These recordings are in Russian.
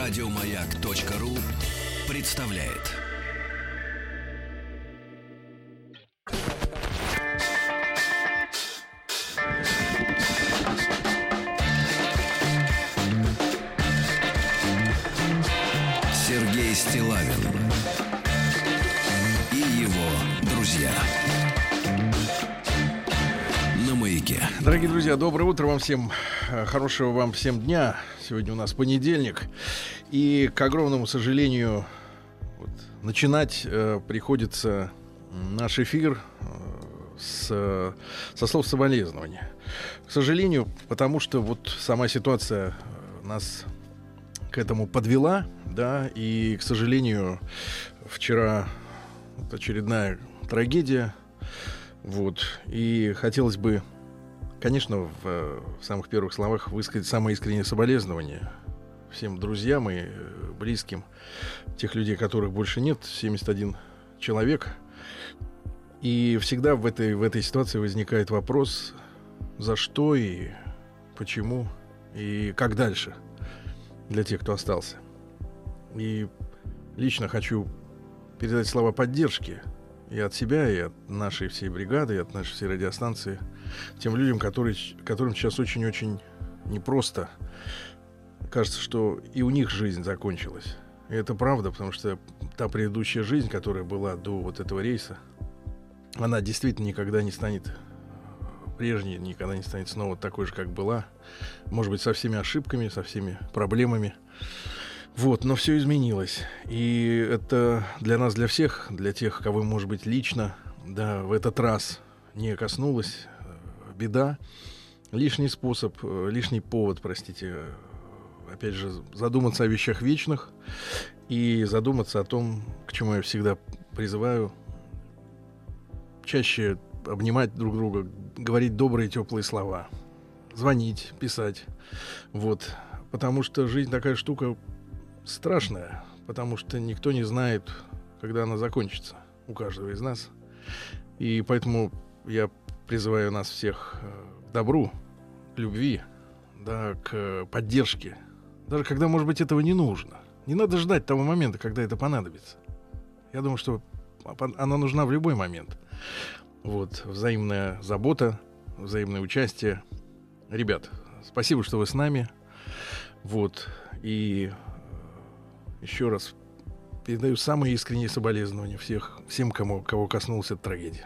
Радиомаяк.ру представляет. Сергей Стиллавин и его друзья на Маяке. Дорогие друзья, доброе утро вам всем, хорошего вам всем дня. Сегодня у нас понедельник, и, к огромному сожалению, начинать приходится наш эфир со слов соболезнования. К сожалению, потому что сама ситуация нас к этому подвела, да, и, к сожалению, вчера очередная трагедия, и хотелось бы, конечно, в самых первых словах высказать самое искреннее соболезнование всем друзьям и близким тех людей, которых больше нет, 71 человек. И всегда в этой ситуации возникает вопрос, за что и почему, и как дальше для тех, кто остался. И лично хочу передать слова поддержки и от себя, и от нашей всей бригады, и от нашей всей радиостанции тем людям, которым сейчас очень-очень непросто. Кажется, что и у них жизнь закончилась. И это правда, потому что та предыдущая жизнь, которая была до этого рейса, она действительно никогда не станет прежней, никогда не станет снова такой же, как была. Может быть, со всеми ошибками, со всеми проблемами. Но все изменилось. И это для нас, для всех, для тех, кого, может быть, лично, да, в этот раз не коснулась беда. Лишний повод, опять же, задуматься о вещах вечных и задуматься о том, к чему я всегда призываю: чаще обнимать друг друга, говорить добрые, теплые слова, звонить, писать. Потому что жизнь такая штука страшная, потому что никто не знает, когда она закончится у каждого из нас. И поэтому я призываю нас всех к добру, к любви, да, к поддержке. Даже когда, может быть, этого не нужно. Не надо ждать того момента, когда это понадобится. Я думаю, что она нужна в любой момент. Взаимная забота, взаимное участие. Ребят, спасибо, что вы с нами. И еще раз передаю самые искренние соболезнования всем, кого коснулась эта трагедия.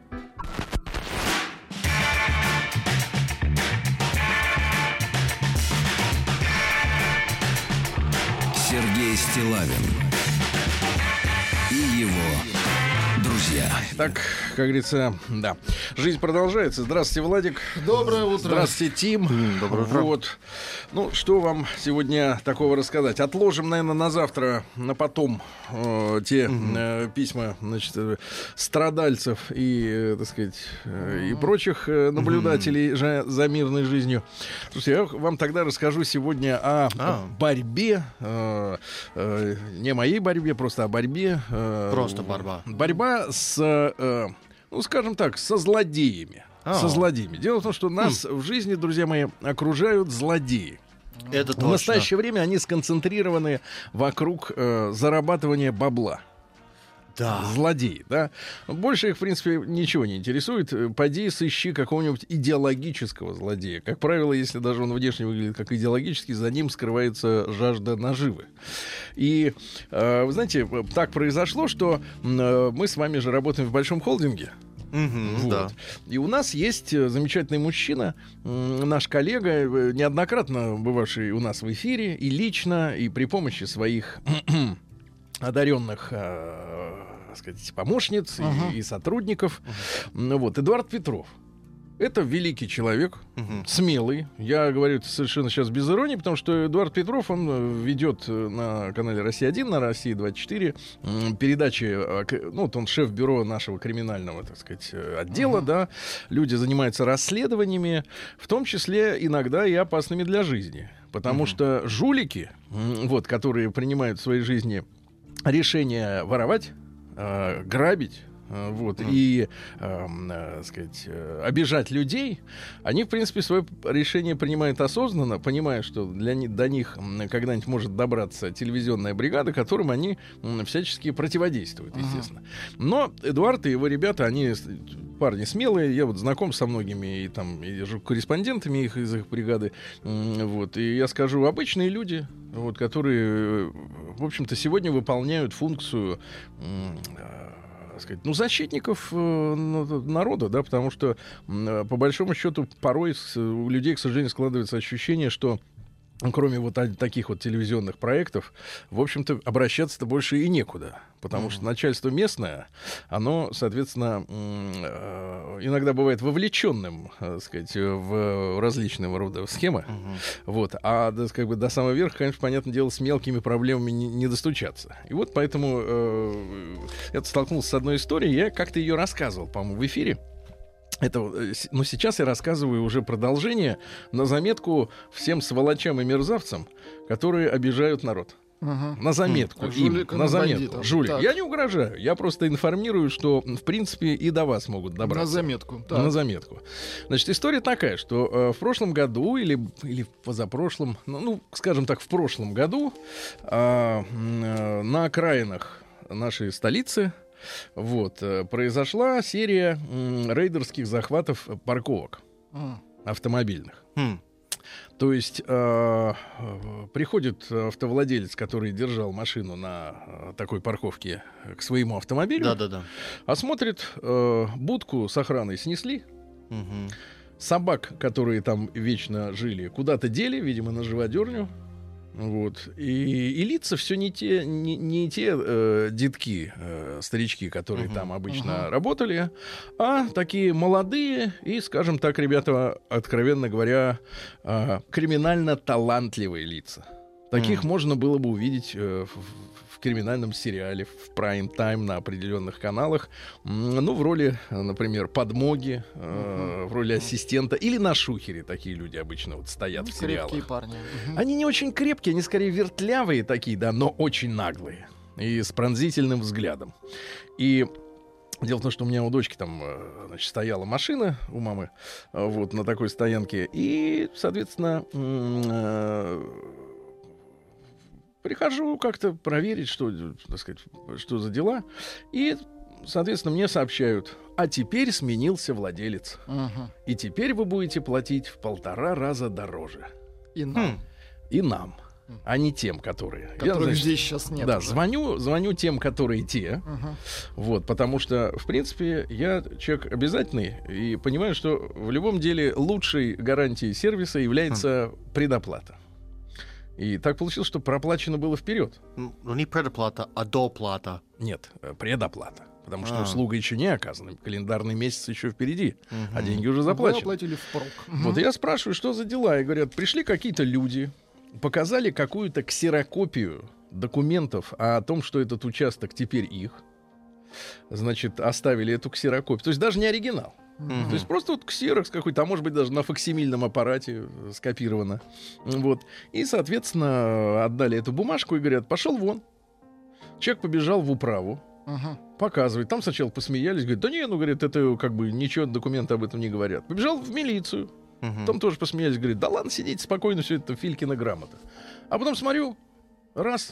Сергей Стиллавин и его друзья. Так, как говорится, да. Жизнь продолжается. Здравствуйте, Владик. Доброе утро. Здравствуйте, Тим. Доброе утро. Что вам сегодня такого рассказать? Отложим, наверное, на завтра, на потом те письма, страдальцев и, так сказать, и прочих наблюдателей за мирной жизнью. Слушайте, я вам тогда расскажу сегодня о борьбе, не моей борьбе, просто о борьбе. Просто борьба. Борьба с, скажем так, со злодеями. Со злодеями. Дело в том, что нас в жизни, друзья мои, окружают злодеи. Это точно. В настоящее время они сконцентрированы вокруг зарабатывания бабла. Да. Злодеи, да. Больше их, в принципе, ничего не интересует. Пойди сыщи какого-нибудь идеологического злодея. Как правило, если даже он внешне выглядит как идеологический, за ним скрывается жажда наживы. И, вы знаете, так произошло, что мы с вами же работаем в большом холдинге. Да. И у нас есть замечательный мужчина, наш коллега, неоднократно бывавший у нас в эфире, и лично, и при помощи своих одаренных, помощниц и сотрудников. Эдуард Петров. Это великий человек, смелый. Я говорю это совершенно сейчас без иронии, потому что Эдуард Петров, он ведет на канале «Россия-1», на «России-24» передачи, он шеф бюро нашего криминального, отдела, да. Люди занимаются расследованиями, в том числе иногда и опасными для жизни. Потому что жулики, которые принимают в своей жизни решение воровать, грабить, вот, и, сказать, обижать людей, они, в принципе, свое решение принимают осознанно, понимая, что до них когда-нибудь может добраться телевизионная бригада, которым они всячески противодействуют, естественно. Но Эдуард и его ребята, они парни смелые, я вот знаком со многими и там и корреспондентами из их бригады, вот, и я скажу, обычные люди, вот, которые, в общем-то, сегодня выполняют функцию, сказать, ну, защитников народа, да, потому что, по большому счету, порой у людей, к сожалению, складывается ощущение, что кроме вот таких вот телевизионных проектов, в общем-то, обращаться-то больше и некуда. Потому что начальство местное, оно, соответственно, иногда бывает вовлеченным, так сказать, в различного рода схемы. Вот. А как бы до самого верха, конечно, понятное дело, с мелкими проблемами не достучаться. И вот поэтому я столкнулся с одной историей, я как-то ее рассказывал, по-моему, в эфире. Но сейчас я рассказываю уже продолжение на заметку всем сволочам и мерзавцам, которые обижают народ. На заметку. На заметку. Жулик. Я не угрожаю. Я просто информирую, что, в принципе, и до вас могут добраться. На заметку. Так. На заметку. Значит, история такая, что в прошлом году или позапрошлом, ну, скажем так, в прошлом году на окраинах нашей столицы вот, произошла серия рейдерских захватов парковок автомобильных. То есть приходит автовладелец, который держал машину на такой парковке к своему автомобилю, осмотрит, будку с охраной снесли, собак, которые там вечно жили, куда-то дели, видимо, на живодерню. Вот. И лица все не те детки, старички, которые там обычно работали, а такие молодые и, скажем так, ребята, откровенно говоря, криминально талантливые лица. Таких можно было бы увидеть в криминальном сериале, в прайм-тайм на определенных каналах, ну, в роли, например, подмоги, в роли ассистента или на шухере. Такие люди обычно вот стоят в сериалах. Крепкие парни. Они не очень крепкие, они скорее вертлявые такие, да, но очень наглые и с пронзительным взглядом. И дело в том, что у меня у дочки там, значит, стояла машина у мамы, вот, на такой стоянке, и, соответственно, прихожу как-то проверить, что, так сказать, что за дела. И, соответственно, мне сообщают: а теперь сменился владелец. И теперь вы будете платить в 1,5 раза дороже. И нам. И нам. А не тем, которые. Которых, значит, здесь сейчас нет. Да, звоню тем, которые те. Вот, потому что, в принципе, я человек обязательный и понимаю, что в любом деле лучшей гарантией сервиса является предоплата. И так получилось, что проплачено было вперед. Ну, не предоплата, а доплата. Нет, предоплата. Потому что услуга еще не оказана. Календарный месяц еще впереди, а деньги уже заплачены. Вы оплатили впрок. Вот я спрашиваю, что за дела. И говорят, пришли какие-то люди, показали какую-то ксерокопию документов о том, что этот участок теперь их. Значит, оставили эту ксерокопию. То есть даже не оригинал. То есть просто вот ксерокс какой-то, а может быть даже на факсимильном аппарате скопировано. Вот. И, соответственно, отдали эту бумажку и говорят: пошел вон. Человек побежал в управу, показывает. Там сначала посмеялись, говорит: да не, ну, говорит, это как бы ничего, документы об этом не говорят. Побежал в милицию. Там тоже посмеялись, говорит: да ладно, сидите спокойно, все это Филькина грамота. А потом смотрю, раз,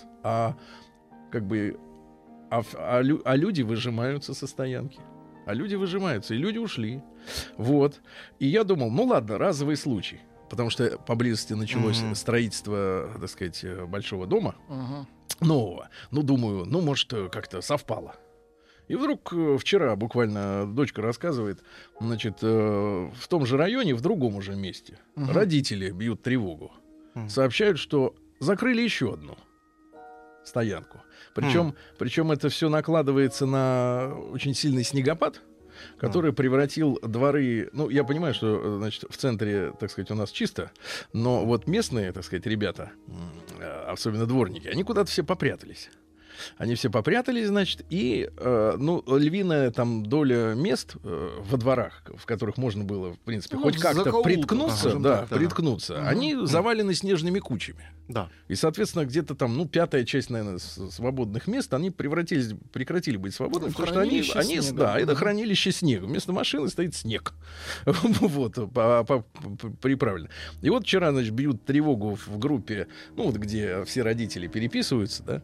люди выжимаются со стоянки. А люди выжимаются, и люди ушли. Вот. И я думал, ну ладно, разовый случай. Потому что поблизости началось строительство, так сказать, большого дома. Нового. Ну, думаю, ну, может, как-то совпало. И вдруг вчера буквально дочка рассказывает, значит, в том же районе, в другом уже месте, родители бьют тревогу. Сообщают, что закрыли еще одну стоянку. Причем это все накладывается на очень сильный снегопад, который превратил дворы... Ну, я понимаю, что, значит, в центре, так сказать, у нас чисто, но вот местные, так сказать, ребята, особенно дворники, они куда-то все попрятались. Они все попрятались, значит, и, львиная там доля мест во дворах, в которых можно было, в принципе, хоть как-то закоулках, приткнуться, скажем так, приткнуться, они завалены снежными кучами. Да. И, соответственно, где-то там, пятая часть, наверное, свободных мест, они прекратили быть свободными, потому что они снега. это хранилище снега. Вместо машины стоит снег. Вот, приправлено. И вот вчера, значит, бьют тревогу в группе, где все родители переписываются, да,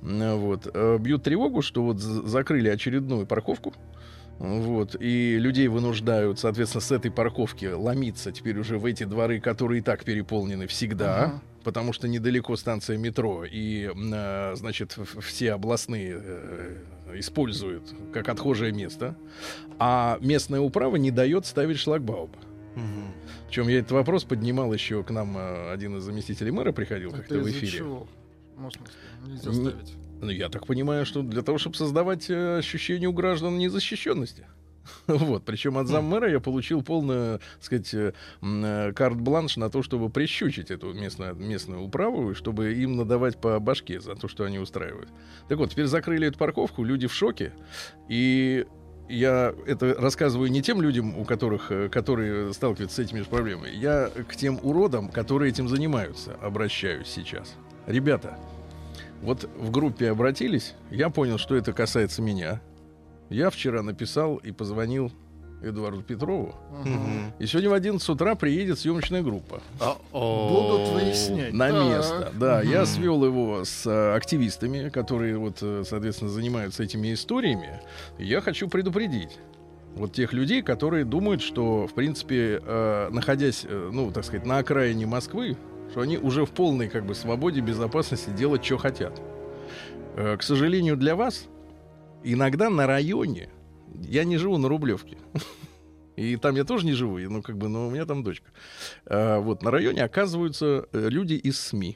бьют тревогу, что вот закрыли очередную парковку. Вот, и людей вынуждают, соответственно, с этой парковки ломиться теперь уже в эти дворы, которые и так переполнены всегда, потому что недалеко станция метро, и, значит, все областные используют как отхожее место, а местная управа не дает ставить шлагбаумы. Причем я этот вопрос поднимал еще к нам, один из заместителей мэра приходил как-то в эфире. Чего? Нельзя ставить. Я так понимаю, что для того, чтобы создавать ощущение у граждан незащищенности. Вот, причем от заммэра я получил полную, так сказать, карт-бланш на то, чтобы прищучить эту местную управу, и чтобы им надавать по башке за то, что они устраивают. Так вот, теперь закрыли эту парковку, люди в шоке, и я это рассказываю не тем людям, которые сталкиваются с этими же проблемами. Я к тем уродам, которые этим занимаются, обращаюсь сейчас. Ребята, вот в группе обратились, я понял, что это касается меня. Я вчера написал и позвонил Эдуарду Петрову. И сегодня в 11 утра приедет съемочная группа. Будут выяснять. На место. Да, я свел его с активистами, которые, соответственно, занимаются этими историями. И я хочу предупредить вот тех людей, которые думают, что, в принципе, находясь, так сказать, на окраине Москвы, что они уже в полной свободе, безопасности делать, что хотят. К сожалению для вас, иногда на районе, я не живу на Рублевке, и там я тоже не живу, но у меня там дочка. На районе оказываются люди из СМИ.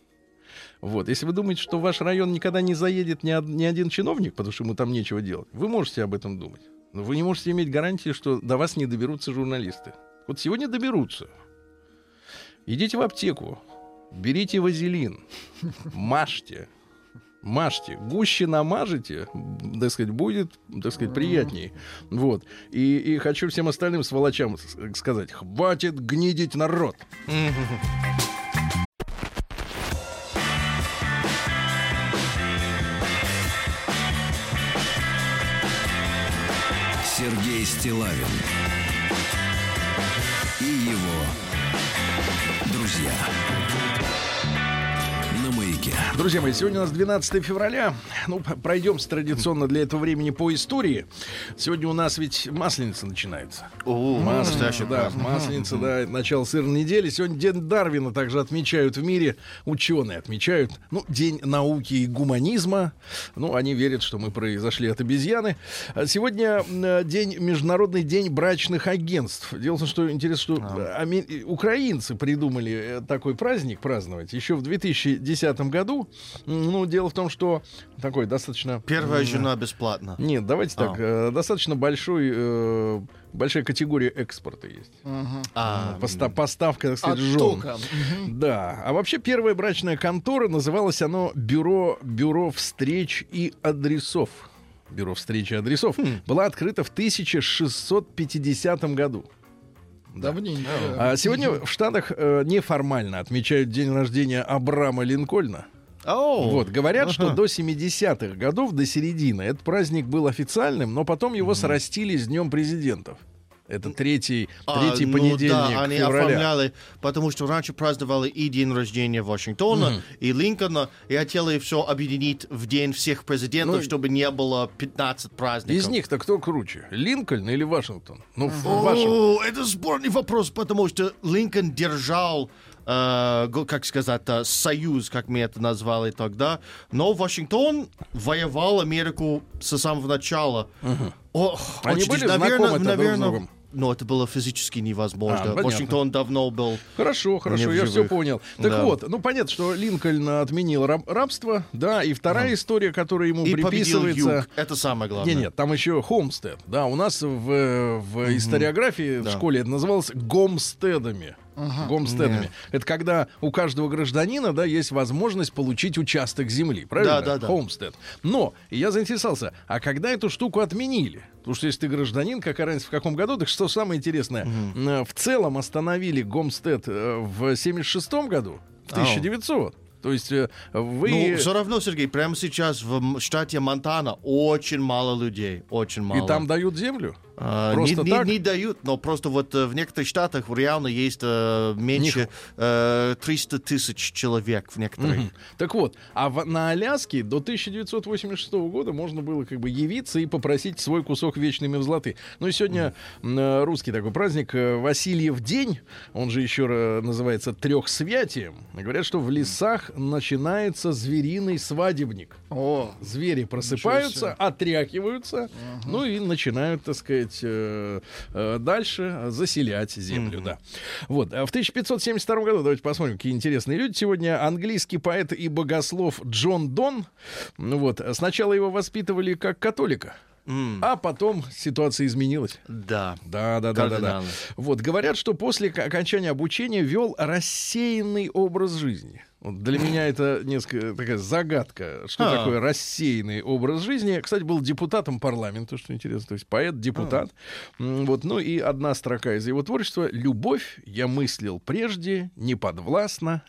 Если вы думаете, что в ваш район никогда не заедет ни один чиновник, потому что ему там нечего делать, вы можете об этом думать. Но вы не можете иметь гарантии, что до вас не доберутся журналисты. Вот сегодня доберутся. Идите в аптеку, берите вазелин, мажьте, гуще намажете, так сказать, будет, так сказать, приятнее. Вот. И хочу всем остальным сволочам сказать: хватит гнидить народ. Сергей Стиллавин и его друзья на Маяке. Друзья мои, сегодня у нас 12 февраля. Пройдемся традиционно для этого времени по истории. Сегодня у нас ведь Масленица начинается. Масленица, да, начало сырной недели. Сегодня День Дарвина также отмечают в мире. Ученые отмечают. День науки и гуманизма. Они верят, что мы произошли от обезьяны. Сегодня Международный день брачных агентств. Дело в том, что интересно, что украинцы придумали такой праздник праздновать еще в 2010 году. Дело в том, что такой достаточно... Первая жена бесплатно. Нет, давайте так. Достаточно большая категория экспорта есть. Поставка, так сказать, жен. Да. А вообще первая брачная контора, называлась оно Бюро встреч и адресов. Бюро встреч и адресов. Была открыта в 1650 году. Давненько. А сегодня в Штатах неформально отмечают день рождения Абрама Линкольна. Говорят, что до 70-х годов, до середины, этот праздник был официальным, но потом его срастили с Днем президентов. Это третий понедельник они февраля. оформляли, потому что раньше праздновали и день рождения Вашингтона, и Линкольна, и хотели все объединить в день всех президентов, чтобы не было 15 праздников. Из них-то кто круче, Линкольн или Вашингтон? Вашингтон. Это спорный вопрос, потому что Линкольн держал союз, как мы это назвали тогда. Но Вашингтон воевал Америку с самого начала. Они были знакомы друг с другом? Но это было физически невозможно. Вашингтон давно был... Хорошо, я все понял. Так вот, понятно, что Линкольн отменил рабство, да, и вторая история, которая ему приписывается... Юг. Это самое главное. Нет, там еще Хомстед. Да, у нас в историографии в школе это называлось гомстедами. Гомстедами. Это когда у каждого гражданина, да, есть возможность получить участок земли, правильно? Да. Homestead. Но я заинтересовался, а когда эту штуку отменили? Потому что если ты гражданин, какая разница в каком году, так что самое интересное, в целом остановили Гомстед в 76-м году, в 1900. То есть вы... Ну, все равно, Сергей, прямо сейчас в штате Монтана очень мало людей, очень мало. И там дают землю? Просто так? Не дают, но просто вот в некоторых штатах реально есть меньше 300 тысяч человек в некоторых. Так вот, на Аляске до 1986 года можно было как бы явиться и попросить свой кусок вечной мерзлоты. Ну и сегодня русский такой праздник Васильев день, он же еще называется Трехсвятием. Говорят, что в лесах начинается звериный свадебник. Звери просыпаются, отряхиваются, ну и начинают, так сказать, дальше заселять землю. Да. Вот. В 1572 году, давайте посмотрим, какие интересные люди сегодня. Английский поэт и богослов Джон Дон. Вот. Сначала его воспитывали как католика. А потом ситуация изменилась. Да. Да. Вот, говорят, что после окончания обучения вел рассеянный образ жизни. Вот для меня это несколько такая загадка, что такое рассеянный образ жизни. Кстати, был депутатом парламента, что интересно, то есть поэт-депутат. Вот, ну и одна строка из его творчества: «Любовь я мыслил прежде неподвластна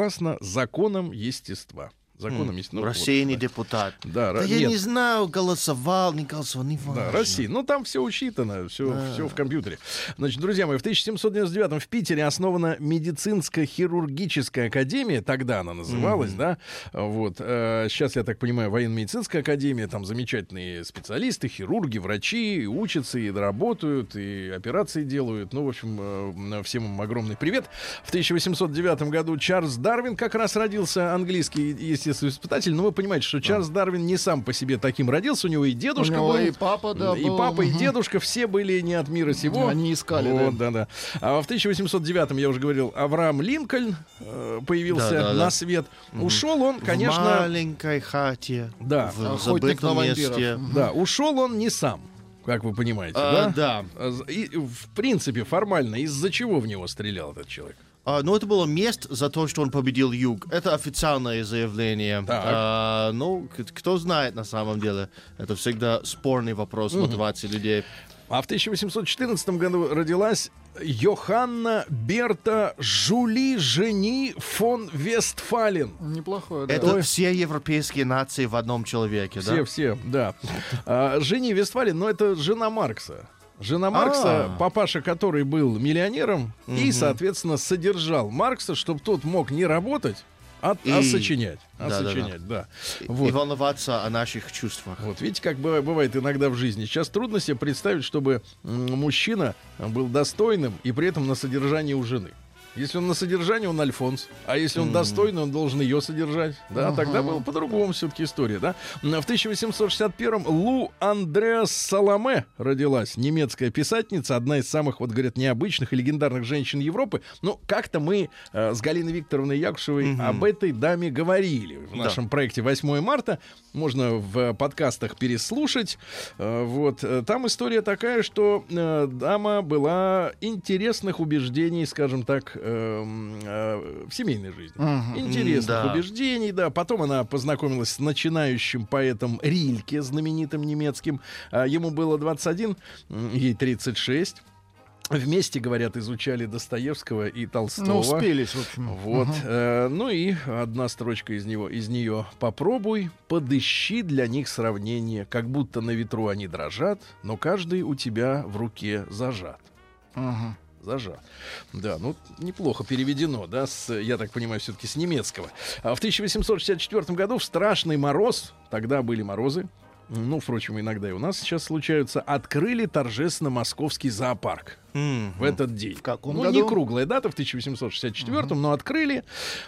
законам естества». Законом есть. Ну, рассеянный вот, депутат. Да, я не знаю, голосовал, не голосовал, не важно. Да, Россия. Ну, там все учитано, все в компьютере. Значит, друзья мои, в 1799-м в Питере основана медицинско-хирургическая академия, тогда она называлась, да, вот. Сейчас, я так понимаю, военно-медицинская академия, там замечательные специалисты, хирурги, врачи, учатся и работают, и операции делают. Ну, в общем, всем им огромный привет. В 1809 году Чарльз Дарвин как раз родился, английский, естественно, испытатель, но вы понимаете, что Чарльз Дарвин не сам по себе таким родился, у него и дедушка был, и папа, да, и папа, и дедушка, все были не от мира сего. Они искали, вот, да. А в 1809-м, я уже говорил, Авраам Линкольн появился на свет. Ушел он, конечно... В маленькой хате, в забытом месте. Да, ушел он не сам, как вы понимаете, да? И, в принципе, формально, из-за чего в него стрелял этот человек? Ну, это было месть за то, что он победил Юг. Это официальное заявление. Ну, кто знает на самом деле. Это всегда спорный вопрос мотивации людей. А в 1814 году родилась Йоханна Берта Жюли Жени фон Вестфален. Неплохое, да. Это все европейские нации в одном человеке, да? Все, да. Жени Вестфален, но это жена Маркса. Жена Маркса, папаша который был миллионером и, соответственно, содержал Маркса, чтобы тот мог не работать, а сочинять. Да. Вот. И волноваться о наших чувствах. Вот видите, как бывает иногда в жизни. Сейчас трудно себе представить, чтобы мужчина был достойным и при этом на содержании у жены. Если он на содержании, он Альфонс. А если он достойный, он должен ее содержать. Да, тогда была по-другому все-таки история, да. В 1861-м Лу Андреас Саламе родилась. Немецкая писательница, одна из самых, вот говорят, необычных и легендарных женщин Европы. Ну, как-то мы с Галиной Викторовной Якушевой об этой даме говорили в нашем проекте «8 марта». Можно в подкастах переслушать. Вот. Там история такая, что дама была интересных убеждений, скажем так, в семейной жизни. Интересных убеждений, да. Потом она познакомилась с начинающим поэтом Рильке, знаменитым немецким. Ему было 21, ей 36. Вместе, говорят, изучали Достоевского и Толстого. Ну, успелись, в общем. Вот. Ну и одна строчка из нее. «Попробуй, подыщи для них сравнение, как будто на ветру они дрожат, но каждый у тебя в руке зажат». Зажат. Да, ну, неплохо переведено, да, я так понимаю, все-таки с немецкого. А в 1864 году в страшный мороз, тогда были морозы, ну, впрочем, иногда и у нас сейчас случаются, открыли торжественно московский зоопарк в этот день. В каком году? Не круглая дата, в 1864, но открыли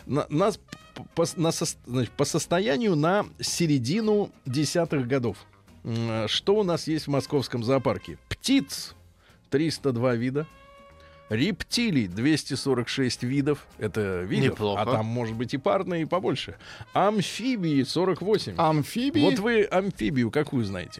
по состоянию на середину десятых годов. Что у нас есть в московском зоопарке? Птиц 302 вида. Рептилий 246 видов. Это видов. Неплохо. А там может быть и парные, и побольше. Амфибии 48. Амфибии? Вот вы амфибию какую знаете?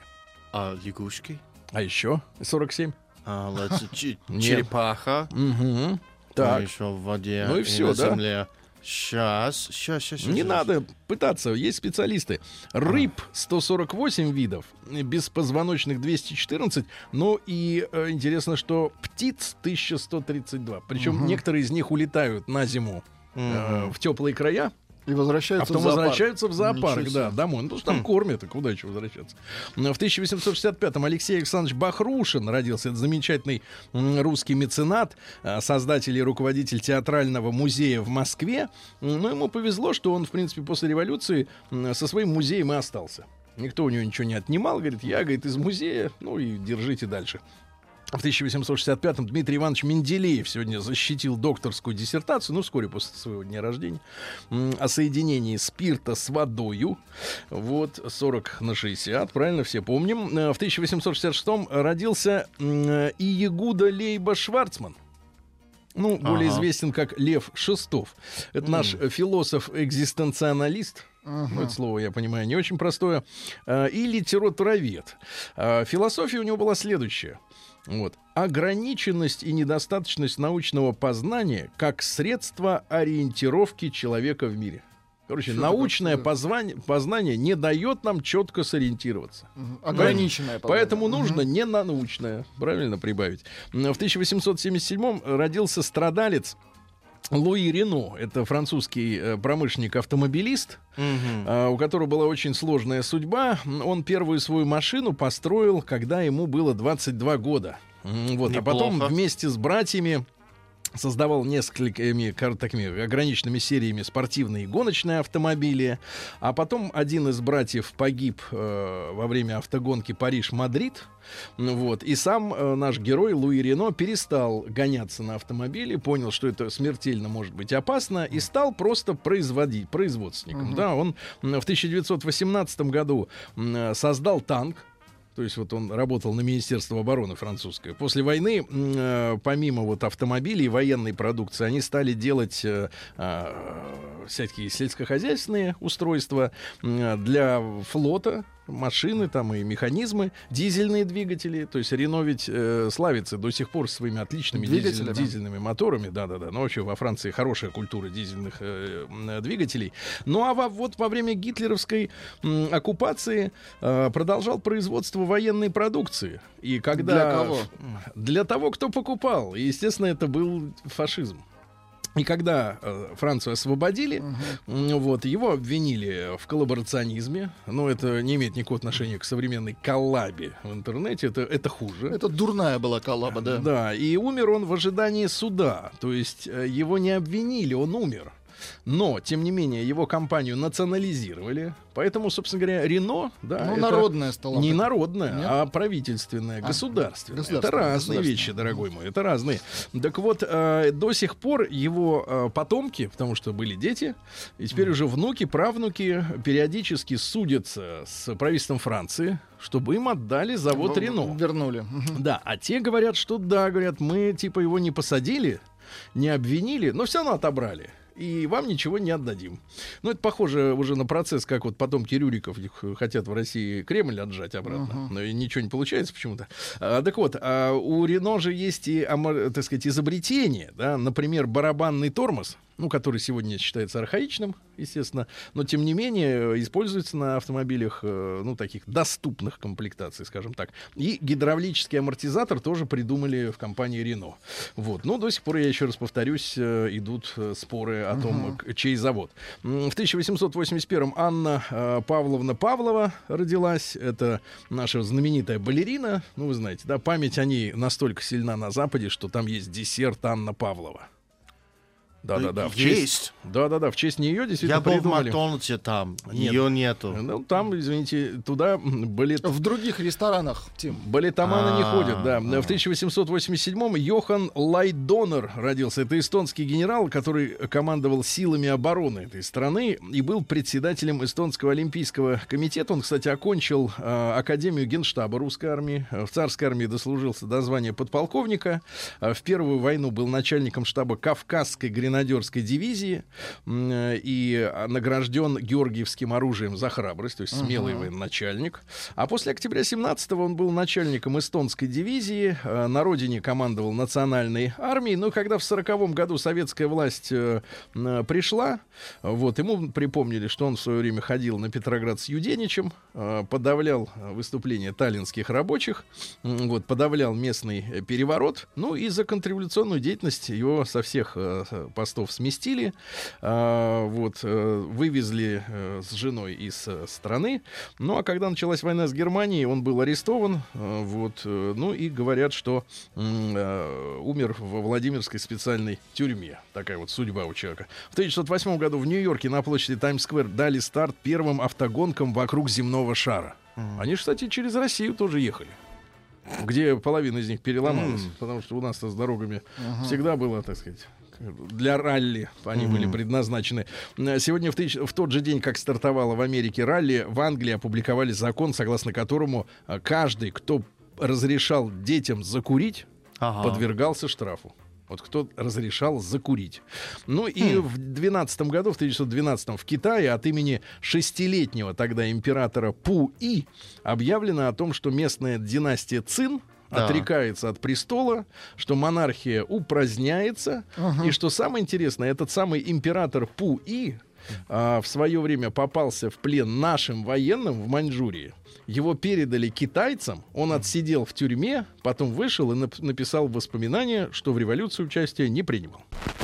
Лягушки? А еще 47? Черепаха. Так. Мы еще в воде Ну и и всё, на да? земле. Сейчас. Не надо пытаться, есть специалисты. Рыб 148 видов, беспозвоночных 214, ну и интересно, что птиц 1132. Причем некоторые из них улетают на зиму в теплые края, И возвращаются а потом в зоопарк. возвращаются в зоопарк, Ничего да, себе. домой. Ну, потому что там кормят, и куда еще возвращаться. В 1865-м Алексей Александрович Бахрушин родился. Это замечательный русский меценат, создатель и руководитель театрального музея в Москве. Но ему повезло, что он, в принципе, после революции со своим музеем и остался. Никто у него ничего не отнимал. Говорит, я, говорит, из музея, ну и держите дальше. В 1865-м Дмитрий Иванович Менделеев сегодня защитил докторскую диссертацию, ну, вскоре после своего дня рождения, о соединении спирта с водою. Вот, 40/60, правильно, все помним. В 1866-м родился Иегуда Лейба Шварцман. Ну, более известен как Лев Шестов. Это наш философ-экзистенционалист. Ну, это слово, я понимаю, не очень простое. И литературовед. Философия у него была следующая. Вот. Ограниченность и недостаточность научного познания как средство ориентировки человека в мире. Короче, Что научное такое? познание не дает нам четко сориентироваться. Ограниченное. Поэтому нужно не на научное, правильно прибавить. В 1877-м родился страдалец Луи Рено. Это французский промышленник-автомобилист, у которого была очень сложная судьба. Он первую свою машину построил, когда ему было 22 года. Вот. А потом вместе с братьями создавал несколькими такими ограниченными сериями спортивные и гоночные автомобили. А потом один из братьев погиб во время автогонки Париж-Мадрид. Вот. И сам наш герой Луи Рено перестал гоняться на автомобиле, понял, что это смертельно может быть опасно, и стал просто производственником. Да, он в 1918 году создал танк. То есть вот он работал на Министерство обороны французское. После войны, помимо вот автомобилей и военной продукции, они стали делать всякие сельскохозяйственные устройства для флота, машины там и механизмы, дизельные двигатели. То есть Рено ведь славится до сих пор своими отличными дизельными моторами. Да-да-да. Но вообще во Франции хорошая культура дизельных двигателей. Ну а вот во время гитлеровской оккупации продолжал производство военной продукции. И когда... Для кого? Для того, кто покупал. И, естественно, это был фашизм. И когда Францию освободили, вот, его обвинили в коллаборационизме. Но это не имеет никакого отношения к современной коллабе в интернете. Это хуже. Это дурная была коллаба, да. Да, и умер он в ожидании суда. То есть его не обвинили, он умер. Но, тем не менее, его компанию национализировали. Поэтому, собственно говоря, Рено... Да, Ну, это народная стала. не народная, Нет? а правительственная, государственная. Это государственная, разные вещи, дорогой мой, это разные. Так вот, до сих пор его потомки, потому что были дети, и теперь уже внуки, правнуки периодически судятся с правительством Франции, чтобы им отдали завод Рено. Вернули. Да, а те говорят, что да, говорят, мы типа его не посадили, не обвинили, но все равно отобрали. И вам ничего не отдадим. Ну, это похоже уже на процесс, как вот потомки Рюриков хотят в России Кремль отжать обратно. Но и ничего не получается почему-то. Так вот, у Рено же есть и, так сказать, изобретение. Да? Например, барабанный тормоз, ну, который сегодня считается архаичным, естественно, но, тем не менее, используется на автомобилях, ну, таких доступных комплектаций, скажем так. И гидравлический амортизатор тоже придумали в компании Рено. Вот. Но до сих пор, я еще раз повторюсь, идут споры о том, чей завод. В 1881-м Анна Павловна Павлова родилась. Это наша знаменитая балерина. Ну, вы знаете, да, память о ней настолько сильна на Западе, что там есть десерт Анна Павлова. Да-да-да. Есть. Да-да-да, в честь нее действительно Я был в придумали. Макдональдсе там. Нет. Ее нету. Ну, там, извините, туда В других ресторанах, Тим. балетоманы не ходят, да. В 1887-м Йохан Лайдонер родился. Это эстонский генерал, который командовал силами обороны этой страны и был председателем эстонского олимпийского комитета. Он, кстати, окончил Академию Генштаба русской армии. В царской армии дослужился до звания подполковника. В Первую войну был начальником штаба Кавказской гренадерской гренадерской дивизии и награжден Георгиевским оружием за храбрость, то есть смелый военачальник. А после октября 17-го он был начальником эстонской дивизии, на родине командовал национальной армией. Но когда в 40-м году советская власть пришла, вот, ему припомнили, что он в свое время ходил на Петроград с Юденичем, подавлял выступления таллинских рабочих, вот, подавлял местный переворот, ну и за контрреволюционную деятельность его со всех постов сместили, вот, вывезли с женой из страны. Ну а когда началась война с Германией, он был арестован, вот, ну и говорят, что умер во Владимирской специальной тюрьме. Такая вот судьба у человека. В 1908 году в Нью-Йорке на площади Таймс-сквер дали старт первым автогонкам вокруг земного шара. Они, кстати, через Россию тоже ехали, где половина из них переломалась, потому что у нас-то с дорогами всегда было, так сказать, для ралли они были предназначены. Сегодня в тот же день, как стартовало в Америке ралли, в Англии опубликовали закон, согласно которому каждый, кто разрешал детям закурить, подвергался штрафу. Вот кто разрешал закурить. Ну и в 1912 в Китае от имени 6-летнего тогда императора Пу-И объявлено о том, что местная династия Цин отрекается от престола, что монархия упраздняется, и что самое интересное, этот самый император Пу-И в свое время попался в плен нашим военным в Маньчжурии. Его передали китайцам, он отсидел в тюрьме, потом вышел и написал воспоминания, что в революции участия не принимал.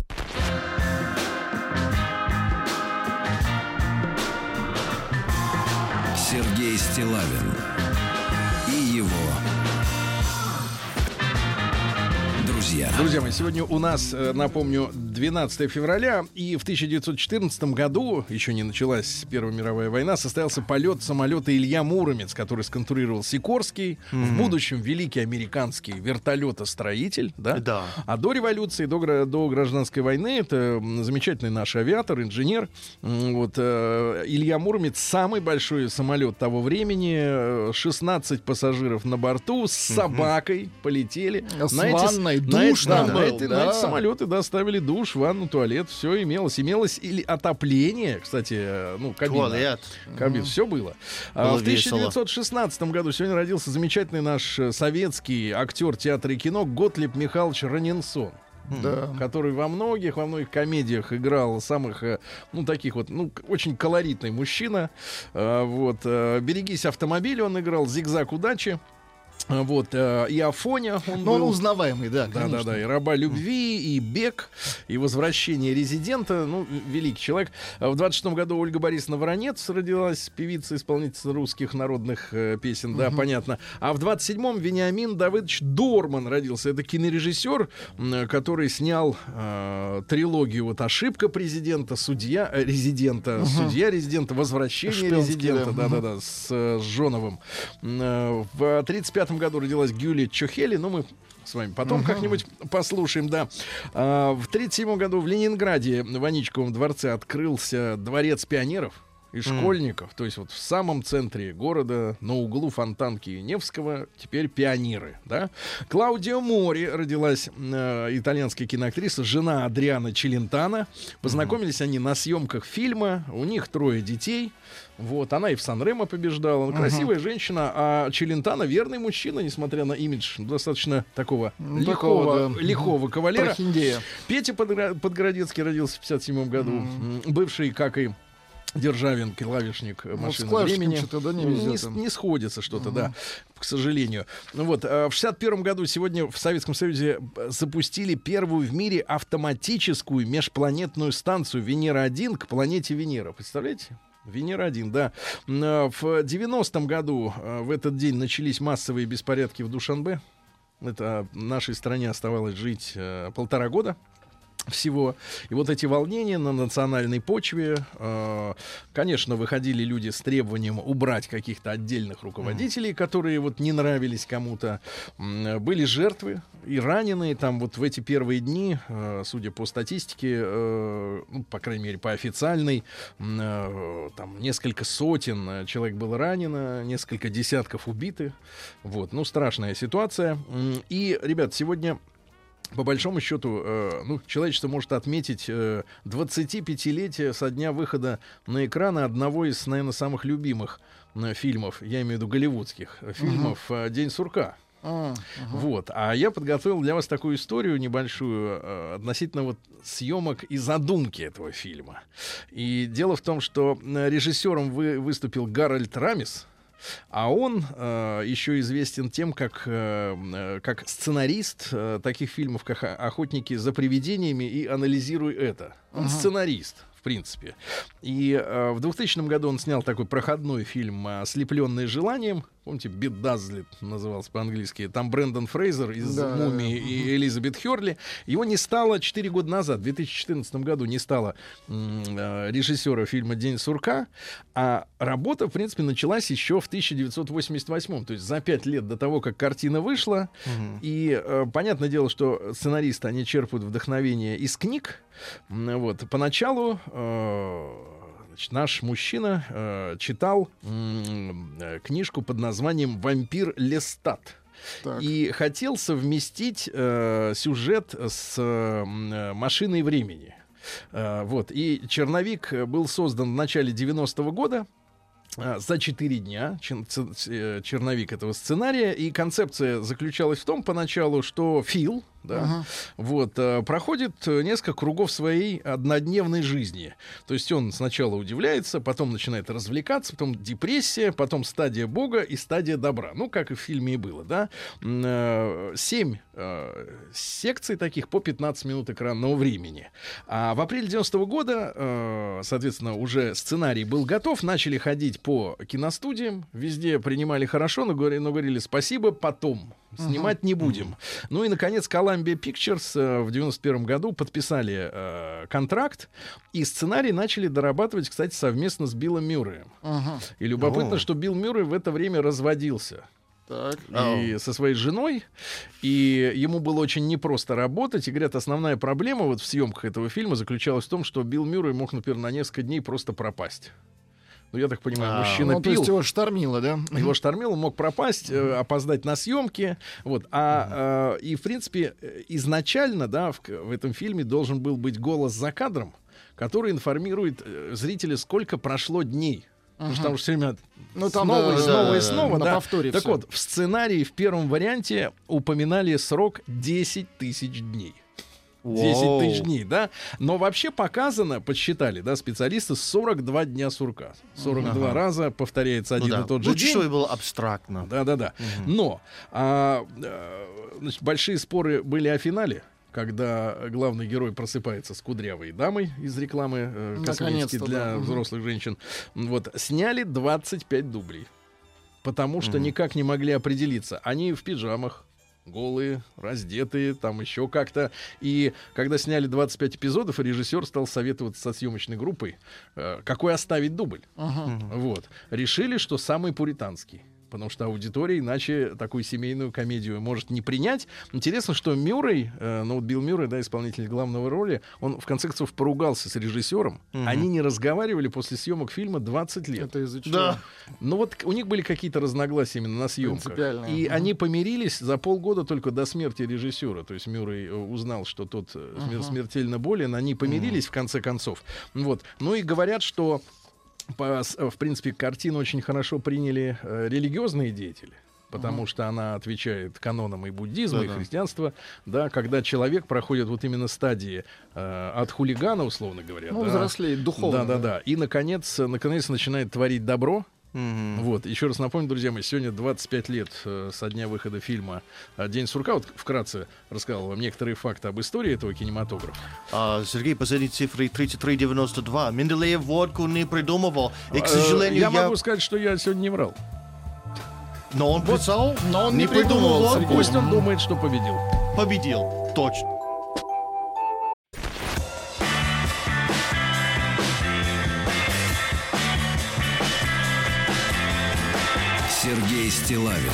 Сергей Стиллавин и его друзья. Друзья мои, сегодня у нас, напомню, 12 февраля, и в 1914 году, еще не началась Первая мировая война, состоялся полет самолета Илья Муромец, который сконструировал Сикорский, в будущем великий американский вертолетостроитель, да? А до революции, до гражданской войны, это замечательный наш авиатор, инженер. Вот, Илья Муромец, самый большой самолет того времени, 16 пассажиров на борту, с собакой полетели. С ванной, душ там был, на эти самолеты доставили душ, ванну, туалет, все имелось. Имелось или отопление, кстати, ну, кабина. Кабин, все было. В 1916 году сегодня родился замечательный наш советский актер театра и кино Готлиб Михайлович Ранинсон. Который во многих комедиях играл самых, ну, таких вот, ну, очень колоритный мужчина. Вот, «Берегись автомобиля» он играл, «Зигзаг удачи». Вот, и Афоня он был. Он узнаваемый, да, конечно. Да, и «Раба любви», и «Бег», и «Возвращение резидента». Ну, великий человек. В 26-м году Ольга Борисовна Воронец родилась, певица, исполнительница русских народных песен, да, понятно. А в 27-м Вениамин Давыдович Дорман родился. Это кинорежиссер, который снял трилогию вот «Ошибка президента», «Судья резидента», «Судья резидента», «Возвращение резидента», да, с Жоновым. В 35-м году родилась Гюли Чохели, но мы с вами потом как-нибудь послушаем, да. В 37-м году в Ленинграде в Аничковом дворце открылся дворец пионеров и школьников, то есть вот в самом центре города, на углу Фонтанки и Невского, теперь пионеры, да. Клаудио Мори родилась, итальянская киноактриса, жена Адриано Челентано. Познакомились они на съемках фильма, у них 3 детей. Вот, она и в Сан-Ремо побеждала. Она красивая женщина, а Челентано верный мужчина, несмотря на имидж достаточно такого лихого кавалера. Прохиндея. Петя Подгородецкий родился в 57 году, бывший, как и Державин, клавишник «Машины времени». Не сходится что-то, да, к сожалению. Вот, в 61 году сегодня в Советском Союзе запустили первую в мире автоматическую межпланетную станцию «Венера-1» к планете Венера. Представляете? Венера-1, да. В 90-м году в этот день начались массовые беспорядки в Душанбе. Это нашей стране оставалось жить 1,5 года всего. И вот эти волнения на национальной почве, конечно, выходили люди с требованием убрать каких-то отдельных руководителей, которые вот не нравились кому-то. Были жертвы и раненые. Там вот в эти первые дни, судя по статистике, ну, по крайней мере, по официальной, там несколько сотен человек было ранено, несколько десятков убиты. Вот, ну, страшная ситуация. И, ребят, сегодня по большому счету, человечество может отметить 25-летие со дня выхода на экраны одного из, наверное, самых любимых фильмов, я имею в виду голливудских фильмов, «День сурка». Вот. А я подготовил для вас такую историю небольшую относительно вот съемок и задумки этого фильма. И дело в том, что режиссером выступил Гарольд Рамис, а он еще известен тем, как сценарист таких фильмов, как «Охотники за привидениями» и «Анализируй это». Он сценарист, в принципе. И в 2000 году он снял такой проходной фильм «Ослепленные желанием». Помните, «Bedazzled» назывался по-английски. Там Брэндон Фрейзер из «Мумии» и Элизабет Хёрли. Его не стало 4 года назад, в 2014 году не стало режиссера фильма «День сурка». А работа, в принципе, началась еще в 1988. То есть за 5 лет до того, как картина вышла. И понятное дело, что сценаристы, они черпают вдохновение из книг. Вот. Поначалу наш мужчина читал книжку под названием «Вампир Лестат». И хотел совместить сюжет с «Машиной времени». Вот. И черновик был создан в начале 90-го года. За 4 дня черновик этого сценария. И концепция заключалась в том поначалу, что Фил проходит несколько кругов своей однодневной жизни. То есть он сначала удивляется, потом начинает развлекаться, потом депрессия, потом стадия Бога и стадия добра. Ну, как и в фильме и было, да. 7 секций таких по 15 минут экранного времени. А в апреле 90-го года, соответственно, уже сценарий был готов, начали ходить по киностудиям, везде принимали хорошо, но говорили спасибо, потом снимать не будем. Ну и, наконец, Columbia Pictures в 91 году подписали контракт, и сценарий начали дорабатывать, кстати, совместно с Биллом Мюрреем. И любопытно, что Билл Мюррей в это время разводился. И со своей женой, и ему было очень непросто работать. И говорят, основная проблема вот в съемках этого фильма заключалась в том, что Билл Мюррей мог, например, на несколько дней просто пропасть. Ну, я так понимаю, мужчина пил. То есть его штормило, да? Его штормило, мог пропасть, опоздать на съемки. Вот. И, в принципе, изначально, да, в этом фильме должен был быть голос за кадром, который информирует зрителя, сколько прошло дней. Потому что там все время снова и снова. Да. Так вот, в сценарии в первом варианте упоминали срок 10 тысяч дней. 10 тысяч дней, да? Но вообще показано, подсчитали, да, специалисты, 42 дня сурка. 42 раза повторяется один и тот же день. Лучше, чтобы было абстрактно. Да. Но значит, большие споры были о финале, когда главный герой просыпается с кудрявой дамой из рекламы косметики для взрослых женщин. Вот. Сняли 25 дублей, потому что никак не могли определиться. Они в пиджамах, голые, раздетые, там еще как-то. И когда сняли 25 эпизодов, режиссер стал советоваться со съемочной группой, какой оставить дубль. Вот. Решили, что самый пуританский. Потому что аудитория иначе такую семейную комедию может не принять. Интересно, что Мюррей, Билл Мюррей, да, исполнитель главного роли, он в конце концов поругался с режиссером. Они не разговаривали после съемок фильма 20 лет. Это из-за чего? Да. Но вот у них были какие-то разногласия именно на съемках. И они помирились за полгода только до смерти режиссера. То есть Мюррей узнал, что тот смертельно болен. Они помирились в конце концов. Вот. Ну и говорят, что в принципе, картину очень хорошо приняли религиозные деятели, потому что она отвечает канонам и буддизма, и христианства, да, когда человек проходит вот именно стадии от хулигана, условно говоря. Взрослеет духовно. Да. И, наконец начинает творить добро. Вот, еще раз напомню, друзья мои, сегодня 25 лет со дня выхода фильма «День сурка». Вот вкратце рассказал вам некоторые факты об истории этого кинематографа. Сергей, последние цифры 3392. Менделеев водку не придумывал. И, к сожалению, я могу сказать, что я сегодня не врал. Но он писал, но он не придумывал водку. Пусть он думает, что победил. Победил, точно. Сергей Стиллавин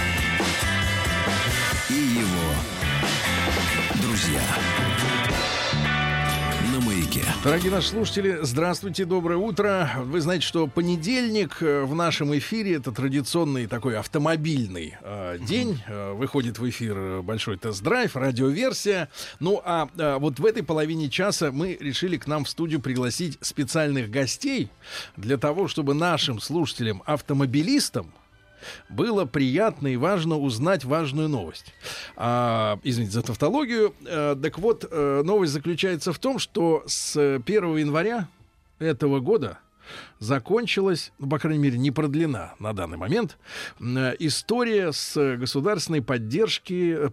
и его друзья на Маяке. языке. Дорогие наши слушатели, здравствуйте, доброе утро. Вы знаете, что понедельник в нашем эфире — это традиционный такой автомобильный день. Выходит в эфир большой тест-драйв, радиоверсия. Ну а вот в этой половине часа мы решили к нам в студию пригласить специальных гостей для того, чтобы нашим слушателям-автомобилистам было приятно и важно узнать важную новость. Извините за тавтологию. Так вот, новость заключается в том, что с 1 января этого года закончилась, ну, по крайней мере, не продлена на данный момент, история с государственной поддержкой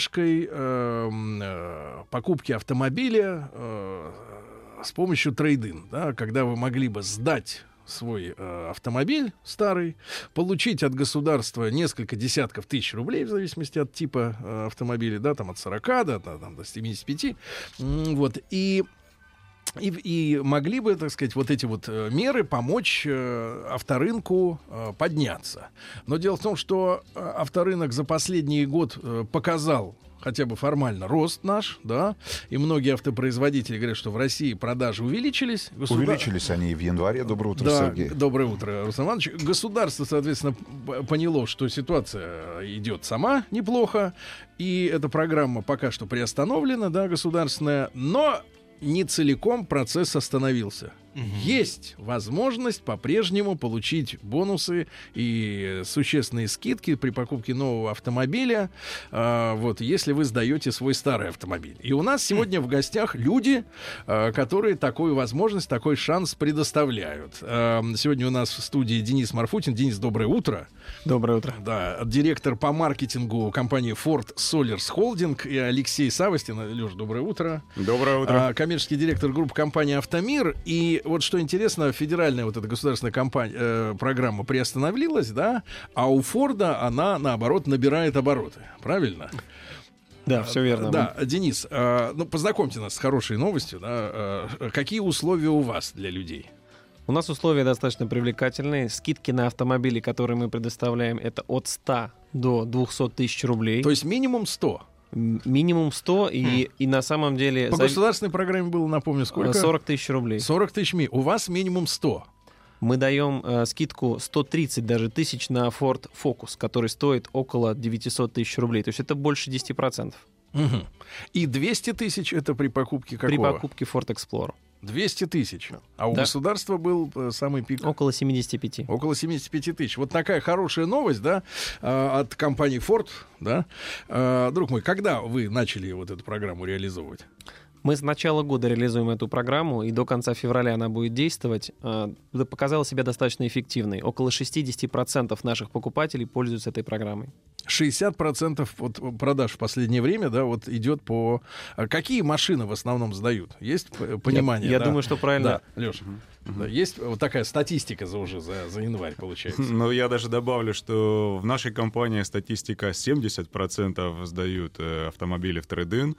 покупки автомобиля с помощью трейд-ин, да, когда вы могли бы сдать свой автомобиль старый, получить от государства несколько десятков тысяч рублей, в зависимости от типа автомобиля, да, там от 40 до 75, вот, и могли бы, так сказать, вот эти вот меры помочь авторынку подняться. Но дело в том, что авторынок за последний год показал хотя бы формально рост наш, да, и многие автопроизводители говорят, что в России продажи увеличились. Увеличились они и в январе. Доброе утро, да, Сергей. Доброе утро, Руслан Иванович. Государство, соответственно, поняло, что ситуация идет сама неплохо, и эта программа пока что приостановлена, да, государственная, но не целиком процесс остановился. Есть возможность по-прежнему получить бонусы и существенные скидки при покупке нового автомобиля, вот, если вы сдаете свой старый автомобиль. И у нас сегодня в гостях люди, которые такую возможность, такой шанс предоставляют. Сегодня у нас в студии Денис Марфутин. Денис, доброе утро. Доброе утро. Да, директор по маркетингу компании Ford Solers Holding, и Алексей Савостин. Лёш, доброе утро. Доброе утро. Коммерческий директор группы компании «Автомир». И вот что интересно, федеральная вот эта государственная программа приостановилась, да, а у Форда она, наоборот, набирает обороты. Правильно? Да, все верно. Да, Денис, ну, познакомьте нас с хорошей новостью. Да, какие условия у вас для людей? У нас условия достаточно привлекательные. Скидки на автомобили, которые мы предоставляем, это от 100 до 200 тысяч рублей. То есть минимум 100? Минимум 100, и на самом деле... По государственной программе было, напомню, сколько? 40 тысяч рублей. 40 тысяч. У вас минимум 100. Мы даем скидку 130 даже тысяч на Ford Focus, который стоит около 900 тысяч рублей. То есть это больше 10%. Угу. И 200 тысяч это при покупке какого? При покупке Ford Explorer. 200 тысяч. А у государства был самый пик? Около 75. Около 75 тысяч. Вот такая хорошая новость, да, от компании Ford, да. Друг мой, когда вы начали вот эту программу реализовывать? Мы с начала года реализуем эту программу, и до конца февраля она будет действовать. Показала себя достаточно эффективной. Около 60% наших покупателей пользуются этой программой. 60% вот продаж в последнее время, да, вот идет по... Какие машины в основном сдают? Есть понимание? Я думаю, что правильно. Да, Леша. Да, есть вот такая статистика за январь, получается. Ну, я даже добавлю, что в нашей компании статистика 70% сдают автомобили в трейд-ин,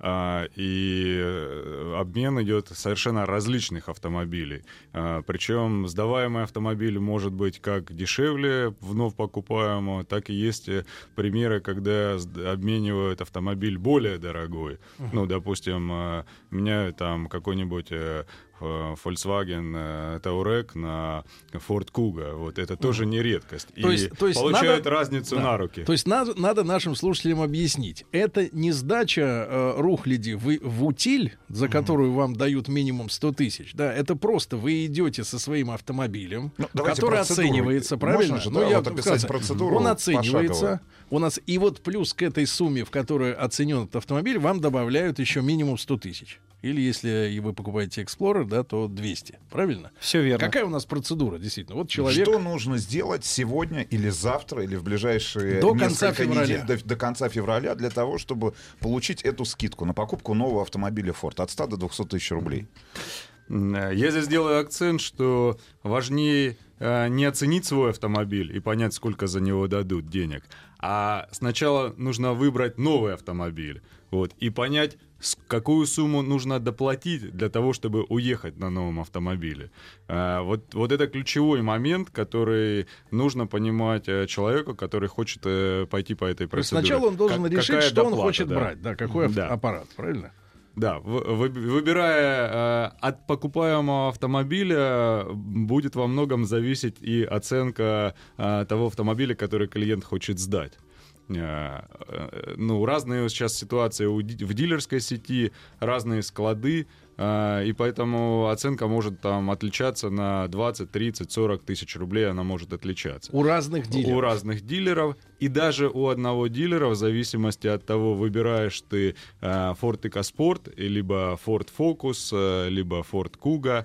и обмен идет совершенно различных автомобилей. Причем сдаваемый автомобиль может быть как дешевле вновь покупаемого, так и есть примеры, когда обменивают автомобиль более дорогой. Ну, допустим, меняют там какой-нибудь Volkswagen Touareg на Ford Kuga. Вот это тоже не редкость. То есть получают разницу на руки. То есть надо нашим слушателям объяснить. Это не сдача рухляди в утиль, за которую вам дают минимум 100 тысяч. Да, это просто вы идете со своим автомобилем, который оценивается, правильно? Можно же, да, вот описать процедуру. Он оценивается. У нас, и вот плюс к этой сумме, в которой оценен этот автомобиль, вам добавляют еще минимум 100 тысяч. Или если вы покупаете Explorer, да, то 200. Правильно? Все верно. Какая у нас процедура, действительно? Вот человек... Что нужно сделать сегодня или завтра, или в ближайшие несколько недель, до конца февраля, для того, чтобы получить эту скидку на покупку нового автомобиля Ford от 100 до 200 тысяч рублей? Я здесь делаю акцент, что важнее не оценить свой автомобиль и понять, сколько за него дадут денег, а сначала нужно выбрать новый автомобиль, вот, и понять, какую сумму нужно доплатить для того, чтобы уехать на новом автомобиле. Вот это ключевой момент, который нужно понимать человеку, который хочет пойти по этой процедуре. Сначала он должен решить, что он хочет брать, да, какой аппарат, правильно? Да, выбирая от покупаемого автомобиля, будет во многом зависеть и оценка того автомобиля, который клиент хочет сдать. Ну, разные сейчас ситуации в дилерской сети, разные склады, и поэтому оценка может там отличаться на 20, 30, 40 тысяч рублей, она может отличаться. У разных дилеров? У разных дилеров, и даже у одного дилера, в зависимости от того, выбираешь ты Ford EcoSport, либо Ford Focus, либо Ford Kuga,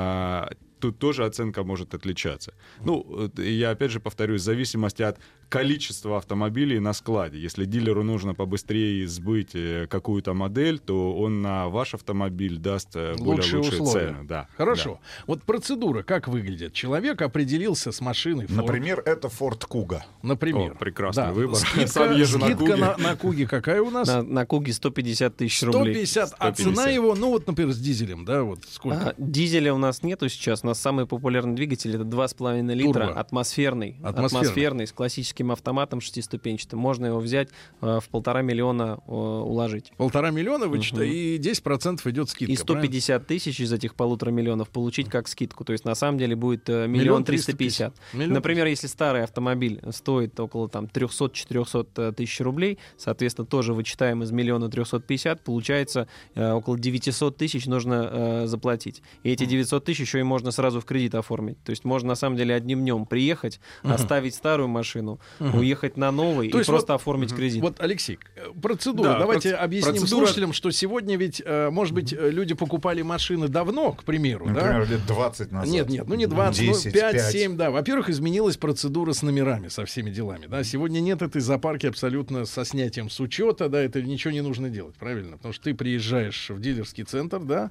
тут тоже оценка может отличаться. Ну, я опять же повторюсь, в зависимости от количества автомобилей на складе. Если дилеру нужно побыстрее сбыть какую-то модель, то он на ваш автомобиль даст более лучшие цены. Да, хорошо. Да. Вот процедура как выглядит? Человек определился с машиной Ford. Например, это Ford Kuga. Например. О, прекрасный выбор. Скидка на Куге какая у нас? На Куге 150 тысяч рублей. 150. А цена его, ну вот, например, с дизелем, да, вот сколько? Дизеля у нас нету сейчас. У нас самый популярный двигатель — это 2,5 литра, Турбо. атмосферный, с классическим автоматом шестиступенчатым. Можно его взять в 1,5 миллиона уложить. 1,5 миллиона вычета, и 10% идет скидка. И 150 тысяч из этих 1,5 миллионов получить как скидку. То есть на самом деле будет 1 350 000. Например, если старый автомобиль стоит около там 300-400 тысяч рублей, соответственно, тоже вычитаем из 1 350 000, получается около 900 тысяч нужно заплатить. И эти 900 тысяч еще и можно сразу в кредит оформить. То есть можно на самом деле одним днем приехать, оставить старую машину, уехать на новый и просто оформить кредит. Вот, Алексей, процедура. Да, давайте объясним слушателям, что сегодня ведь, может быть, люди покупали машины давно, к примеру. Например, лет 20 назад. Нет, ну не 20, 10, но 5-7, да. Во-первых, изменилась процедура с номерами, со всеми делами. Да? Сегодня нет этой запарки абсолютно со снятием с учета, да, это ничего не нужно делать, правильно? Потому что ты приезжаешь в дилерский центр, да,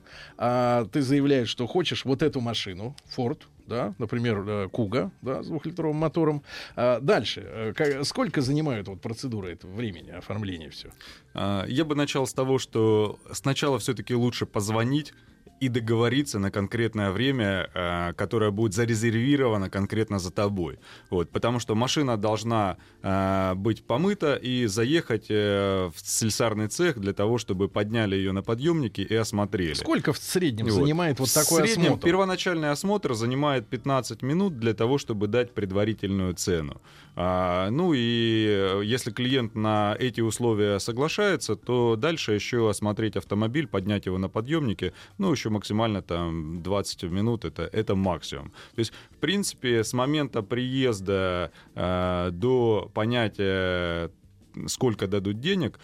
ты заявляешь, что хочешь вот эту машину, Ford, да, например, Куга, да, с 2-литровым мотором. Дальше, сколько занимает вот процедура этого времени, оформления все? Я бы начал с того, что сначала все-таки лучше позвонить и договориться на конкретное время, которое будет зарезервировано конкретно за тобой. Вот, потому что машина должна быть помыта и заехать в слесарный цех для того, чтобы подняли ее на подъемнике и осмотрели. Сколько в среднем занимает вот такой осмотр? В среднем первоначальный осмотр занимает 15 минут для того, чтобы дать предварительную цену. Ну и если клиент на эти условия соглашается, то дальше еще осмотреть автомобиль, поднять его на подъемнике, ну еще максимально там 20 минут, это максимум. То есть, в принципе, с момента приезда до понятия, сколько дадут денег,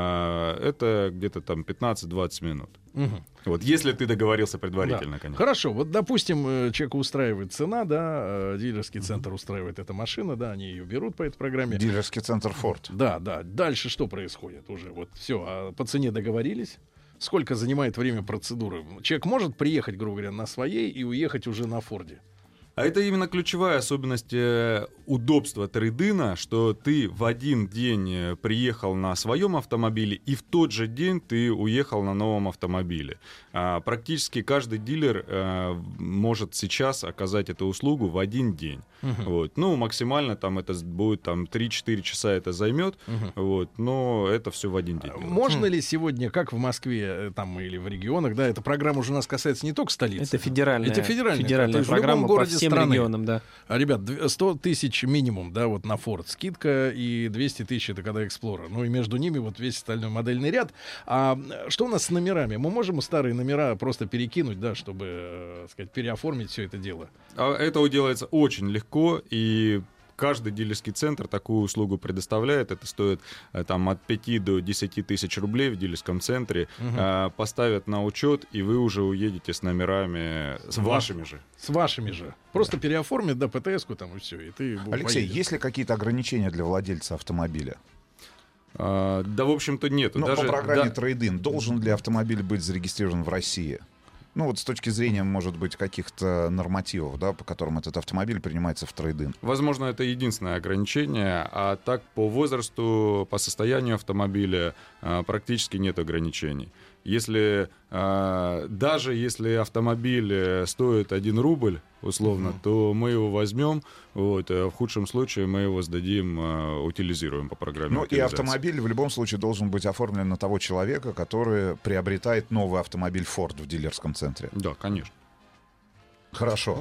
это где-то там 15-20 минут. Вот, если ты договорился предварительно, конечно. Хорошо, вот, допустим, человека устраивает цена, да, дилерский центр устраивает эта машина, да, они ее берут по этой программе. Дилерский центр Ford. Да. Дальше что происходит уже? Вот все, по цене договорились. Сколько занимает время процедуры? Человек может приехать, грубо говоря, на своей и уехать уже на Форде? А это именно ключевая особенность удобства трейд-ина, что ты в один день приехал на своем автомобиле, и в тот же день ты уехал на новом автомобиле. Практически каждый дилер может сейчас оказать эту услугу в один день. Вот. Ну, максимально там это будет там, 3-4 часа это займет, вот, но это все в один день. Можно ли сегодня, как в Москве там, или в регионах, да, эта программа уже у нас касается не только столицы. Это федеральная программа по всем регионам, да. Ребят, 100 тысяч минимум, да, вот на Ford скидка, и 200 тысяч это когда Explorer. Ну и между ними вот весь остальной модельный ряд. А что у нас с номерами? Мы можем старые номера просто перекинуть, да, чтобы, сказать, переоформить все это дело? Это делается очень легко, и каждый дилерский центр такую услугу предоставляет. Это стоит там, от 5 до 10 тысяч рублей в дилерском центре. Поставят на учет, и вы уже уедете с номерами с вашими же. С вашими же. Просто переоформят, да, ПТС-ку там и все. И ты Алексей, поедешь. есть ли какие-то ограничения для владельца автомобиля? Да, в общем-то, нет. Но по программе Trade-in должен ли автомобиль быть зарегистрирован в России? Ну вот с точки зрения, может быть, каких-то нормативов, да, по которым этот автомобиль принимается в трейд-ин. Возможно, это единственное ограничение, а так по возрасту, по состоянию автомобиля практически нет ограничений. если даже если автомобиль стоит 1 рубль, условно, то мы его возьмем, вот, в худшем случае мы его сдадим, утилизируем по программе. Ну и автомобиль в любом случае должен быть оформлен на того человека, который приобретает новый автомобиль Ford в дилерском центре. Да, конечно. Хорошо.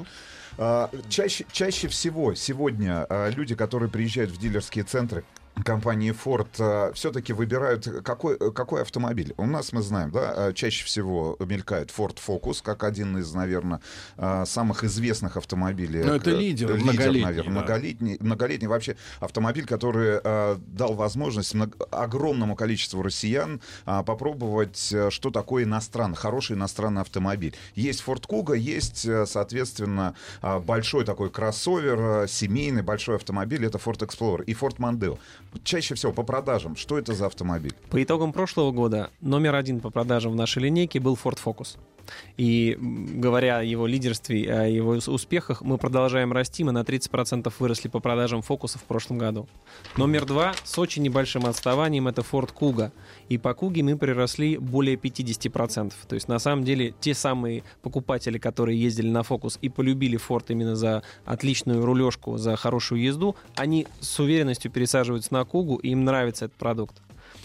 Чаще всего сегодня люди, которые приезжают в дилерские центры компании Ford, все-таки выбирают какой автомобиль. У нас, мы знаем, да, чаще всего мелькает Ford Focus, как один из, наверное, самых известных автомобилей. Но это лидер многолетний. Наверное, да. многолетний вообще автомобиль, который дал возможность огромному количеству россиян попробовать, что такое хороший иностранный автомобиль. Есть Ford Kuga, есть, соответственно, большой такой кроссовер, семейный большой автомобиль, это Ford Explorer и Ford Mondeo. Чаще всего по продажам, что это за автомобиль? По итогам прошлого года номер 1 по продажам в нашей линейке был Ford Focus. И говоря о его лидерстве, о его успехах, мы продолжаем расти. Мы на 30% выросли по продажам Фокуса в прошлом году. Номер 2 с очень небольшим отставанием — это Ford Kuga. И по Kuga мы приросли более 50%. То есть на самом деле те самые покупатели, которые ездили на Focus и полюбили Ford именно за отличную рулежку, за хорошую езду, они с уверенностью пересаживаются на Kuga, и им нравится этот продукт.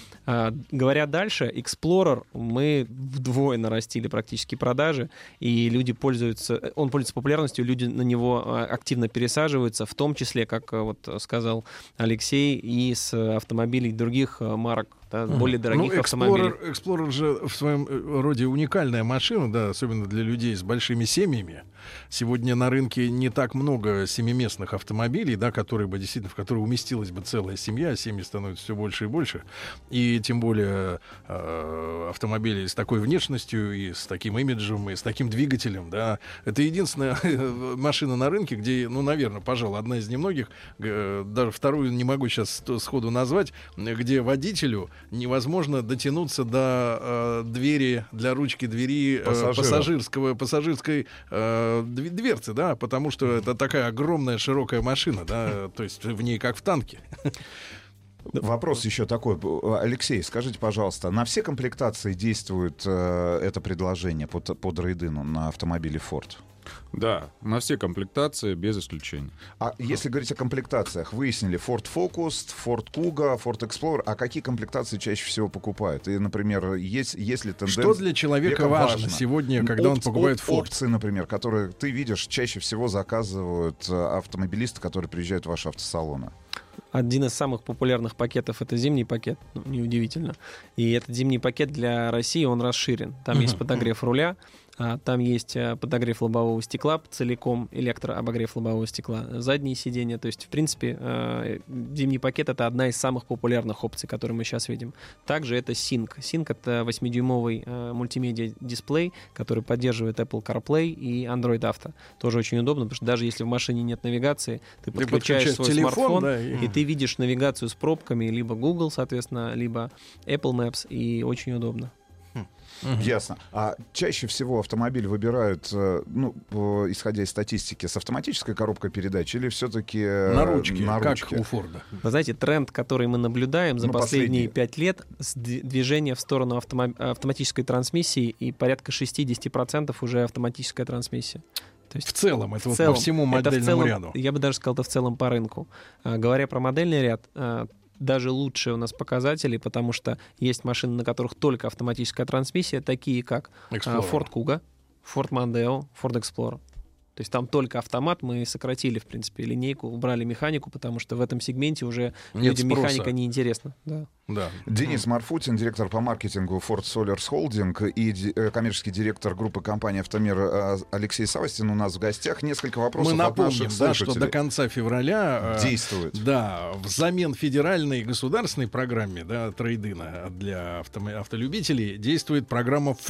Говоря дальше, Explorer мы вдвое нарастили практически продажи, и он пользуется популярностью, люди на него активно пересаживаются, в том числе, как вот сказал Алексей, и с автомобилей других марок, да, более дорогих автомобилей. Explorer же в своем роде уникальная машина, да, особенно для людей с большими семьями. Сегодня на рынке не так много семиместных автомобилей, да, в которые уместилась бы целая семья, семьи становятся все больше и больше. И тем более автомобили с такой внешностью, и с таким имиджем, и с таким двигателем, да. Это единственная машина на рынке, где, наверное, пожалуй, одна из немногих, даже вторую не могу сейчас сходу назвать, где водителю невозможно дотянуться до двери, для ручки двери пассажирской дверцы, да, потому что это такая огромная широкая машина, да, то есть в ней как в танке. Вопрос еще такой. Алексей, скажите, пожалуйста, на все комплектации действует это предложение по драйдину на автомобиле Ford? Да, на все комплектации, без исключения. А если говорить о комплектациях, выяснили Ford Focus, Ford Kuga, Ford Explorer, а какие комплектации чаще всего покупают? И, например, есть ли тенденция... Что для человека важно сегодня, когда он покупает Ford? Опции, например, которые ты видишь, чаще всего заказывают автомобилисты, которые приезжают в ваши автосалоны. Один из самых популярных пакетов — это зимний пакет, неудивительно. И этот зимний пакет для России, он расширен. Там есть подогрев руля, там есть подогрев лобового стекла целиком, электрообогрев лобового стекла, задние сиденья. То есть, в принципе, зимний пакет — это одна из самых популярных опций, которые мы сейчас видим. Также это Sync. Sync — это 8-дюймовый мультимедиа-дисплей, который поддерживает Apple CarPlay и Android Auto. Тоже очень удобно, потому что даже если в машине нет навигации, ты подключаешь свой телефон, смартфон, да, и ты видишь навигацию с пробками, либо Google, соответственно, либо Apple Maps, и очень удобно. Ясно. А чаще всего автомобиль выбирают, исходя из статистики, с автоматической коробкой передач или все-таки на ручке, как у Форда? Вы знаете, тренд, который мы наблюдаем за последние 5 лет, движение в сторону автоматической трансмиссии, и порядка 60% уже автоматическая трансмиссия. То есть в целом, это по всему модельному ряду. Я бы даже сказал, это в целом по рынку. Говоря про модельный ряд, даже лучшие у нас показатели, потому что есть машины, на которых только автоматическая трансмиссия, такие как Ford Kuga, Ford Mondeo, Ford Explorer. То есть там только автомат, мы сократили, в принципе, линейку, убрали механику, потому что в этом сегменте уже людям механика неинтересна. Да. Денис Марфутин, директор по маркетингу Ford Solars Holding, и коммерческий директор группы компании «Автомир» Алексей Савастин у нас в гостях. Несколько вопросов от наших слушателей. Мы что до конца февраля действует. Да, взамен федеральной государственной программе, да, трейдина для автолюбителей действует программа Ford.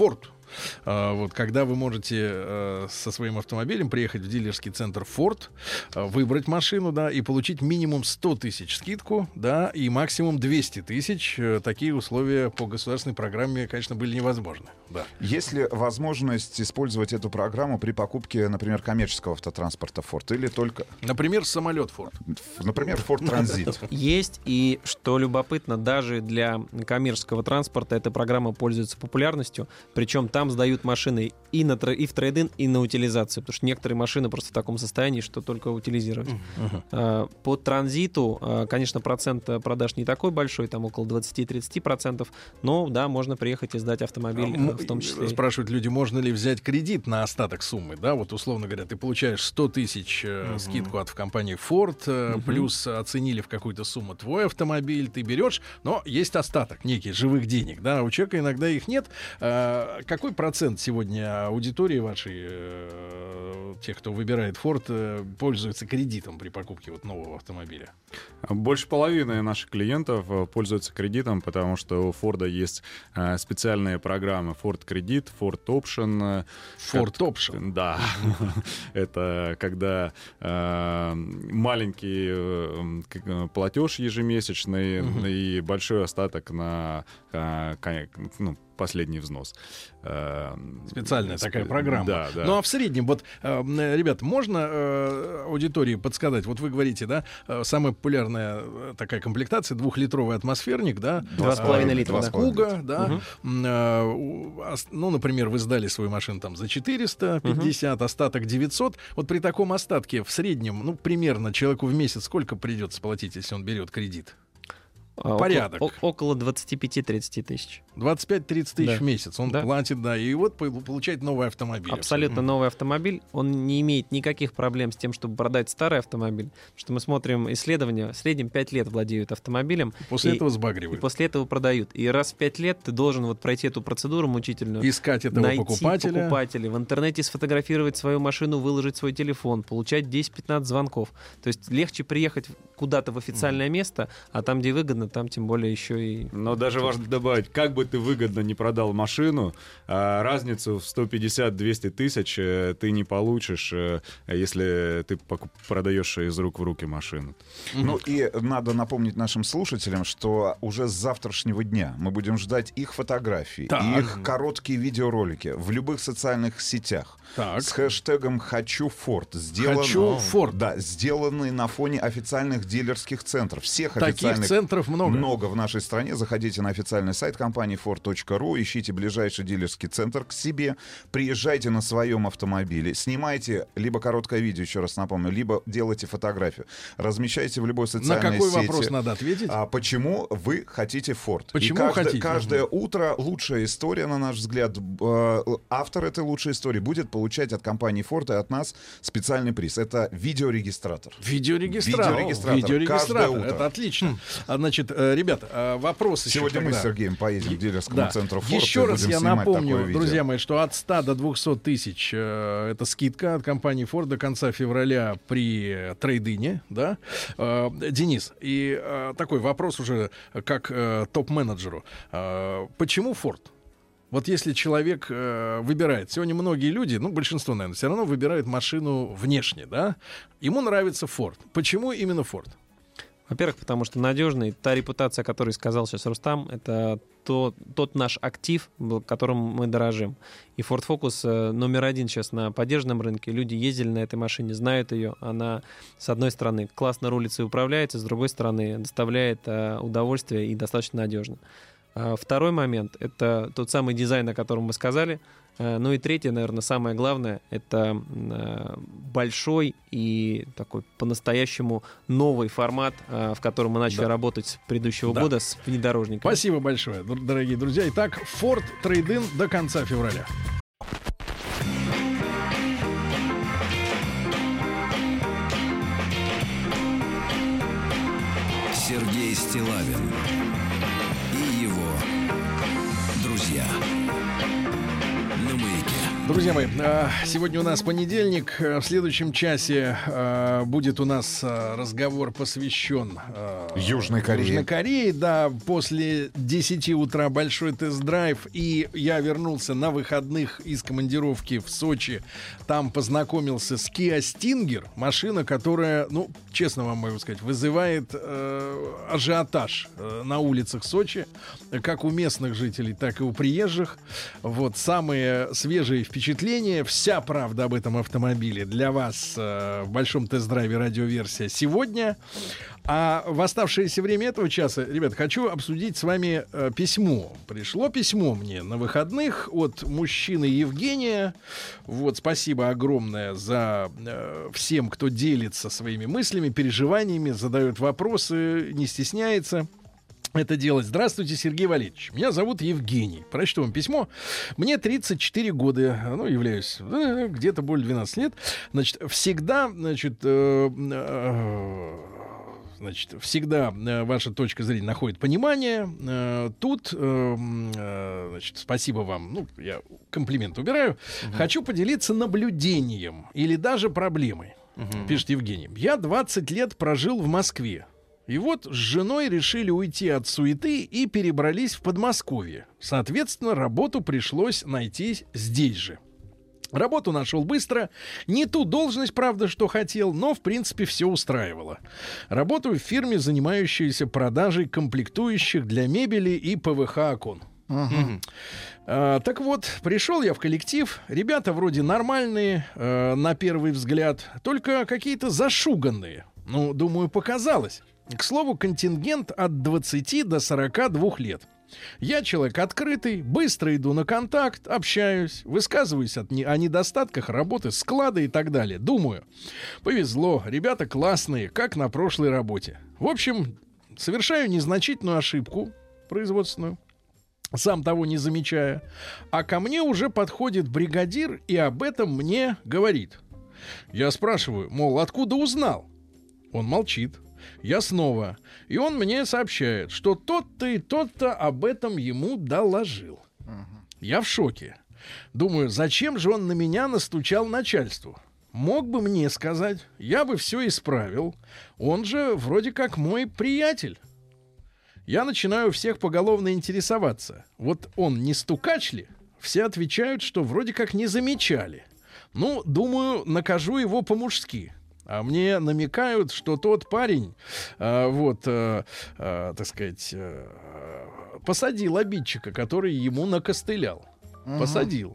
Вот, когда вы можете со своим автомобилем приехать в дилерский центр Ford, выбрать машину, да, и получить минимум 100 тысяч скидку, да, и максимум 200 тысяч. Такие условия по государственной программе, конечно, были невозможны. Да. Есть ли возможность использовать эту программу при покупке, например, коммерческого автотранспорта Ford или только... Например, самолет Ford. Например, Ford Transit. Есть, и что любопытно, даже для коммерческого транспорта эта программа пользуется популярностью, причем там сдают машины и в трейд-ин, и на утилизацию, потому что некоторые машины просто в таком состоянии, что только утилизировать. По транзиту, конечно, процент продаж не такой большой, там около 20-30%, но да, можно приехать и сдать автомобиль в том числе. Спрашивают люди, можно ли взять кредит на остаток суммы, да, вот условно говоря, ты получаешь 100 тысяч скидку от компании Ford, плюс оценили в какую-то сумму твой автомобиль, ты берешь, но есть остаток некий живых денег, да, у человека иногда их нет. Какой процент сегодня аудитории вашей, тех, кто выбирает Ford, пользуется кредитом при покупке вот нового автомобиля? Больше половины наших клиентов пользуются кредитом, потому что у Ford есть специальные программы Ford Кредит, Ford Option. Ford Option? Да. Это когда маленький платеж ежемесячный и большой остаток на последний взнос. Специальная такая программа. Да, да. Ну а в среднем, вот, ребят, можно аудитории подсказать? Вот вы говорите, да, самая популярная такая комплектация, 2-литровый атмосферник, да? 2,5 литра. Куга, да. Ну, например, вы сдали свою машину там за 450, остаток 900. Вот при таком остатке в среднем, ну, примерно человеку в месяц сколько придется платить, если он берет кредит? Порядок. Около 25-30 тысяч. 25-30 тысяч в месяц он платит, да, и вот получает новый автомобиль. Абсолютно новый автомобиль. Он не имеет никаких проблем с тем, чтобы продать старый автомобиль. Потому что мы смотрим исследования, в среднем 5 лет владеют автомобилем. После этого сбагривают. И после этого продают. И раз в 5 лет ты должен вот пройти эту процедуру мучительную. Искать этого найти покупателя. В интернете сфотографировать свою машину, выложить свой телефон, получать 10-15 звонков. То есть легче приехать куда-то в официальное место, а там, где выгодно, там тем более еще и... Но даже важно добавить, как бы ты выгодно не продал машину, разницу в 150-200 тысяч ты не получишь, если ты продаешь из рук в руки машину. Ну и надо напомнить нашим слушателям, что уже с завтрашнего дня мы будем ждать их фотографий, их короткие видеоролики в любых социальных сетях. С хэштегом «Хочу Ford». «Хочу Ford». Да, сделанные на фоне официальных дилерских центров. Всех таких официальных центров много в нашей стране. Заходите на официальный сайт компании Ford.ru, ищите ближайший дилерский центр к себе, приезжайте на своем автомобиле, снимайте либо короткое видео, еще раз напомню, либо делайте фотографию, размещайте в любой социальной сети. На какой вопрос надо ответить? Почему вы хотите Ford? Почему хотите? Каждое утро лучшая история, на наш взгляд, автор этой лучшей истории будет получать от компании Ford и от нас специальный приз. Это видеорегистратор. Видеорегистратор. Это отлично. Значит, ребята, вопросы. Сегодня мы с Сергеем поедем к дилерскому центру Ford. Еще раз я напомню, друзья мои, что от 100 до 200 тысяч это скидка от компании Ford до конца февраля при трейд-ине, да? Денис, и такой вопрос уже как топ-менеджеру. Почему Ford? Вот если человек выбирает, сегодня многие люди, ну, большинство, наверное, все равно выбирают машину внешне, да? Ему нравится Ford. Почему именно Ford? Во-первых, потому что надежный. Та репутация, о которой сказал сейчас Рустам, это тот наш актив, которым мы дорожим. И Ford Focus номер один сейчас на поддержанном рынке. Люди ездили на этой машине, знают ее. Она, с одной стороны, классно рулится и управляется, с другой стороны, доставляет удовольствие и достаточно надежно. Второй момент — это тот самый дизайн, о котором мы сказали. Ну и третье, наверное, самое главное — это большой и такой по-настоящему новый формат, в котором мы начали работать с предыдущего года с внедорожниками. Спасибо большое, дорогие друзья. Итак, Ford Trade-in до конца февраля. Сергей Стиллавин и его друзья. Друзья мои, сегодня у нас понедельник. В следующем часе будет у нас разговор, посвящен Южной Корее. Южной Корее, да. После 10 утра большой тест-драйв. И я вернулся на выходных из командировки в Сочи. Там познакомился с Kia Stinger. Машина, которая, ну, честно вам могу сказать, вызывает ажиотаж на улицах Сочи. Как у местных жителей, так и у приезжих. Вот самые свежие впечатления, вся правда об этом автомобиле для вас в большом тест-драйве радиоверсия сегодня. А в оставшееся время этого часа, ребят, хочу обсудить с вами письмо. Пришло письмо мне на выходных от мужчины Евгения. Вот, спасибо огромное за всем, кто делится своими мыслями, переживаниями, задает вопросы, не стесняется это делать. Здравствуйте, Сергей Валерьевич. Меня зовут Евгений. Прочту вам письмо. Мне 34 года. Ну, являюсь где-то более 12 лет. Значит, всегда, всегда ваша точка зрения находит понимание. Тут, значит, спасибо вам. Ну, я комплимент убираю. Хочу поделиться наблюдением или даже проблемой. Пишет Евгений. Я 20 лет прожил в Москве. И вот с женой решили уйти от суеты и перебрались в Подмосковье. Соответственно, работу пришлось найти здесь же. Работу нашел быстро. Не ту должность, правда, что хотел, но, в принципе, все устраивало. Работаю в фирме, занимающейся продажей комплектующих для мебели и ПВХ-окон. Так вот, пришел я в коллектив. Ребята вроде нормальные, на первый взгляд, только какие-то зашуганные. Ну, думаю, показалось. К слову, контингент от 20 до 42 лет. Я человек открытый, быстро иду на контакт, общаюсь, высказываюсь о недостатках работы, склада и так далее. Думаю, повезло, ребята классные, как на прошлой работе. В общем, совершаю незначительную ошибку производственную, сам того не замечая. А ко мне уже подходит бригадир и об этом мне говорит. Я спрашиваю, мол, откуда узнал? Он молчит. Я снова. И он мне сообщает, что тот-то и тот-то об этом ему доложил. Я в шоке. Думаю, зачем же он на меня настучал начальству? Мог бы мне сказать, я бы все исправил. Он же вроде как мой приятель. Я начинаю всех поголовно интересоваться. Вот он не стукач ли? Все отвечают, что вроде как не замечали. Ну, думаю, накажу его по-мужски. А мне намекают, что тот парень, так сказать, посадил обидчика, который ему накостылял. Посадил.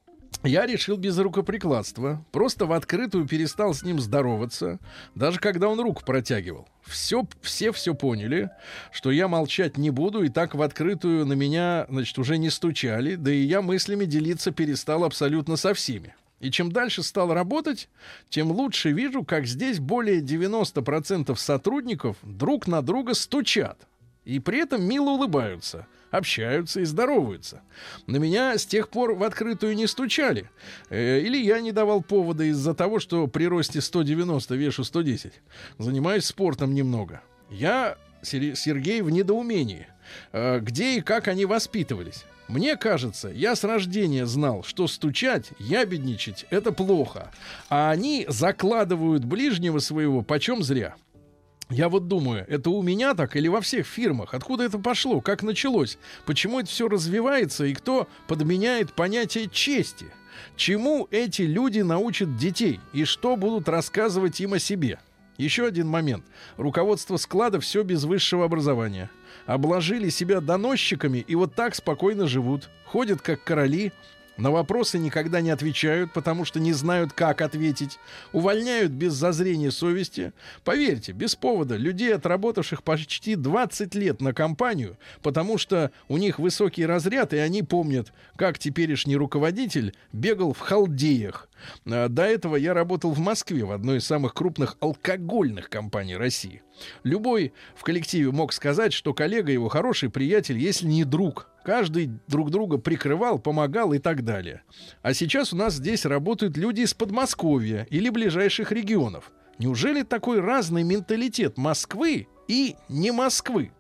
Я решил без рукоприкладства. Просто в открытую перестал с ним здороваться. Даже когда он руку протягивал. Все поняли, что я молчать не буду. И так в открытую на меня, значит, уже не стучали. Да и я мыслями делиться перестал абсолютно со всеми. И чем дальше стал работать, тем лучше вижу, как здесь более 90% сотрудников друг на друга стучат. И при этом мило улыбаются, общаются и здороваются. На меня с тех пор в открытую не стучали. Или я не давал повода из-за того, что при росте 190 вешу 110. Занимаюсь спортом немного. Я, Сергей, в недоумении. Где и как они воспитывались? Мне кажется, я с рождения знал, что стучать, ябедничать — это плохо. А они закладывают ближнего своего почем зря. Я вот думаю, это у меня так или во всех фирмах? Откуда это пошло? Как началось? Почему это все развивается? И кто подменяет понятие чести? Чему эти люди научат детей? И что будут рассказывать им о себе? Еще один момент. Руководство склада все без высшего образования. Обложили себя доносчиками и вот так спокойно живут. Ходят как короли. На вопросы никогда не отвечают, потому что не знают, как ответить. Увольняют без зазрения совести. Поверьте, без повода людей, отработавших почти 20 лет на компанию, потому что у них высокий разряд, и они помнят, как теперешний руководитель бегал в халдеях. До этого я работал в Москве, в одной из самых крупных алкогольных компаний России. Любой в коллективе мог сказать, что коллега его хороший приятель, если не друг. Каждый друг друга прикрывал, помогал и так далее. А сейчас у нас здесь работают люди из Подмосковья или ближайших регионов. Неужели такой разный менталитет Москвы и не Москвы?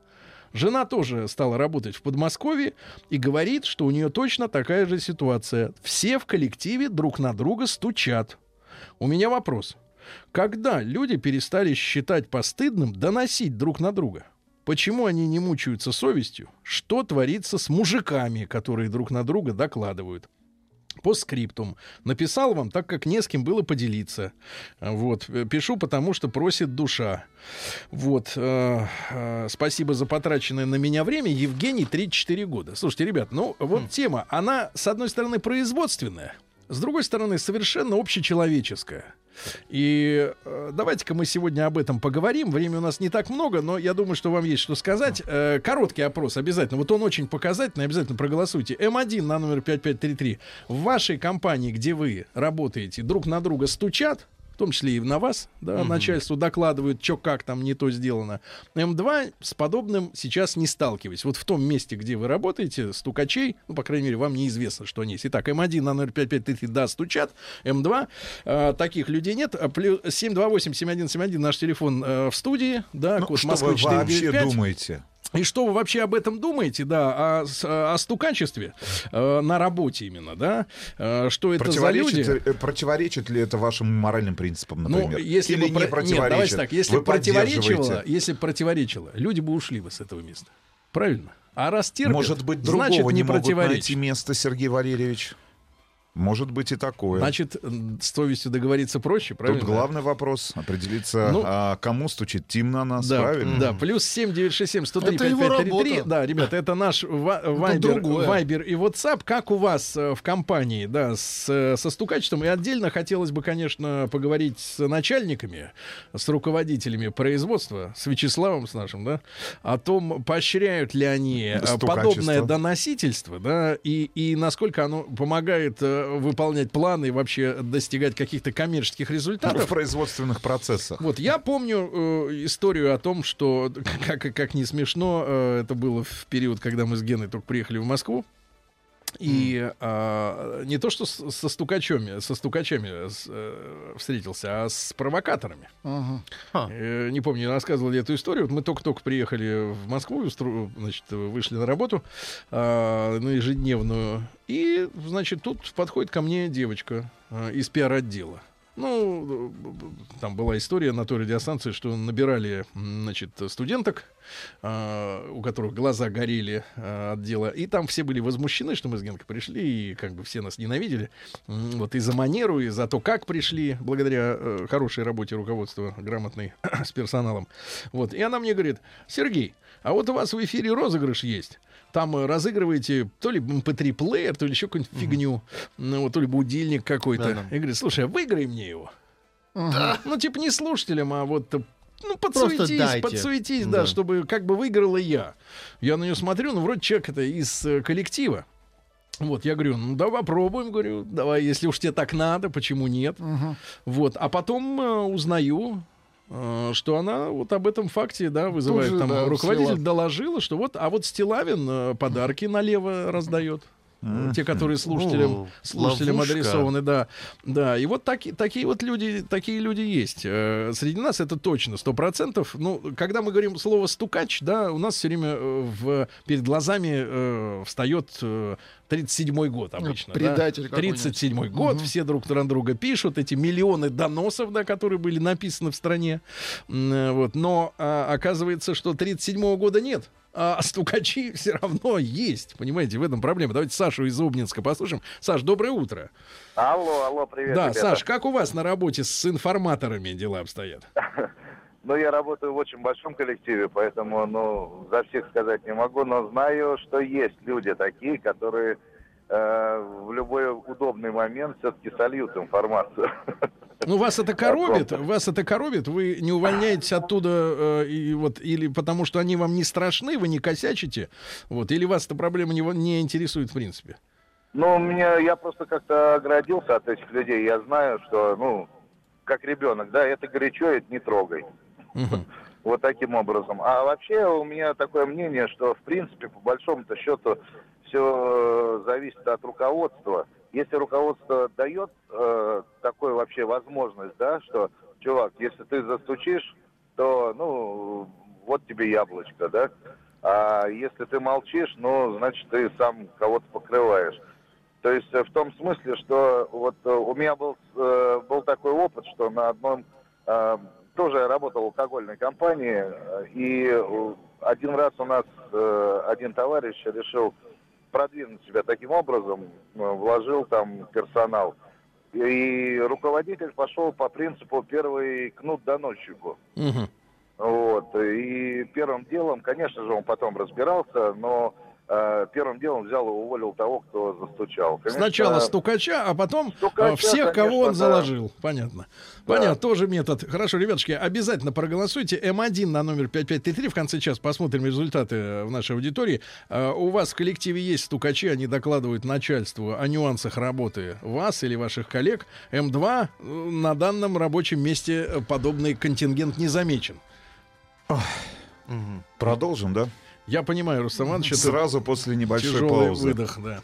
Жена тоже стала работать в Подмосковье и говорит, что у нее точно такая же ситуация. Все в коллективе друг на друга стучат. У меня вопрос. Когда люди перестали считать постыдным доносить друг на друга? Почему они не мучаются совестью? Что творится с мужиками, которые друг на друга докладывают? По скриптум. Написал вам, так как не с кем было поделиться. Вот. Пишу, потому что просит душа. Вот. Спасибо за потраченное на меня время. Евгений, 34 года. Слушайте, ребят, ну вот тема, она, с одной стороны, производственная, с другой стороны, совершенно общечеловеческая. И давайте-ка мы сегодня об этом поговорим. Времени у нас не так много, но я думаю, что вам есть что сказать. Короткий опрос обязательно. Вот он очень показательный. Обязательно проголосуйте. М1 на номер 5533. В вашей компании, где вы работаете, друг на друга стучат? В том числе и на вас, да, начальству докладывают, что как там не то сделано. М2 с подобным сейчас не сталкиваюсь. Вот в том месте, где вы работаете, стукачей, ну, по крайней мере, вам неизвестно, что они есть. Итак, М1 на номер 5533, да, стучат. М2, таких людей нет. Плюс 728-7171 наш телефон в студии, да, Ну, код что Москвы вы 495. вообще думаете? И что вы вообще об этом думаете, да, о стукачестве на работе именно, да? Что это за люди? Противоречит ли это вашим моральным принципам, например? Ну, если Или бы не противоречит? Нет, давайте так, если Вы поддерживаете? противоречило, люди бы ушли бы с этого места. Правильно? А раз терпят, Может быть, значит, другого не могут противоречит. найти место, Сергей Валерьевич? Может быть и такое. Значит, с совестью договориться проще, правильно? Тут главный вопрос — определиться, кому стучит Тим на нас, Да, правильно? да, плюс 7967 103 Это его 5533. работа. Да, ребята, это наш Вайбер и WhatsApp. Как у вас в компании, да, со стукачеством? И отдельно хотелось бы, конечно, поговорить с начальниками, с руководителями производства, с Вячеславом, с нашим, да, о том, поощряют ли они подобное доносительство, да, и насколько оно помогает выполнять планы и вообще достигать каких-то коммерческих результатов. В производственных процессах. Вот, я помню историю о том, что, как не смешно, это было в период, когда мы с Геной только приехали в Москву. И не то, что со стукачами встретился, а с провокаторами. Не помню, я рассказывал ли эту историю. Вот мы только-только приехали в Москву, значит, вышли на работу на ежедневную. И, значит, тут подходит ко мне девочка из пиар-отдела. Ну, там была история на той радиостанции, что набирали, значит, студенток, у которых глаза горели от дела. И там все были возмущены, что мы с Генкой пришли, и как бы все нас ненавидели. Вот и за манеру, и за то, как пришли, благодаря хорошей работе руководства, грамотной, с персоналом. Вот. И она мне говорит: Сергей, а вот у вас в эфире розыгрыш есть. Там разыгрываете то ли MP3-плеер, то ли еще какую-нибудь фигню, ну, то ли будильник какой-то. И говорит: слушай, а выиграй мне его. Ну, типа не слушателям, а вот... Ну, подсуетись, да, чтобы как бы выиграл и я. Я на нее смотрю, ну, вроде человек это из коллектива. Вот, я говорю, ну, давай попробуем, говорю, давай, если уж тебе так надо, почему нет. Вот, а потом узнаю, что она вот об этом факте, да, вызывает там, да, руководитель доложила, что вот, а вот Стилавин подарки налево раздает. Те, которые слушателям адресованы, да. Да, и вот такие вот люди, такие люди есть. Среди нас это точно, 100%. Ну, когда мы говорим слово «стукач», да, у нас все время перед глазами встает 37-й год обычно. Предатель, да? 37-й год, все друг на друга пишут, эти миллионы доносов, да, которые были написаны в стране. Вот. Но оказывается, что 37-го года нет. А стукачи все равно есть. Понимаете, в этом проблема. Давайте Сашу из Обнинска послушаем. Саш, доброе утро. Алло, привет, да, ребята. Саш, как у вас на работе с информаторами дела обстоят? Ну, я работаю в очень большом коллективе, поэтому, ну, за всех сказать не могу, но знаю, что есть люди такие, которые в любой удобный момент все-таки сольют информацию. Ну, вас это коробит? Вы не увольняетесь оттуда, или потому что они вам не страшны, вы не косячите, вот, или вас эта проблема не интересует в принципе? Ну, я просто как-то оградился от этих людей. Я знаю, что, ну, как ребенок, да, это горячо, это не трогай. Вот таким образом. А вообще у меня такое мнение, что, в принципе, по большому-то счету, все зависит от руководства. Если руководство дает такую вообще возможность, да, что, чувак, если ты застучишь, то, ну, вот тебе яблочко, да. А если ты молчишь, ну, значит, ты сам кого-то покрываешь. То есть в том смысле, что вот у меня был такой опыт, что на одном... Тоже я работал в алкогольной компании, и один раз у нас один товарищ решил продвинуть себя таким образом, вложил там персонал. И руководитель пошел по принципу «первый кнут доносчику». Угу. Вот. И первым делом, конечно же, он потом разбирался, но первым делом взял и уволил того, кто застучал. Конечно, сначала стукача, а потом стукача, всех, конечно, кого он да. заложил. Понятно. Да. Понятно, тоже метод. Хорошо, ребятушки, обязательно проголосуйте. М1 на номер 5533. В конце часа посмотрим результаты в нашей аудитории. У вас в коллективе есть стукачи, они докладывают начальству о нюансах работы вас или ваших коллег. М2 на данном рабочем месте подобный контингент не замечен. Продолжим, да? Я понимаю, Рустам Иванович, это Сразу после небольшой тяжелый паузы. выдох, да.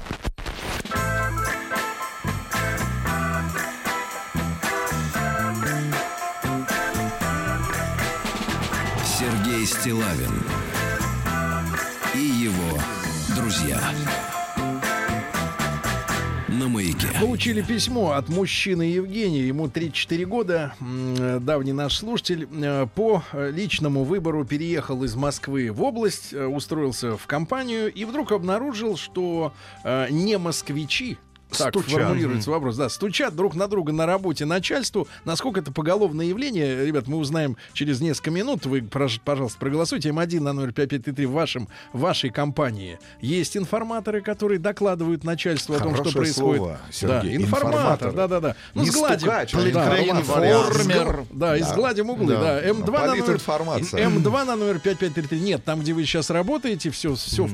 Сергей Стиллавин и его друзья. На маяке. Получили письмо от мужчины Евгения, ему 34 года, давний наш слушатель, по личному выбору переехал из Москвы в область, устроился в компанию и вдруг обнаружил, что не москвичи, так формулируется вопрос, да, стучат друг на друга на работе начальству. Насколько это поголовное явление, ребят, мы узнаем через несколько минут. Вы, пожалуйста, проголосуйте. М1 на номер 5533 в вашей компании. Есть информаторы, которые докладывают начальству о том, что происходит. Слово, Сергей. Да, информатор, да. Ну, Не сгладим. стукач, а Да, информатор. да, изгладим углы. Да. Политинформация. М2 на номер 5533. Нет, там, где вы сейчас работаете, все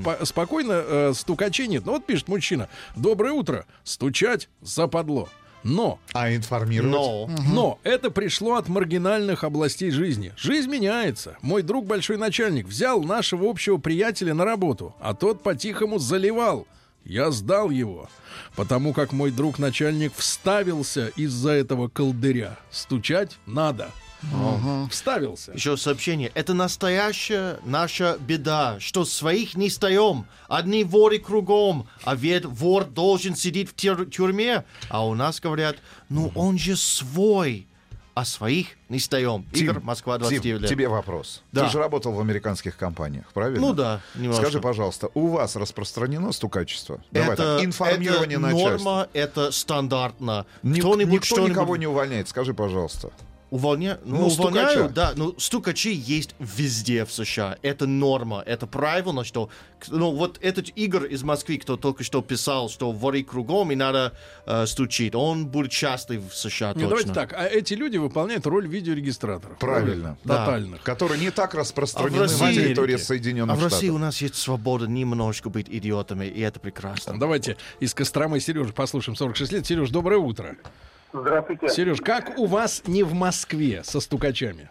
спокойно, стукачей нет. Ну, вот пишет мужчина. Доброе утро. Стучать западло. Но информировать? Но это пришло от маргинальных областей жизни. Жизнь меняется. Мой друг, большой начальник, взял нашего общего приятеля на работу, а тот по-тихому заливал. Я сдал его, потому как мой друг начальник вставился из-за этого колдыря. Стучать надо. Вставился. Еще сообщение. Это настоящая наша беда, что своих не стаем. Одни воры кругом, а ведь вор должен сидеть в тюрьме. А у нас говорят, ну он же свой, а своих не стаем. Игорь, Москва, 29 лет. Тебе вопрос. Да. Ты же работал в американских компаниях, правильно? Ну да, немножко. Скажи, пожалуйста, у вас распространено стукачество? Давай Это, так, информирование это начальства. норма, это стандартно. Никто никого не увольняет, скажи, пожалуйста. Увольняют, стукача. да, но стукачи есть везде в США. Это норма, это правильно, что... Ну, вот этот Игорь из Москвы, кто только что писал, что воры кругом и надо стучить, он будет часто в США точно. Давайте так, а эти люди выполняют роль видеорегистраторов. Правильно. Тотальных. Которые не так распространены на территории Соединенных в Штатов. России у нас есть свобода немножко быть идиотами, и это прекрасно. Давайте из Костромы Сережу послушаем, 46 лет. Сереж, доброе утро. Здравствуйте. Сереж, как у вас не в Москве со стукачами?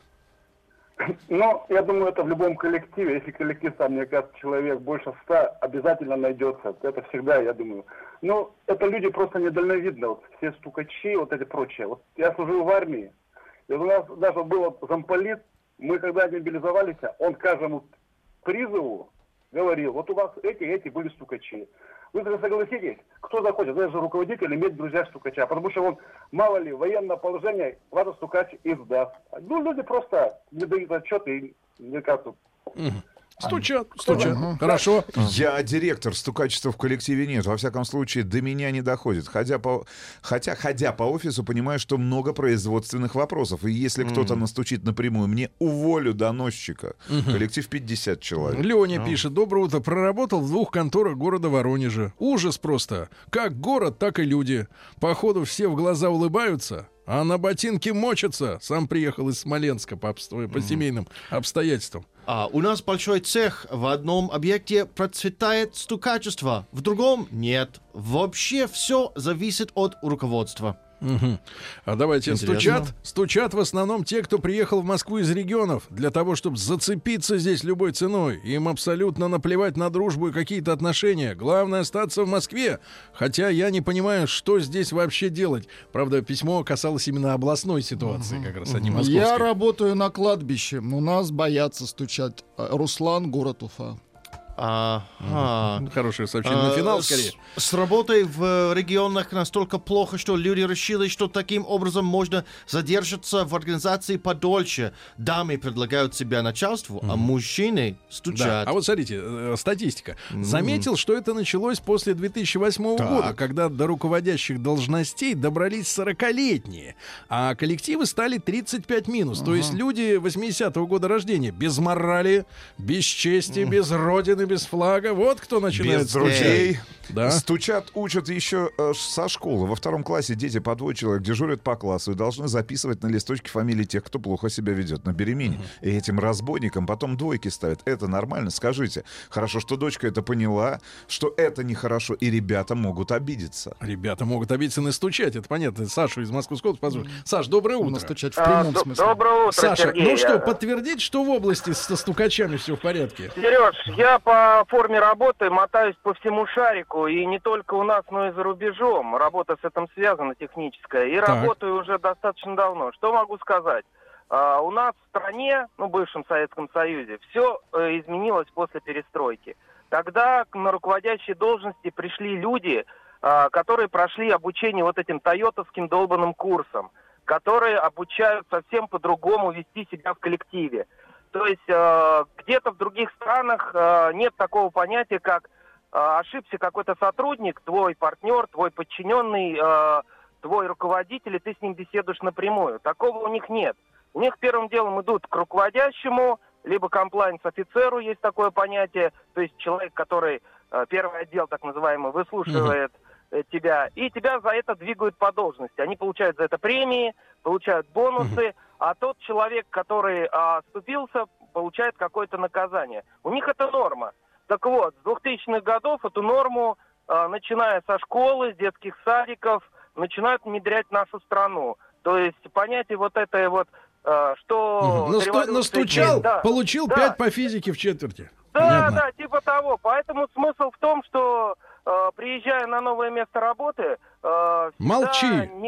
Ну, я думаю, это в любом коллективе. Если коллектив, там, мне кажется, человек больше 100, обязательно найдется. Это всегда, я думаю. Ну, это люди просто недальновидны. Вот все стукачи, вот эти прочие. Вот я служил в армии. И у нас даже был замполит. Мы когда мобилизовались, он каждому призыву говорил, вот у вас эти были стукачи. Вы согласитесь, кто захочет, даже руководитель, иметь друзья стукача, потому что он, мало ли, военное положение, вас стукач и сдаст. Ну, люди просто не дают отчет и, мне кажется... Стучат. Хорошо. Я директор, стукачества в коллективе нет. Во всяком случае, до меня не доходит. Ходя по офису, понимаю, что много производственных вопросов. И если кто-то настучит напрямую, мне уволю доносчика. Коллектив 50 человек. Леня пишет. Доброе утро. Проработал в 2 конторах города Воронежа. Ужас просто. Как город, так и люди. Походу все в глаза улыбаются, а на ботинки мочатся. Сам приехал из Смоленска по семейным обстоятельствам. У нас большой цех. В одном объекте процветает стукачество, в другом нет. Вообще все зависит от руководства. Угу. А давайте, стучат в основном те, кто приехал в Москву из регионов, для того, чтобы зацепиться здесь любой ценой. Им абсолютно наплевать на дружбу и какие-то отношения. Главное остаться в Москве. Хотя я не понимаю, что здесь вообще делать. Правда, письмо касалось именно областной ситуации, как раз, а не московской. Я работаю на кладбище. У нас боятся стучать. Руслан, город Уфа. Хорошее сообщение на финал, скорее. С работой в регионах настолько плохо, что люди решили, что таким образом можно задержаться в организации подольше. Дамы предлагают себя начальству, а мужчины стучат. Да. А вот смотрите, статистика. Заметил, что это началось после 2008 года, когда до руководящих должностей добрались 40-летние, а коллективы стали 35-. То есть люди 80-го года рождения без морали, без чести, без родины, без флага. Вот кто начинает без друзей. Да. Стучат, учат еще со школы. Во 2 классе дети по 2 человек дежурят по классу и должны записывать на листочке фамилии тех, кто плохо себя ведет на перемене. И этим разбойникам потом 2 ставят. Это нормально? Скажите. Хорошо, что дочка это поняла, что это нехорошо, и ребята могут обидеться. Ребята могут обидеться и настучать, это понятно. Сашу из Московского позволь. Саш, доброе утро. Настучать в прямом смысле. Доброе утро, Саша, Сергей. ну что, подтвердить, что в области со стукачами все в порядке? Сереж, я по форме работы мотаюсь по всему шарику, и не только у нас, но и за рубежом. Работа с этим связана, техническая, и работаю уже достаточно давно. Что могу сказать? У нас в стране, бывшем Советском Союзе, все изменилось после перестройки. Тогда на руководящие должности пришли люди, которые прошли обучение вот этим тойотовским долбанным курсом, которые обучают совсем по-другому вести себя в коллективе. То есть где-то в других странах нет такого понятия, как ошибся какой-то сотрудник, твой партнер, твой подчиненный, твой руководитель, и ты с ним беседуешь напрямую. Такого у них нет. У них первым делом идут к руководящему, либо комплайнс-офицеру, есть такое понятие, то есть человек, который первый отдел, так называемый, выслушивает тебя, и тебя за это двигают по должности. Они получают за это премии, получают бонусы, а тот человек, который оступился, получает какое-то наказание. У них это норма. Так вот, с 2000-х годов эту норму, начиная со школы, с детских садиков, начинают внедрять в нашу страну. То есть понятие вот этой вот, что... Настучал, получил 5 по физике в четверти. Да, типа того. Поэтому смысл в том, что приезжая на новое место работы, молчи.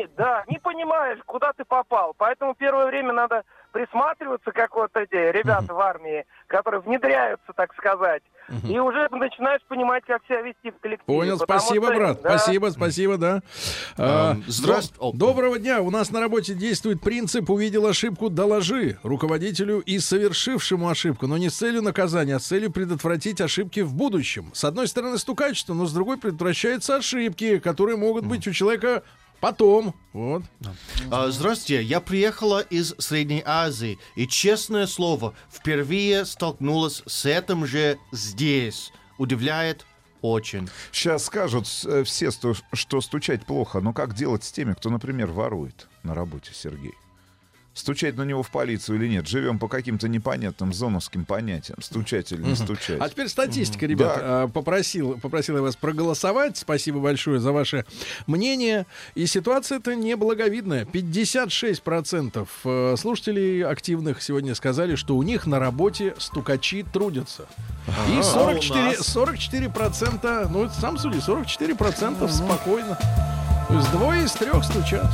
Не понимаешь, куда ты попал. Поэтому первое время надо присматриваться, как вот эти ребята в армии, которые внедряются, так сказать. И уже начинаешь понимать, как себя вести в коллективе. Понял, спасибо, брат. Да. Спасибо, да. Здравствуйте. Доброго дня. У нас на работе действует принцип «увидел ошибку, доложи» руководителю и совершившему ошибку, но не с целью наказания, а с целью предотвратить ошибки в будущем. С одной стороны, стукачество, но с другой предотвращаются ошибки, которые могут быть у человека потом. Вот. Здравствуйте, я приехала из Средней Азии, и, честное слово, впервые столкнулась с этим же здесь. Удивляет очень. Сейчас скажут все, что стучать плохо, но как делать с теми, кто, например, ворует на работе, Сергей? Стучать на него в полицию или нет? Живем по каким-то непонятным зоновским понятиям. Стучать или не стучать. А теперь статистика, ребят. Попросил я вас проголосовать. Спасибо большое за ваше мнение. И ситуация-то неблаговидная. 56% слушателей активных сегодня сказали, что у них на работе стукачи трудятся. И 44%, ну это сам суди, 44% спокойно. То есть 2 из 3 стучат.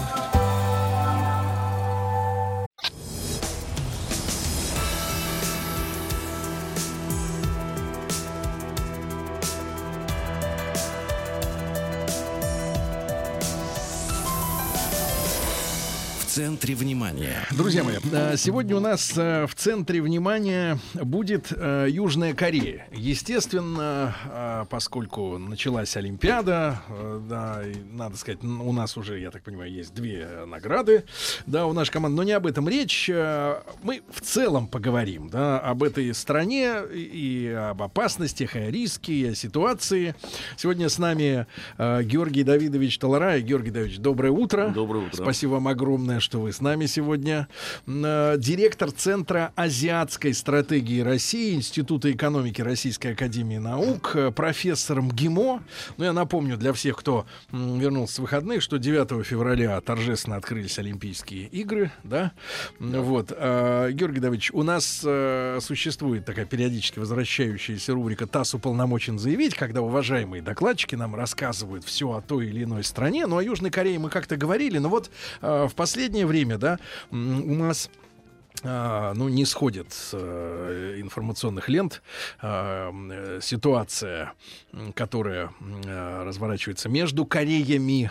В центре внимания. Друзья мои, сегодня у нас в центре внимания будет Южная Корея. Естественно, поскольку началась Олимпиада, да, и, надо сказать, у нас уже, я так понимаю, есть 2 награды, да, у нашей команды, но не об этом речь. Мы в целом поговорим, да, об этой стране и об опасностях, и о риске, и о ситуации. Сегодня с нами Георгий Давидович Таларай. Георгий Давидович, доброе утро. Доброе утро. Спасибо вам огромное, что вы с нами сегодня. Директор Центра азиатской стратегии России, Института экономики Российской академии наук, профессор МГИМО. Ну, я напомню для всех, кто вернулся с выходных, что 9 февраля торжественно открылись Олимпийские игры, да? Вот. Георгий Давыдович, у нас существует такая периодически возвращающаяся рубрика «ТАСС уполномочен заявить», когда уважаемые докладчики нам рассказывают все о той или иной стране. Ну, о Южной Корее мы как-то говорили, но вот в последнее время, да, у нас не сходит с информационных лент ситуация, которая разворачивается между Кореями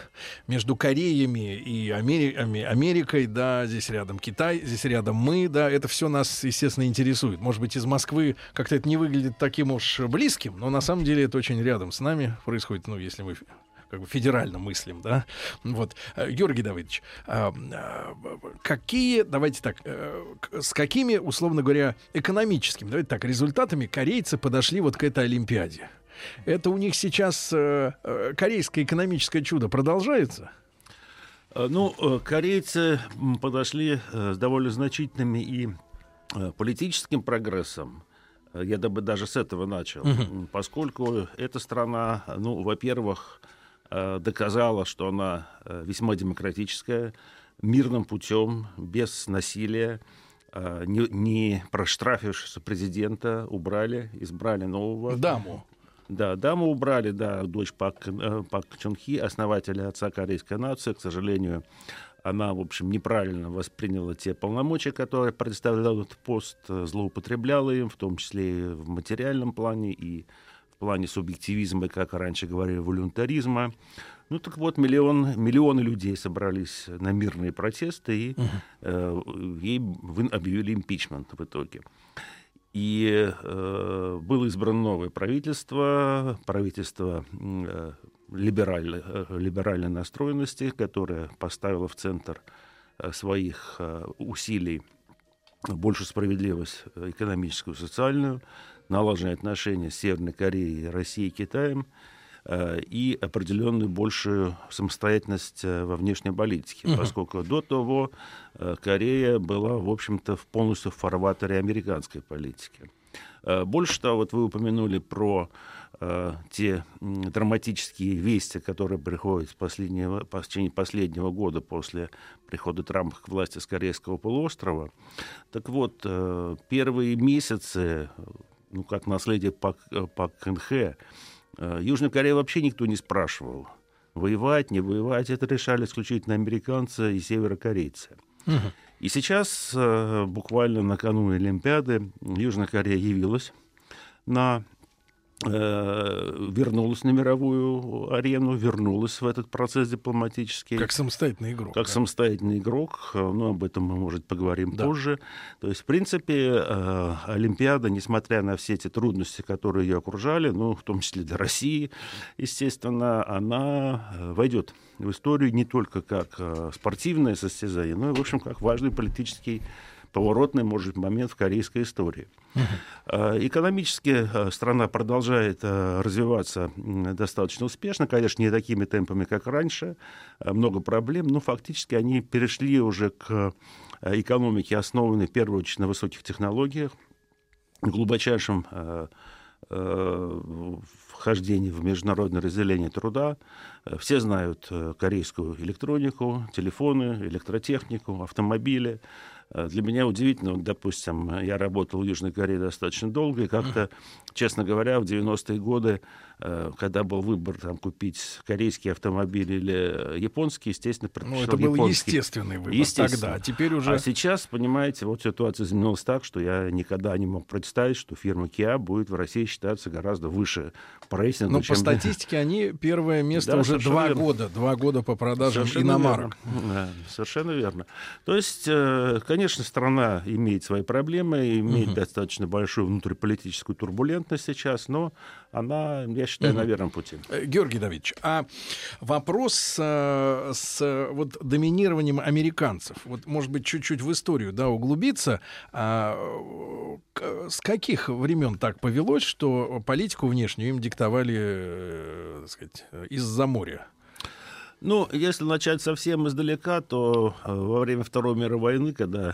и Америкой, да, здесь рядом Китай, здесь рядом мы, да, это все нас, естественно, интересует. Может быть, из Москвы как-то это не выглядит таким уж близким, но на самом деле это очень рядом с нами происходит, ну, если мы как бы федерально мыслим, да. Вот, Георгий Давыдович, с какими, условно говоря, экономическими, давайте так, результатами корейцы подошли вот к этой Олимпиаде? Это у них сейчас корейское экономическое чудо продолжается? Корейцы подошли с довольно значительными и политическим прогрессом. Я бы даже с этого начал, поскольку эта страна, во-первых, доказала, что она весьма демократическая, мирным путем, без насилия, не проштрафившись президента, избрали нового. Даму. Да, даму убрали, да, дочь Пак Чон Хи, основателя отца корейской нации. К сожалению, она, в общем, неправильно восприняла те полномочия, которые предоставлял этот пост, злоупотребляла им, в том числе и в материальном плане, и в плане субъективизма, как раньше говорили, волюнтаризма. Так вот, миллионы людей собрались на мирные протесты, и ей объявили импичмент в итоге. И было избрано новое правительство либеральной настроенности, которое поставило в центр своих усилий большую справедливость экономическую и социальную, налаженные отношения с Северной Кореей, Россией и Китаем и определенную большую самостоятельность во внешней политике, поскольку до того Корея была, в общем-то, полностью в фарватере американской политики. Больше того, вот вы упомянули про те драматические вести, которые приходят в течение последнего года после прихода Трампа к власти с Корейского полуострова. Так вот, первые месяцы, как наследие Пак Кын Хе, Южную Корею вообще никто не спрашивал. Воевать, не воевать, это решали исключительно американцы и северокорейцы. И сейчас, буквально накануне Олимпиады, Южная Корея вернулась на мировую арену, вернулась в этот процесс дипломатический. Как самостоятельный игрок. Как самостоятельный игрок, но об этом мы, может, поговорим позже. То есть, в принципе, Олимпиада, несмотря на все эти трудности, которые ее окружали, в том числе для России, естественно, она войдет в историю не только как спортивное состязание, но и, в общем, как важный политический поворотный, может быть, момент в корейской истории. Экономически страна продолжает развиваться достаточно успешно, конечно, не такими темпами, как раньше, много проблем, но фактически они перешли уже к экономике, основанной в первую очередь на высоких технологиях, глубочайшем вхождении в международное разделение труда. Все знают корейскую электронику, телефоны, электротехнику, автомобили. Для меня удивительно, допустим, я работал в Южной Корее достаточно долго, и как-то, честно говоря, в 90-е годы, когда был выбор купить корейский автомобиль или японский, естественно, предпочитал японский. Это был естественный выбор тогда, а теперь уже... А сейчас, понимаете, вот ситуация изменилась так, что я никогда не мог представить, что фирма Kia будет в России считаться гораздо выше по рейтингу. Но по статистике они первое место уже 2 года по продажам иномарок. Да, совершенно верно. То есть, конечно, страна имеет свои проблемы, имеет достаточно большую внутриполитическую турбулентность сейчас, но она, я считаю, на верном пути. Георгий Давидович, а вопрос с доминированием американцев, может быть, чуть-чуть в историю углубиться, с каких времен так повелось, что политику внешнюю им диктовали, так сказать, из-за моря? Ну, если начать совсем издалека, то во время Второй мировой войны, когда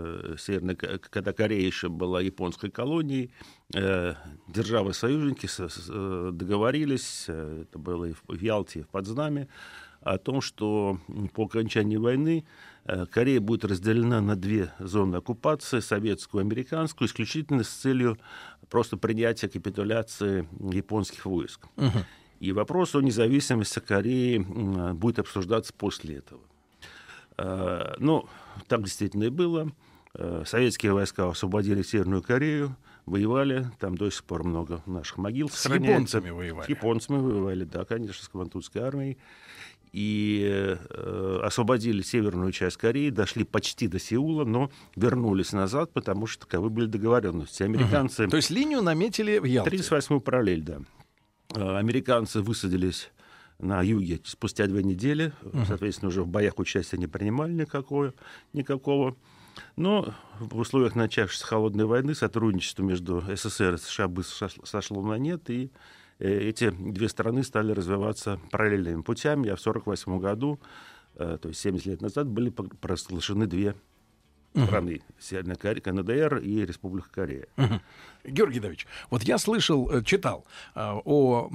Корея еще была японской колонией, державы-союзники договорились, это было и в Ялте, и в Потсдаме, о том, что по окончании войны Корея будет разделена на две зоны оккупации, советскую и американскую, исключительно с целью просто принятия капитуляции японских войск. И вопрос о независимости Кореи будет обсуждаться после этого. Ну, так действительно и было. Советские войска освободили Северную Корею, воевали, там до сих пор много наших могил сохраняется. С японцами воевали. С японцами воевали, да, конечно, с Квантунской армией. И освободили северную часть Кореи, дошли почти до Сеула, но вернулись назад, потому что таковы были договоренности. Американцы... То есть линию наметили в Ялте? 38-ю параллель, да. Американцы высадились на юге спустя 2 недели. Соответственно, уже в боях участия не принимали никакого. Но в условиях начавшейся холодной войны сотрудничество между СССР и США быстро сошло на нет, и эти две страны стали развиваться параллельными путями. А в 1948 году, то есть 70 лет назад, были провозглашены две страны: Северная Корея, КНДР и Республика Корея. Георгий Давидович, вот я читал о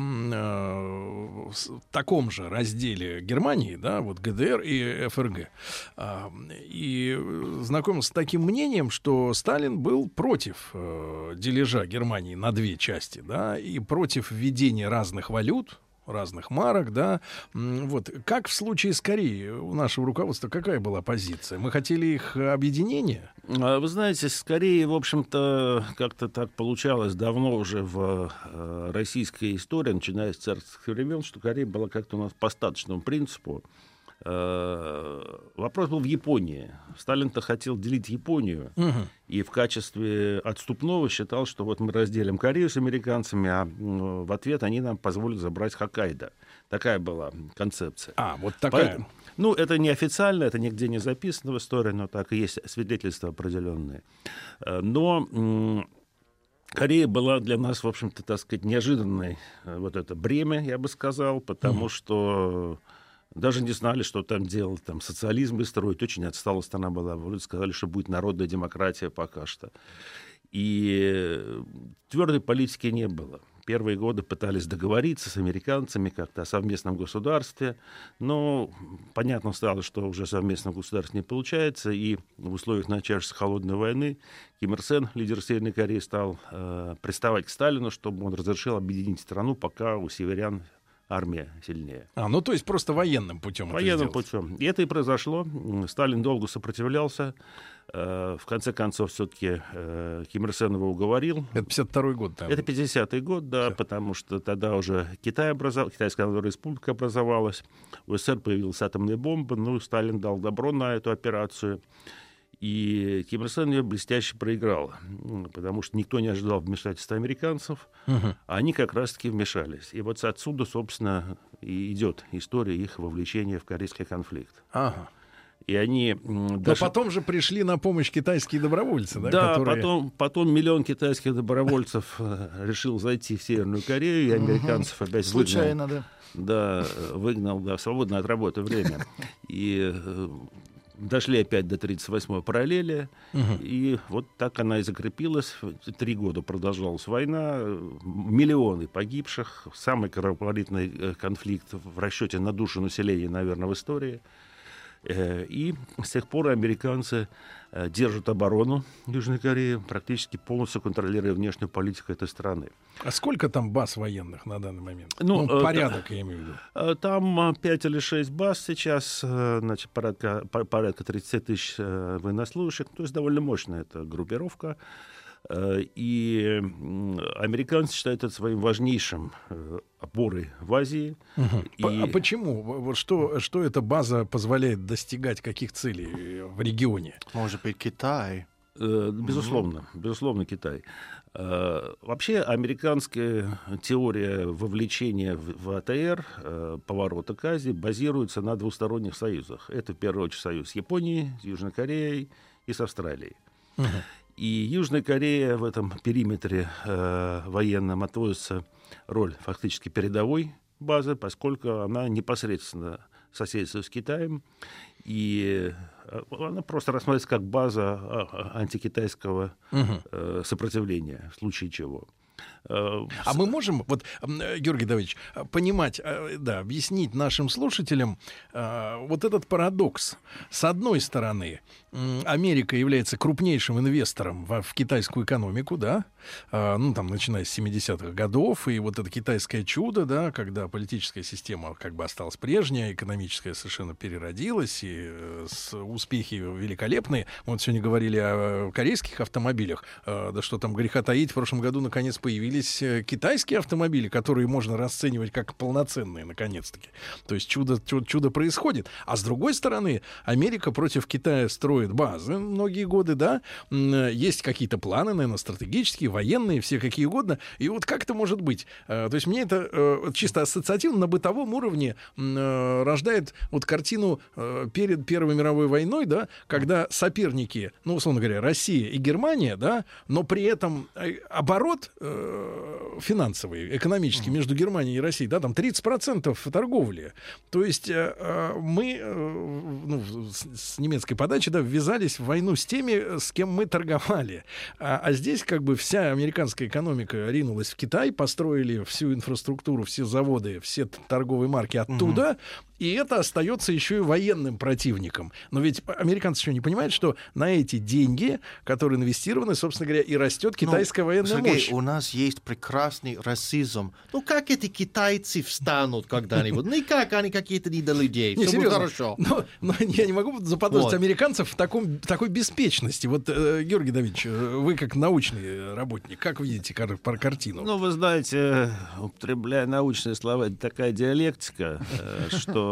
таком же разделе Германии, да, вот ГДР и ФРГ, и знакомился с таким мнением, что Сталин был против дележа Германии на две части, да, и против введения разных валют, разных марок, да. Вот. Как в случае с Кореей у нашего руководства какая была позиция? Мы хотели их объединения? Вы знаете, с Кореей, в общем-то, как-то так получалось давно уже в российской истории, начиная с царских времен, что Корея была как-то у нас по остаточному принципу. Вопрос был в Японии. Сталин-то хотел делить Японию, и в качестве отступного считал, что вот мы разделим Корею с американцами, а в ответ они нам позволят забрать Хоккайдо. Такая была концепция. Вот такая. Ну, это неофициально, это нигде не записано в истории, но так и есть свидетельства определенные. Но Корея была для нас, в общем-то, так сказать, неожиданной вот это бремя, я бы сказал, потому что даже не знали, что там делать, там социализм и строить. Очень отсталая страна была. Вроде сказали, что будет народная демократия пока что. И твердой политики не было. Первые годы пытались договориться с американцами как-то о совместном государстве, но понятно стало, что уже совместного государства не получается, и в условиях начавшейся холодной войны Ким Ир Сен, лидер Северной Кореи, стал приставать к Сталину, чтобы он разрешил объединить страну, пока у северян армия сильнее. Ну то есть просто военным путем. Военным путем. И это и произошло. Сталин долго сопротивлялся. В конце концов, все-таки Ким Ир Сен его уговорил. Это 52-й год, да? Это 50-й год, да, потому что тогда уже Китайская Народная Республика образовалась, в СССР появилась атомная бомба, Сталин дал добро на эту операцию. И Ким Ир Сен ее блестяще проиграл, потому что никто не ожидал вмешательства американцев, а они как раз-таки вмешались. И вот отсюда, собственно, и идет история их вовлечения в корейский конфликт. И они Но потом же пришли на помощь китайские добровольцы, да? Да, которые... потом миллион китайских добровольцев решил зайти в Северную Корею, и американцев опять случайно, да. Да, выгнал, да, в свободное от работы время. И дошли опять до 38-й параллели, и вот так она и закрепилась. 3 года продолжалась война, миллионы погибших, самый кровопролитный конфликт в расчете на душу населения, наверное, в истории. И с тех пор американцы держат оборону Южной Кореи, практически полностью контролируя внешнюю политику этой страны. А сколько там баз военных на данный момент? Порядок, я имею в виду. Там 5 или 6 баз сейчас, значит, порядка 30 тысяч военнослужащих, то есть довольно мощная эта группировка. И американцы считают это своим важнейшим опорой в Азии. А почему? Вот что эта база позволяет достигать каких целей в регионе? Может быть, Китай? Безусловно, Китай. Вообще, американская теория вовлечения в АТР, поворота к Азии, базируется на двусторонних союзах. Это, в первую очередь, союз с Японией, с Южной Кореей и с Австралией. И Южная Корея в этом периметре военном отводится роль фактически передовой базы, поскольку она непосредственно соседствует с Китаем, и она просто рассматривается как база антикитайского сопротивления, в случае чего. А мы можем, вот, Георгий Давидович, понимать, да, объяснить нашим слушателям вот этот парадокс. С одной стороны, Америка является крупнейшим инвестором в китайскую экономику, да, ну, там, начиная с 70-х годов, и вот это китайское чудо, да, когда политическая система как бы осталась прежняя, экономическая совершенно переродилась, и успехи великолепные. Мы вот сегодня говорили о корейских автомобилях, да что там греха таить, в прошлом году, наконец, появились китайские автомобили, которые можно расценивать как полноценные, наконец-таки. То есть чудо происходит. А с другой стороны, Америка против Китая строит базы многие годы, да, есть какие-то планы, наверное, стратегические, военные, все какие угодно. И вот как это может быть? То есть мне это чисто ассоциативно на бытовом уровне рождает вот картину перед Первой мировой войной, да, когда соперники, ну, условно говоря, Россия и Германия, да, но при этом оборот финансовый, экономический между Германией и Россией, да, там 30% торговли. То есть мы с немецкой подачи, да, ввязались в войну с теми, с кем мы торговали. А здесь как бы вся американская экономика ринулась в Китай, построили всю инфраструктуру, все заводы, все торговые марки оттуда, и это остается еще и военным противником. Но ведь американцы еще не понимают, что на эти деньги, которые инвестированы, собственно говоря, и растет китайская военная мощь. У нас есть прекрасный расизм. Ну как эти китайцы встанут когда-нибудь? Ну и как они какие-то недолюдей? Все будет хорошо. Но я не могу заподозрить американцев в такой беспечности. Вот, Георгий Давидович, вы как научный работник, как видите картину? Ну, вы знаете, употребляя научные слова, это такая диалектика, что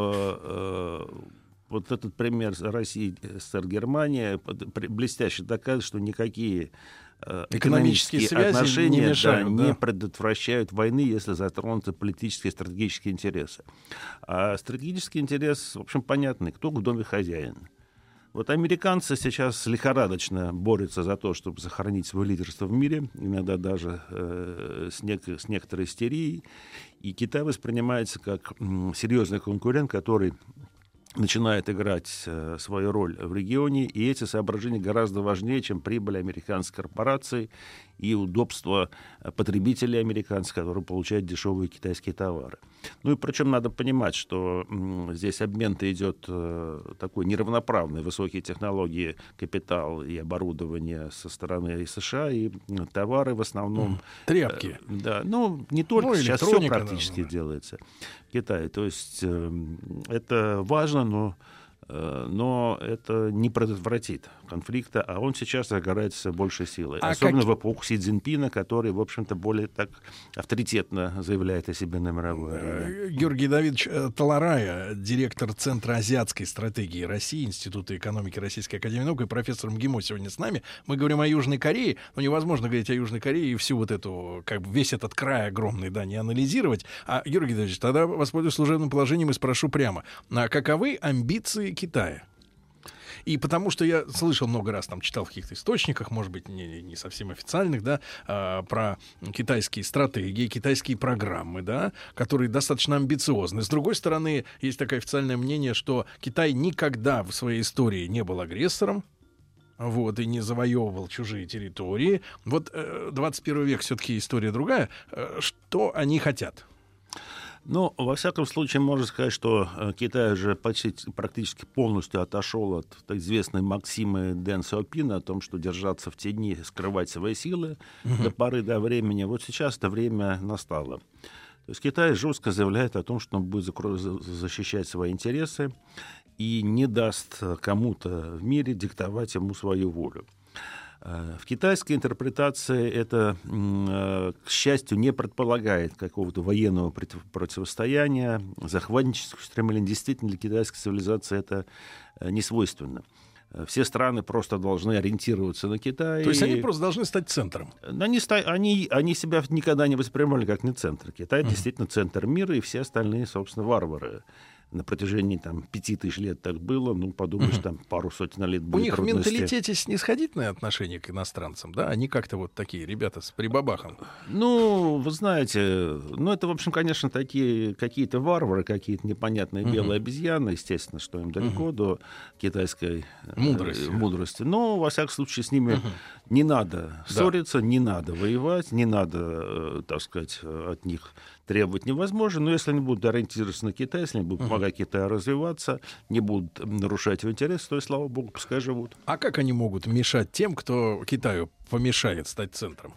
вот этот пример России, СССР, Германия блестяще доказывает, что никакие экономические отношения не предотвращают войны, если затронуты политические и стратегические интересы. А стратегический интерес, в общем, понятный. Кто в доме хозяин? Вот американцы сейчас лихорадочно борются за то, чтобы сохранить свое лидерство в мире, иногда даже с некоторой истерией. И Китай воспринимается как серьезный конкурент, который начинает играть свою роль в регионе, и эти соображения гораздо важнее, чем прибыль американской корпорации и удобство потребителей американцев, которые получают дешевые китайские товары. Ну и причем надо понимать, что здесь обмен-то идет такой неравноправный, высокие технологии, капитал и оборудование со стороны США, и товары в основном... Тряпки. Да, ну не только, сейчас все практически делается в Китае. То есть это важно, но это не предотвратит конфликта, а он сейчас загорается большей силой. Особенно в эпоху Си Цзиньпина, который, в общем-то, более так авторитетно заявляет о себе на мировой арене. Георгий Давидович Таларая, директор Центра азиатской стратегии России, Института экономики Российской академии наук, и профессор МГИМО сегодня с нами. Мы говорим о Южной Корее, но невозможно говорить о Южной Корее и всю вот эту, как бы весь этот край огромный, да, не анализировать. А, Георгий Давидович, тогда воспользуюсь служебным положением и спрошу прямо. Каковы амбиции Китая? И потому что я слышал много раз, там читал в каких-то источниках, может быть, не совсем официальных, да, про китайские стратегии, китайские программы, да, которые достаточно амбициозны. С другой стороны, есть такое официальное мнение, что Китай никогда в своей истории не был агрессором, вот, и не завоевывал чужие территории. Вот 21 век все-таки история другая. Что они хотят? Ну, во всяком случае, можно сказать, что Китай уже практически полностью отошел от известной максимы Дэн Сяопина о том, что держаться в тени, скрывать свои силы до поры до времени. Вот сейчас это время настало. То есть Китай жестко заявляет о том, что он будет защищать свои интересы и не даст кому-то в мире диктовать ему свою волю. В китайской интерпретации это, к счастью, не предполагает какого-то военного противостояния, захватнического стремления. Действительно, для китайской цивилизации это не свойственно. Все страны просто должны ориентироваться на Китай. То есть они просто должны стать центром? Они себя никогда не воспринимали как не центр. Китай действительно центр мира, и все остальные, собственно, варвары. на протяжении 5000 лет так было, подумаешь, пару сотен лет были У них трудности. в менталитете снисходительное отношение к иностранцам, да? Они как-то вот такие ребята с прибабахом. Вы знаете, это, в общем, конечно, такие какие-то варвары, какие-то непонятные белые обезьяны, естественно, что им далеко до китайской мудрости. Но, во всяком случае, с ними не надо ссориться, не надо воевать, не надо, так сказать, от них требовать невозможно, но если они будут ориентироваться на Китай, если они будут помогать Китаю развиваться, не будут нарушать его интересы, то и слава богу, пускай живут. А как они могут мешать тем, кто Китаю помешает стать центром?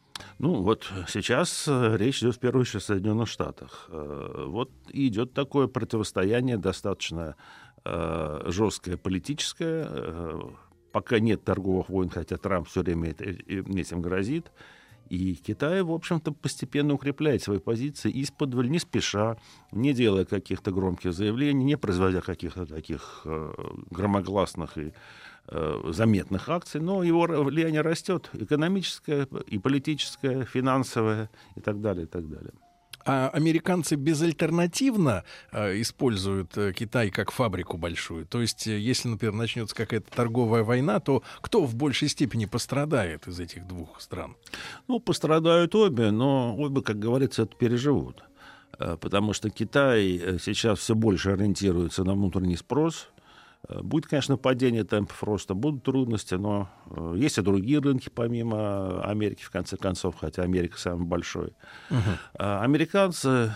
Сейчас речь идет в первую очередь о Соединенных Штатах. Идет такое противостояние достаточно жесткое политическое. Пока нет торговых войн, хотя Трамп все время этим грозит. И Китай, в общем-то, постепенно укрепляет свои позиции исподволь, не спеша, не делая каких-то громких заявлений, не производя каких-то таких громогласных и заметных акций, но его влияние растет, экономическое, и политическое, финансовое и так далее, и так далее. А американцы безальтернативно используют Китай как фабрику большую. То есть, если, например, начнется какая-то торговая война, то кто в большей степени пострадает из этих двух стран? Пострадают обе, но обе, как говорится, это переживут. Потому что Китай сейчас все больше ориентируется на внутренний спрос. Будет, конечно, падение темпов роста, будут трудности, но есть и другие рынки, помимо Америки, в конце концов, хотя Америка самый большой. Американцы,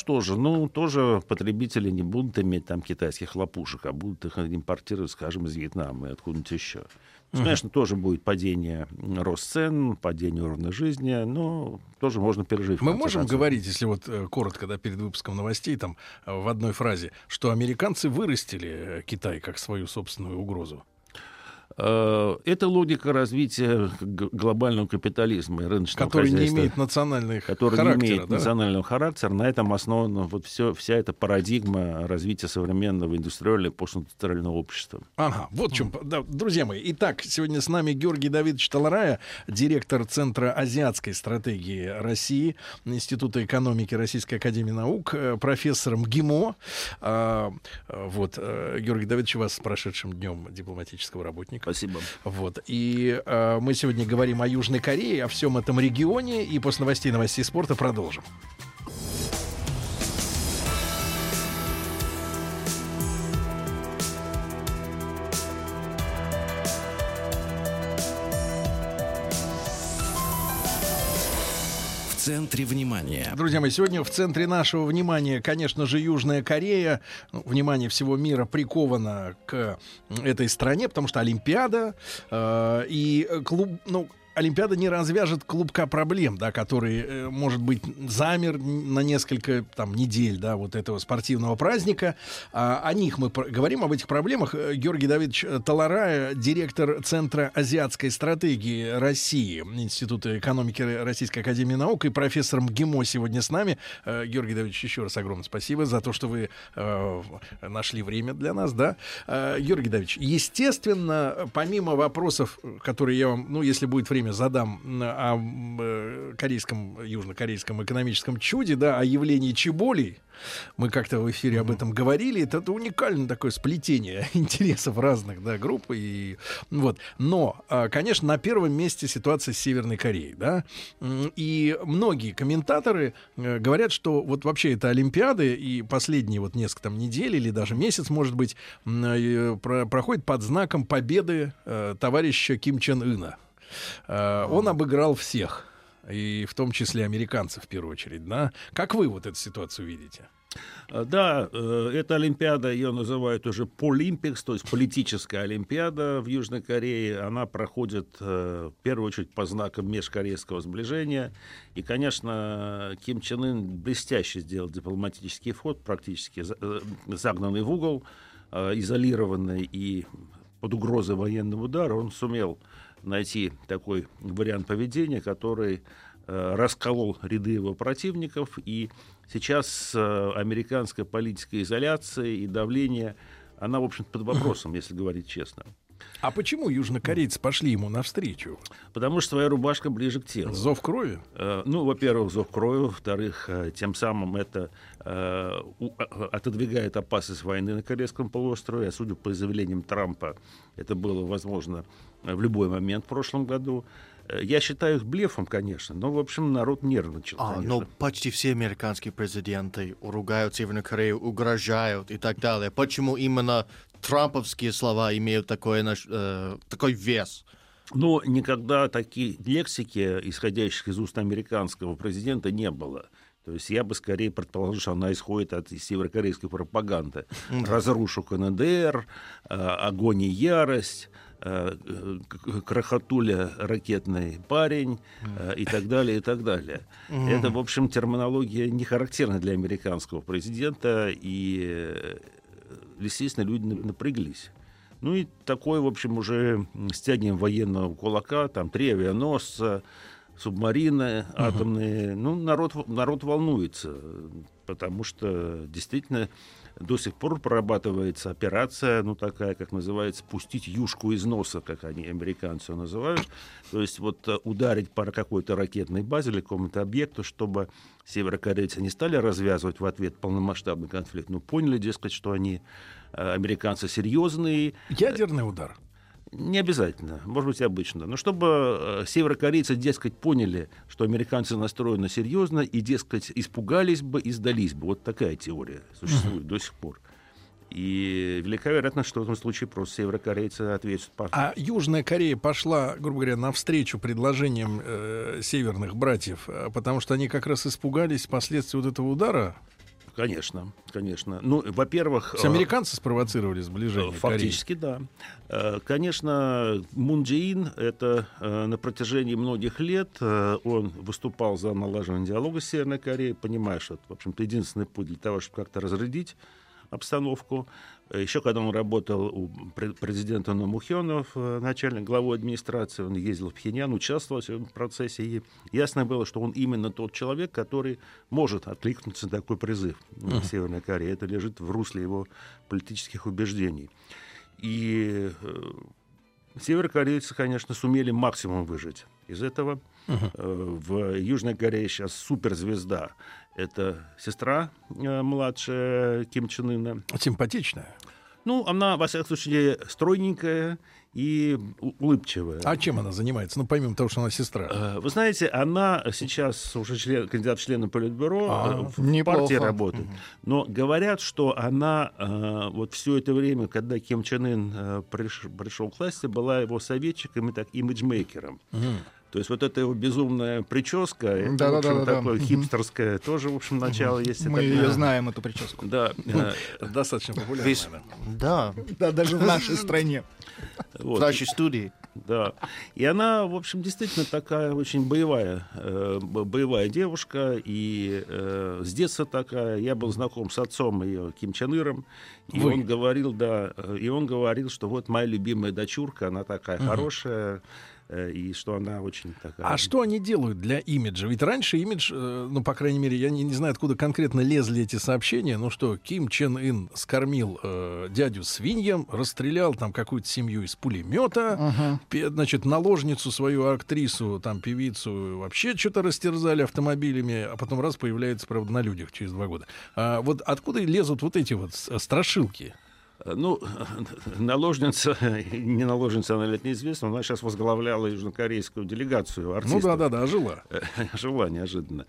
тоже потребители не будут иметь китайских хлопушек, а будут их импортировать, скажем, из Вьетнама и откуда-нибудь еще. Конечно, тоже будет падение, рост цен, падение уровня жизни, но тоже можно пережить. Мы можем говорить, если коротко, перед выпуском новостей, в одной фразе, что американцы вырастили Китай как свою собственную угрозу? Это логика развития глобального капитализма и рыночного хозяйства. Который не имеет национального характера. На этом основана вся эта парадигма развития современного индустриального и постиндустриального общества. Вот в чем. Да, друзья мои, итак, сегодня с нами Георгий Давидович Таларая, директор Центра азиатской стратегии России, Института экономики Российской академии наук, профессор МГИМО. Георгий Давидович, вас с прошедшим днем дипломатического работника. Спасибо. И мы сегодня говорим о Южной Корее, о всем этом регионе, и после новостей спорта продолжим. В центре внимания. Друзья мои, сегодня в центре нашего внимания, конечно же, Южная Корея. Внимание всего мира приковано к этой стране, потому что Олимпиада Олимпиада не развяжет клубка проблем, который, может быть, замер на несколько недель, этого спортивного праздника. О них мы говорим, об этих проблемах. Георгий Давидович Таларая, директор Центра азиатской стратегии России, Института экономики Российской академии наук, и профессор МГИМО сегодня с нами. Георгий Давидович, еще раз огромное спасибо за то, что вы нашли время для нас. Георгий Давидович, естественно, помимо вопросов, которые я вам, если будет время, задам о южнокорейском экономическом чуде, о явлении чеболей. Мы как-то в эфире об этом говорили. Это уникальное такое сплетение интересов разных групп. Но, конечно, на первом месте ситуация с Северной Кореей. И многие комментаторы говорят, что вообще это Олимпиады и последние несколько недель или даже месяц, может быть, проходит под знаком победы товарища Ким Чен Ына. Он обыграл всех, и в том числе американцев в первую очередь. Как вы эту ситуацию видите? Эта Олимпиада, ее называют уже Полимпикс, то есть политическая Олимпиада в Южной Корее. Она проходит в первую очередь по знакам межкорейского сближения. И, конечно, Ким Чен Ын блестяще сделал дипломатический ход, практически загнанный в угол, изолированный и под угрозой военного удара. Он сумел найти такой вариант поведения, который расколол ряды его противников. И сейчас американская политика изоляции и давления, она, в общем-то, под вопросом, если говорить честно. А почему южнокорейцы пошли ему навстречу? Потому что своя рубашка ближе к телу. Зов крови? Ну, во-первых, зов крови. Во-вторых, тем самым это отодвигает опасность войны на Корейском полуострове. А судя по заявлениям Трампа, это было возможно в любой момент в прошлом году. Я считаю их блефом, конечно, но, в общем, народ нервничал. Но почти все американские президенты ругают Северную Корею, угрожают и так далее. Почему именно трамповские слова имеют такой вес? Но никогда такой лексики, исходящих из уст американского президента, не было. То есть я бы скорее предположил, что она исходит от северокорейской пропаганды. Разрушу КНДР, огонь и ярость, крохотуля ракетный парень и так далее, и так далее. Это, в общем, терминология не характерна для американского президента, и, естественно, люди напряглись. Ну и такой, в общем, уже стягиваем военного кулака, там 3 авианосца, субмарины атомные. Ну, народ волнуется, потому что действительно до сих пор прорабатывается операция, ну, такая, как называется, пустить юшку из носа, как они, американцы, называют. То есть вот ударить по какой-то ракетной базе или какому-то объекту, чтобы северокорейцы не стали развязывать в ответ полномасштабный конфликт, но поняли, дескать, что они, американцы, серьезные. Ядерный удар? Не обязательно, может быть, обычно. Но чтобы северокорейцы, дескать, поняли, что американцы настроены серьезно, и, дескать, испугались бы и сдались бы. Вот такая теория существует до сих пор. И велика вероятность, что в этом случае просто северокорейцы ответят. А Южная Корея пошла, грубо говоря, навстречу предложениям северных братьев, потому что они как раз испугались последствий вот этого удара? Конечно, конечно. Ну, во-первых... Американцы спровоцировали сближение фактически, Кореи. Да. Конечно, Мун Чжэ Ин, это на протяжении многих лет он выступал за налаживание диалога с Северной Кореей, понимая, что это, в общем-то, единственный путь для того, чтобы как-то разрядить обстановку. Еще когда он работал у президента Но Му Хёна, начальник главой администрации, он ездил в Пхеньян, участвовал в этом процессе, и ясно было, что он именно тот человек, который может откликнуться на такой призыв в Северной Корее. Это лежит в русле его политических убеждений. И северокорейцы, конечно, сумели максимум выжить из этого. В Южной Корее сейчас суперзвезда. Это сестра младшая Ким Чен Ына. Симпатичная. Ну, она, во всяком случае, стройненькая и улыбчивая. А чем она занимается? Ну, помимо того, что она сестра. Вы знаете, она сейчас уже кандидат в члены Политбюро, в партии работает. Но говорят, что она вот все это время, когда Ким Чен Ын пришел к власти, была его советчиком и так имиджмейкером. То есть вот эта его безумная прическа, это, в общем, такое хипстерское, тоже, в общем, начало есть. Мы ее знаем, эту прическу. Да. Достаточно популярная. Да, даже в нашей стране. В нашей студии. Да. И она, в общем, действительно такая очень боевая девушка, и с детства такая. Я был знаком с отцом ее, Ким Чен Иром, и он говорил, что вот моя любимая дочурка, она такая хорошая, и что она очень такая... А что они делают для имиджа? Ведь раньше имидж, ну, по крайней мере, я не знаю, откуда конкретно лезли эти сообщения, ну что, Ким Чен Ын скормил дядю свиньям, расстрелял там какую-то семью из пулемета, значит, наложницу свою, актрису, там, певицу, вообще что-то растерзали автомобилями, а потом раз появляется, правда, на людях через 2 года. А вот откуда лезут вот эти вот страшилки? Ну, наложница, не наложница, она лет неизвестна, она сейчас возглавляла южнокорейскую делегацию артистов. Ну да, жила. Жила неожиданно.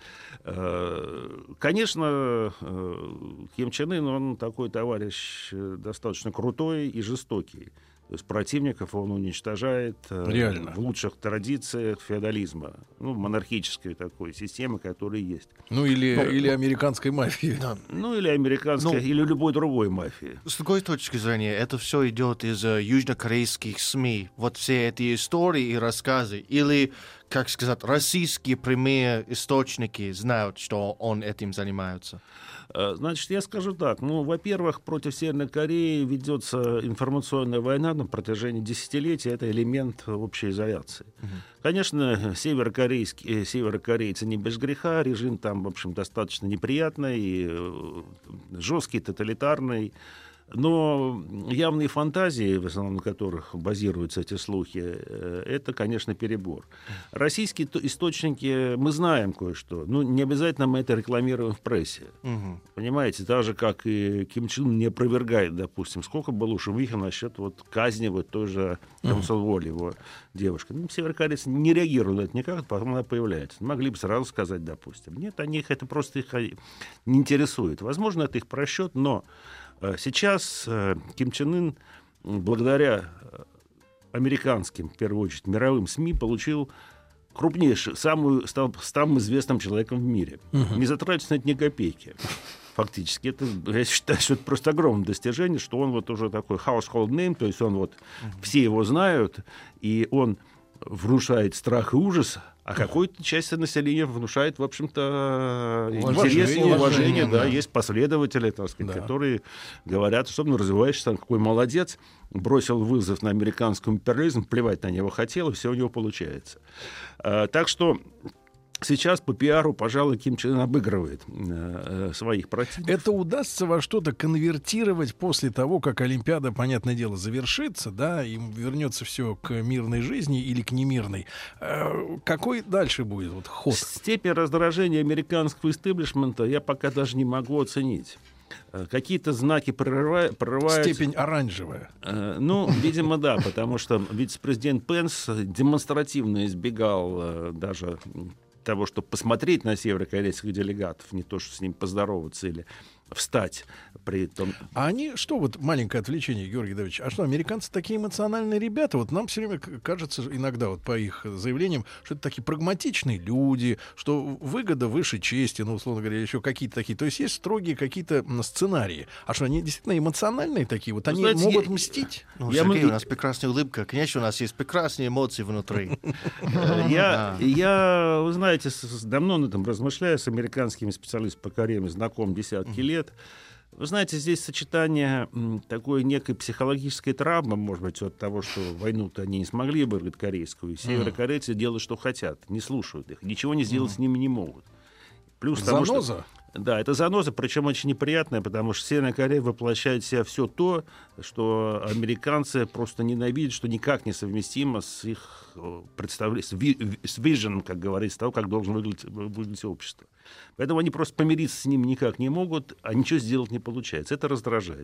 Конечно, Ким Чен Ын, он такой товарищ достаточно крутой и жестокий. То есть противников он уничтожает в лучших традициях феодализма, ну, монархической такой системы, которая есть. Ну, или американской мафии. Да. Ну, или американской, или любой другой мафии. С другой точки зрения, это все идет из южнокорейских СМИ. Вот все эти истории и рассказы. Или, как сказать, российские прямые источники знают, что он этим занимается. Значит, я скажу так. Ну, во-первых, против Северной Кореи ведется информационная война на протяжении десятилетий. Это элемент общей изоляции. Конечно, северокорейцы не без греха. Режим там, в общем, достаточно неприятный, жесткий, тоталитарный. Но явные фантазии, в основном на которых базируются эти слухи, это, конечно, перебор. Российские источники, мы знаем кое-что, но не обязательно мы это рекламируем в прессе. Понимаете, так же, как и Ким Чен Ын не опровергает, допустим, сколько было шумихи насчет вот казни вот той же Ким Сол Воль, его девушки. Ну, северокорейцы не реагируют на это никак, потом она появляется. Могли бы сразу сказать, допустим. Нет, это просто их не интересует. Возможно, это их просчет, но сейчас Ким Чен Ын, благодаря американским, в первую очередь, мировым СМИ, получил крупнейший, стал самым известным человеком в мире. Не затратив на это ни копейки. Фактически. Это, я считаю, что это просто огромное достижение, что он вот уже такой household name, то есть он вот, все его знают, и он внушает страх и ужас, а какой-то часть населения внушает, в общем-то, интерес и уважение. Да, есть последователи, так сказать, которые говорят, особенно развивающийся, какой молодец, бросил вызов на американский империализм, плевать на него хотел, и все у него получается. Так что сейчас по пиару, пожалуй, Ким Чен Ын обыгрывает своих противников. Это удастся во что-то конвертировать после того, как Олимпиада, понятное дело, завершится, да, и вернется все к мирной жизни или к немирной. Какой дальше будет вот ход? Степень раздражения американского истеблишмента я пока даже не могу оценить. Какие-то знаки прорывают. Степень оранжевая. Ну, видимо, да, потому что вице-президент Пенс демонстративно избегал даже того, чтобы посмотреть на северокорейских делегатов, не то, что с ним поздороваться или встать при том. А они, что вот, маленькое отвлечение, Георгий Давидович, а что, американцы такие эмоциональные ребята? Вот нам все время кажется иногда, вот по их заявлениям, что это такие прагматичные люди, что выгода выше чести, ну, условно говоря, еще какие-то такие. То есть есть строгие какие-то сценарии. А что, они действительно эмоциональные такие? Вот они могут мстить? Ну, Сергей, у нас прекрасная улыбка. Конечно, у нас есть прекрасные эмоции внутри. Я, вы знаете, давно на этом размышляю, с американскими специалистами по Корее знаком десятки лет. Вы знаете, здесь сочетание такой некой психологической травмы, может быть, от того, что войну-то они не смогли выиграть корейскую, и северокорейцы делают, что хотят, не слушают их, ничего не сделать с ними не могут. Плюс заноза? Тому, что, да, это заноза, причем очень неприятная, потому что Северная Корея воплощает в себя все то, что американцы просто ненавидят, что никак не совместимо с их представлением, с виженом, как говорится, того, как должно выглядеть общество. Поэтому они просто помириться с ним никак не могут, а ничего сделать не получается. Это раздражает.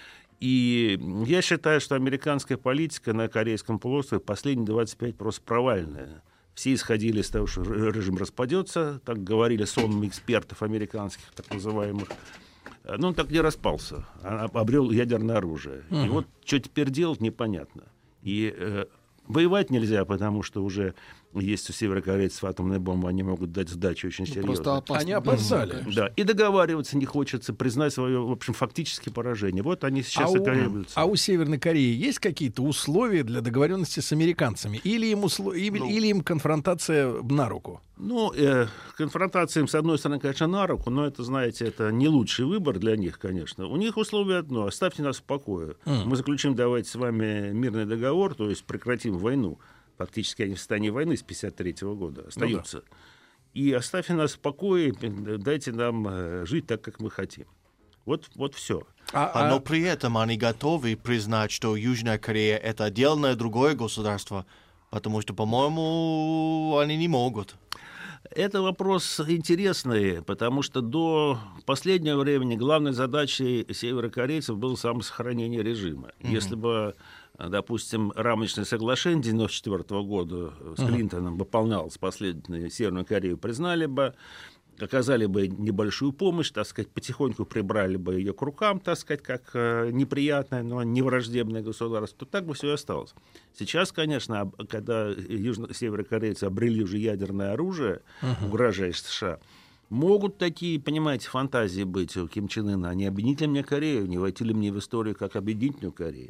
И я считаю, что американская политика на Корейском полуострове последние 25 просто провальная. Все исходили из того, что режим распадется, так говорили сонмы экспертов американских, так называемых. Но он так не распался, обрел ядерное оружие. И вот что теперь делать, непонятно. И воевать нельзя, потому что уже есть у северокорейцев атомная бомба, они могут дать сдачу очень серьезно. Они опоздали. Да, и договариваться не хочется, признать свое, в общем, фактическое поражение. Вот они сейчас и колеблются. А у Северной Кореи есть какие-то условия для договоренности с американцами? Или им конфронтация на руку? Ну, конфронтация им, с одной стороны, конечно, на руку, но это, знаете, это не лучший выбор для них, конечно. У них условие одно: оставьте нас в покое. Мы заключим, давайте, с вами мирный договор, то есть прекратим войну. Фактически они в состоянии войны с 1953 года остаются. И оставьте нас в покое, дайте нам жить так, как мы хотим. Вот все. Но при этом они готовы признать, что Южная Корея — это отдельное другое государство, потому что, по-моему, они не могут. Это вопрос интересный, потому что до последнего времени главной задачей северокорейцев было самосохранение режима. Если бы, допустим, рамочное соглашение 1994 года с Клинтоном выполнялось последовательно, Северную Корею признали бы, оказали бы небольшую помощь, так сказать, потихоньку прибрали бы ее к рукам, так сказать, как неприятное, но не враждебное государство, то так бы все и осталось. Сейчас, конечно, когда северокорейцы обрели уже ядерное оружие, угрожающее США, могут такие, понимаете, фантазии быть у Ким Чен Ына. Не объединить ли мне Корею, не войти ли мне в историю как объединительную Корею?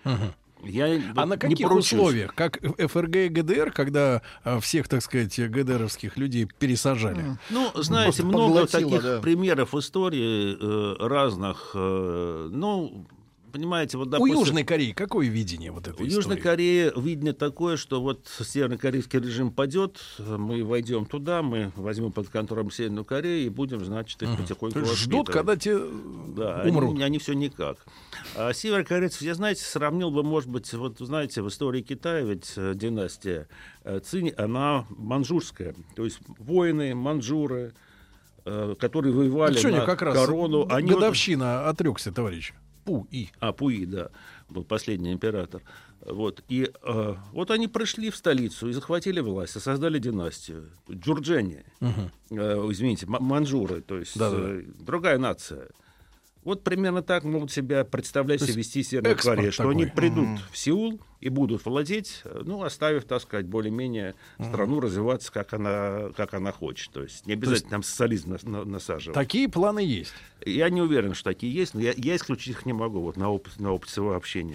А на каких условиях? Как ФРГ и ГДР, когда всех, так сказать, ГДРовских людей пересажали? Ну, знаете, много таких примеров в истории разных. Ну, понимаете, вот, допустим, у Южной Кореи какое видение вот этой истории? У Южной Кореи видение такое, что вот северокорейский режим падет, мы войдем туда, мы возьмем под контроль Северную Корею и будем, значит, их потихоньку воспитывать. Ждут, когда те умрут. Они все никак. А северокорейцев, я, знаете, сравнил бы, может быть, вот, знаете, в истории Китая ведь династия Цинь, она манчжурская, то есть воины, манчжуры, которые воевали на как корону. Раз годовщина отрекся, товарищ. Пуи. Пуи, да, был последний император. Вот. И вот они пришли в столицу и захватили власть, и создали династию. Джурджени, извините, манчжуры, то есть другая нация. Вот примерно так могут себя представлять себе вести Северная Корея, что они придут в Сеул и будут владеть, оставив, так сказать, более-менее страну развиваться, как она хочет. То есть не обязательно там социализм насаживать. Такие планы есть? Я не уверен, что такие есть, но я исключить их не могу вот на опыт своего общения.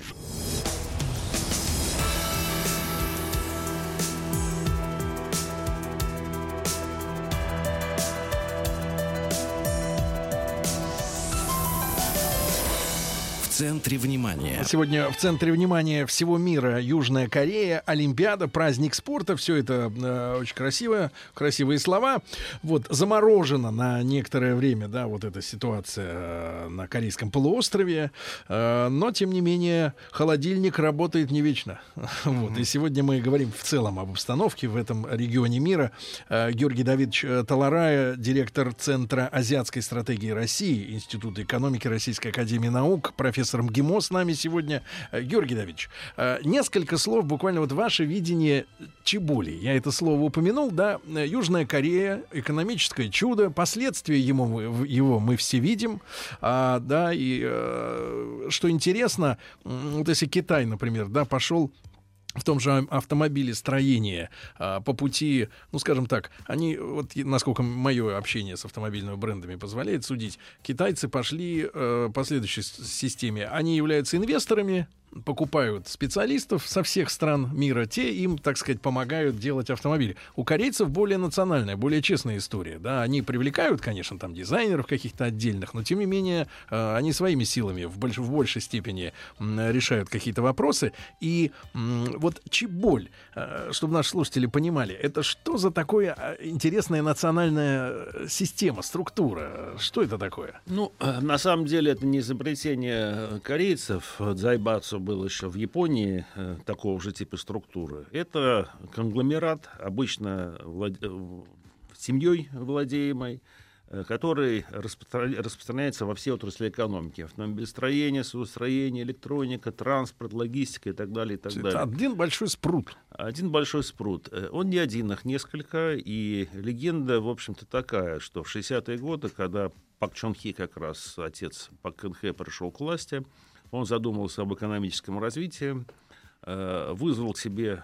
В центре внимания. Сегодня в центре внимания всего мира Южная Корея, Олимпиада, праздник спорта. Все это очень красивые слова. Вот, заморожена на некоторое время, да, вот эта ситуация на Корейском полуострове. Но, тем не менее, холодильник работает не вечно. Вот, и сегодня мы говорим в целом об обстановке в этом регионе мира. Георгий Давидович Таларая, директор Центра азиатской стратегии России, Института экономики Российской академии наук, профессор МГИМО с нами сегодня. Георгий Давидович, несколько слов, буквально вот ваше видение Чеболи. Я это слово упомянул, да. Южная Корея, экономическое чудо, последствия его мы все видим, да, и что интересно, вот если Китай, например, да, пошел в том же автомобилестроении по пути, скажем так, они, вот насколько мое общение с автомобильными брендами позволяет судить, китайцы пошли по следующей системе. Они являются инвесторами, покупают специалистов со всех стран мира, те им, так сказать, помогают делать автомобили. У корейцев более национальная, более честная история. Да? Они привлекают, конечно, там дизайнеров каких-то отдельных, но тем не менее они своими силами в большей степени решают какие-то вопросы. И вот Чеболь, чтобы наши слушатели понимали, это что за такое интересная национальная система, структура? Что это такое? На самом деле это не изобретение корейцев. Дзайбацу был еще в Японии такого же типа структуры. Это конгломерат, обычно семьей владеемой, который распространяется во все отрасли экономики. Автомобилестроение, судостроение, электроника, транспорт, логистика и так далее, и так далее. Это один большой спрут. Один большой спрут. Он не один, их несколько. И легенда, в общем-то, такая, что в 60-е годы, когда Пак Чон Хи, как раз отец Пак Кын Хэ, пришел к власти, он задумался об экономическом развитии, вызвал к себе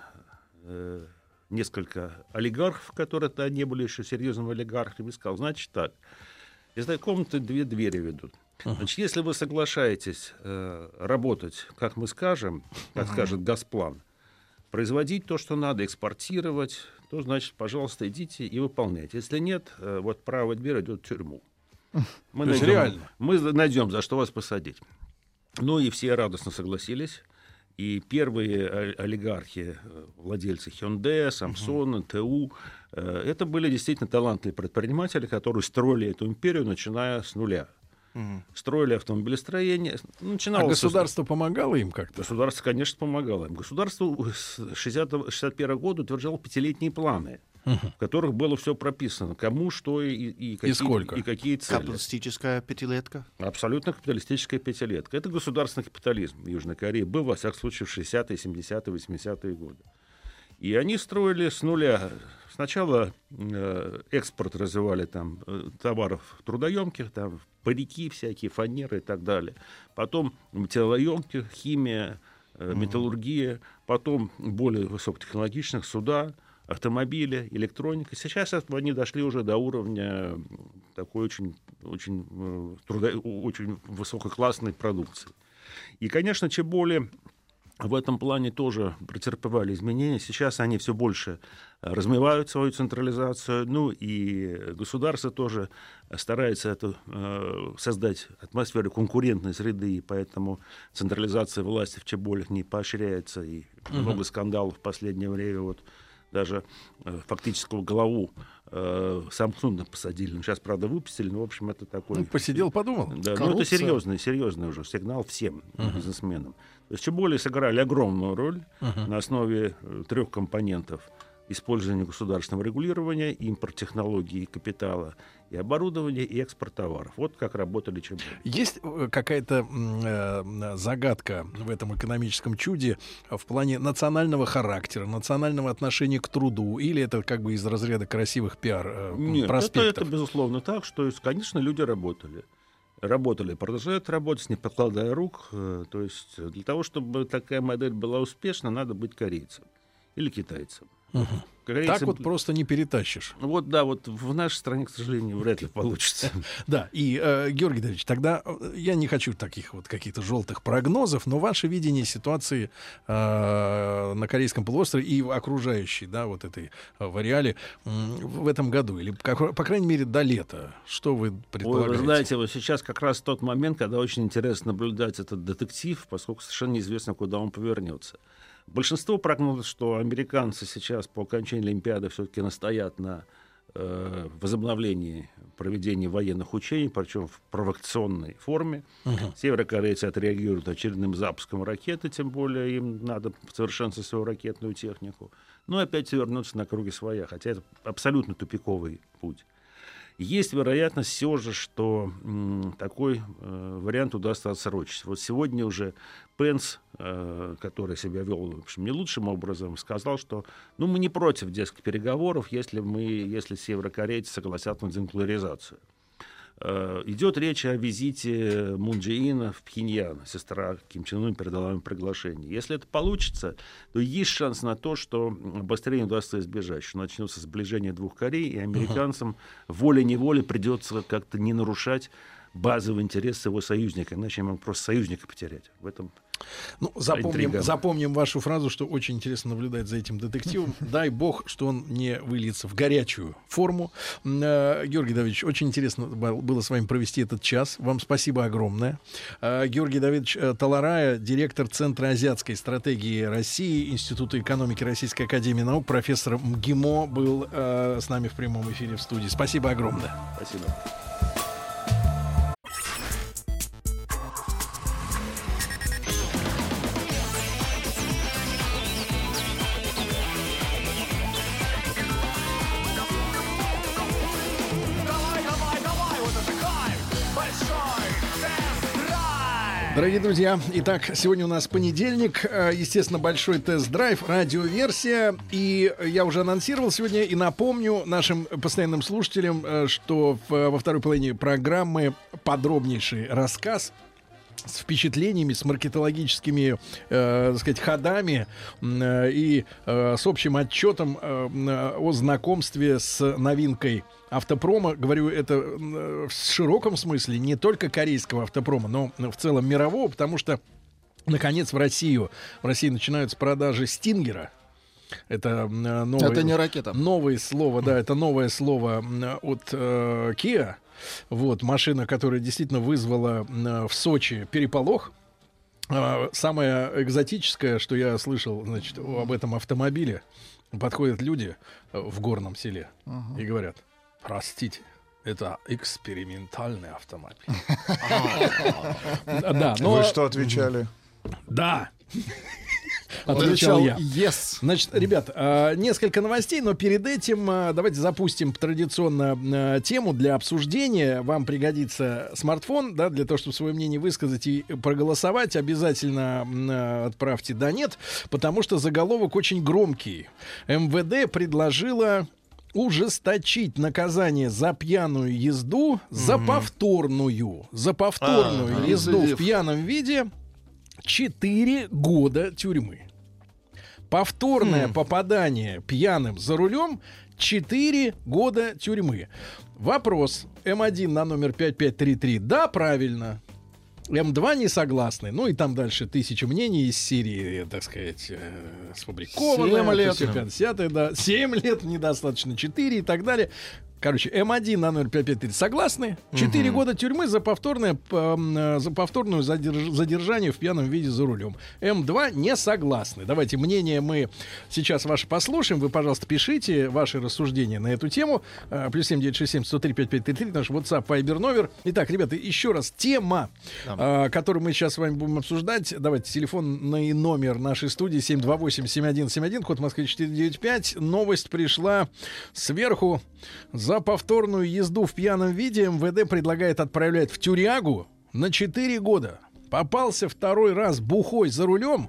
несколько олигархов, которые тогда не были еще серьезными олигархами, и сказал, значит так, из этой комнаты 2 двери ведут. Значит, если вы соглашаетесь работать, как мы скажем, как скажет Госплан, производить то, что надо, экспортировать, то, значит, пожалуйста, идите и выполняйте. Если нет, вот правая дверь идет в тюрьму. Мы найдем, за что вас посадить. И все радостно согласились. И первые олигархи, владельцы Hyundai, Samsung, ТУ, это были действительно талантливые предприниматели, которые строили эту империю, начиная с нуля. Строили автомобилестроение. А государство помогало им как-то? Государство, конечно, помогало им. Государство с 1961 года утверждало 5-летние планы, в которых было все прописано. Кому, что и сколько. И какие цели. Капиталистическая пятилетка? Абсолютно капиталистическая пятилетка. Это государственный капитализм в Южной Корее. Был, во всяком случае, в 60-е, 70-е, 80-е годы. И они строили с нуля. Сначала экспорт развивали там, товаров трудоемких, там, парики всякие, фанеры и так далее. Потом металлоемких, химия, металлургия. Потом более высокотехнологичных суда, автомобили, электроника. Сейчас они дошли уже до уровня такой очень высококлассной продукции. И, конечно, Чеболи в этом плане тоже претерпевали изменения. Сейчас они все больше размывают свою централизацию. Ну и государство тоже старается создать атмосферу конкурентной среды, и поэтому централизация власти в Чеболях не поощряется. И много скандалов в последнее время. Вот даже фактического главу Самсунга посадили. Сейчас, правда, выпустили, но, в общем, это такой... Ну, посидел, подумал. Да, но это серьезный уже сигнал всем бизнесменам. То есть Чеболи сыграли огромную роль на основе 3 компонентов: использование государственного регулирования, импорт технологий, капитала и оборудования, и экспорт товаров. Вот как работали Чеболи. Есть какая-то загадка в этом экономическом чуде в плане национального характера, национального отношения к труду, или это как бы из разряда красивых пиар-проспектов? Нет, это безусловно так, что, конечно, люди работали, продолжают работать, не покладая рук. То есть для того, чтобы такая модель была успешна, надо быть корейцем или китайцем. Так вот просто не перетащишь. Вот да, вот в нашей стране, к сожалению, вряд ли получится. Да, и, Георгий Давидович, тогда я не хочу таких вот каких-то желтых прогнозов, но ваше видение ситуации на Корейском полуострове и в окружающей, да, вот этой в ареале в этом году, или, по крайней мере, до лета, что вы предполагаете? Вы знаете, вот сейчас как раз тот момент, когда очень интересно наблюдать этот детектив, поскольку совершенно неизвестно, куда он повернется. Большинство прогнозов, что американцы сейчас по окончании Олимпиады все-таки настоят на возобновлении проведения военных учений, причем в провокационной форме. Северокорейцы отреагируют очередным запуском ракеты, тем более им надо совершенствовать свою ракетную технику. Ну и опять вернуться на круги своя, хотя это абсолютно тупиковый путь. Есть вероятность все же, что такой вариант удастся отсрочить. Вот сегодня уже Пенс, который себя вел, в общем, не лучшим образом, сказал, что мы не против, дескать, переговоров, если северокорейцы согласятся на денуклеаризацию. Идет речь о визите Мун Чжэ Ина в Пхеньян. Сестра Ким Чен Ына передала им приглашение. Если это получится, то есть шанс на то, что обострение удастся избежать, что начнется сближение 2 Корей, и американцам волей-неволей придется как-то не нарушать базовый интерес его союзника, иначе им просто союзника потерять. В этом запомним вашу фразу, что очень интересно наблюдать за этим детективом. Дай бог, что он не выльется в горячую форму. Георгий Давидович, очень интересно было с вами провести этот час. Вам спасибо огромное. Георгий Давидович Таларая, директор Центра азиатской стратегии России, Института экономики Российской академии наук, профессор МГИМО, был с нами в прямом эфире в студии. Спасибо огромное. Спасибо. Дорогие друзья, итак, сегодня у нас понедельник, естественно, большой тест-драйв, радиоверсия, и я уже анонсировал сегодня и напомню нашим постоянным слушателям, что во второй половине программы подробнейший рассказ с впечатлениями, с маркетологическими, так сказать, ходами и с общим отчетом о знакомстве с новинкой автопрома. Говорю это в широком смысле, не только корейского автопрома, но в целом мирового, потому что, наконец, в России начинаются продажи Стингера. Это не ракета. Новое слово, да, это новое слово от Kia. Вот, машина, которая действительно вызвала в Сочи переполох. Самое экзотическое, что я слышал, значит, об этом автомобиле, подходят люди в горном селе и говорят: простите, это экспериментальный автомобиль. Вы что отвечали? Да. Отвечал я. Yes. Значит, ребят, несколько новостей, но перед этим давайте запустим традиционно тему для обсуждения. Вам пригодится смартфон, да, для того, чтобы свое мнение высказать и проголосовать. Обязательно отправьте «да», «нет», потому что заголовок очень громкий. МВД предложила ужесточить наказание за пьяную езду, за повторную езду в пьяном виде 4 года тюрьмы. Повторное попадание пьяным за рулем 4 года тюрьмы. Вопрос М1 на номер 5533. Да, правильно. М2 не согласны. Ну и там дальше 1000 мнений из серии, так сказать, сфабрикованное. 7 лет. 50-е, да. 7 лет недостаточно, 4 и так далее. Короче, М1 на номер 553 согласны. 4 года тюрьмы за повторную задержание в пьяном виде за рулем. М2 не согласны. Давайте мнение мы сейчас ваше послушаем. Вы, пожалуйста, пишите ваши рассуждения на эту тему. Плюс 7967-103-5533, наш WhatsApp, Viber номер. Итак, ребята, еще раз. Тема, которую мы сейчас с вами будем обсуждать. Давайте телефонный номер нашей студии 728-7171, код Москвы 495. Новость пришла сверху. За повторную езду в пьяном виде МВД предлагает отправлять в тюрягу на 4 года. Попался второй раз бухой за рулем.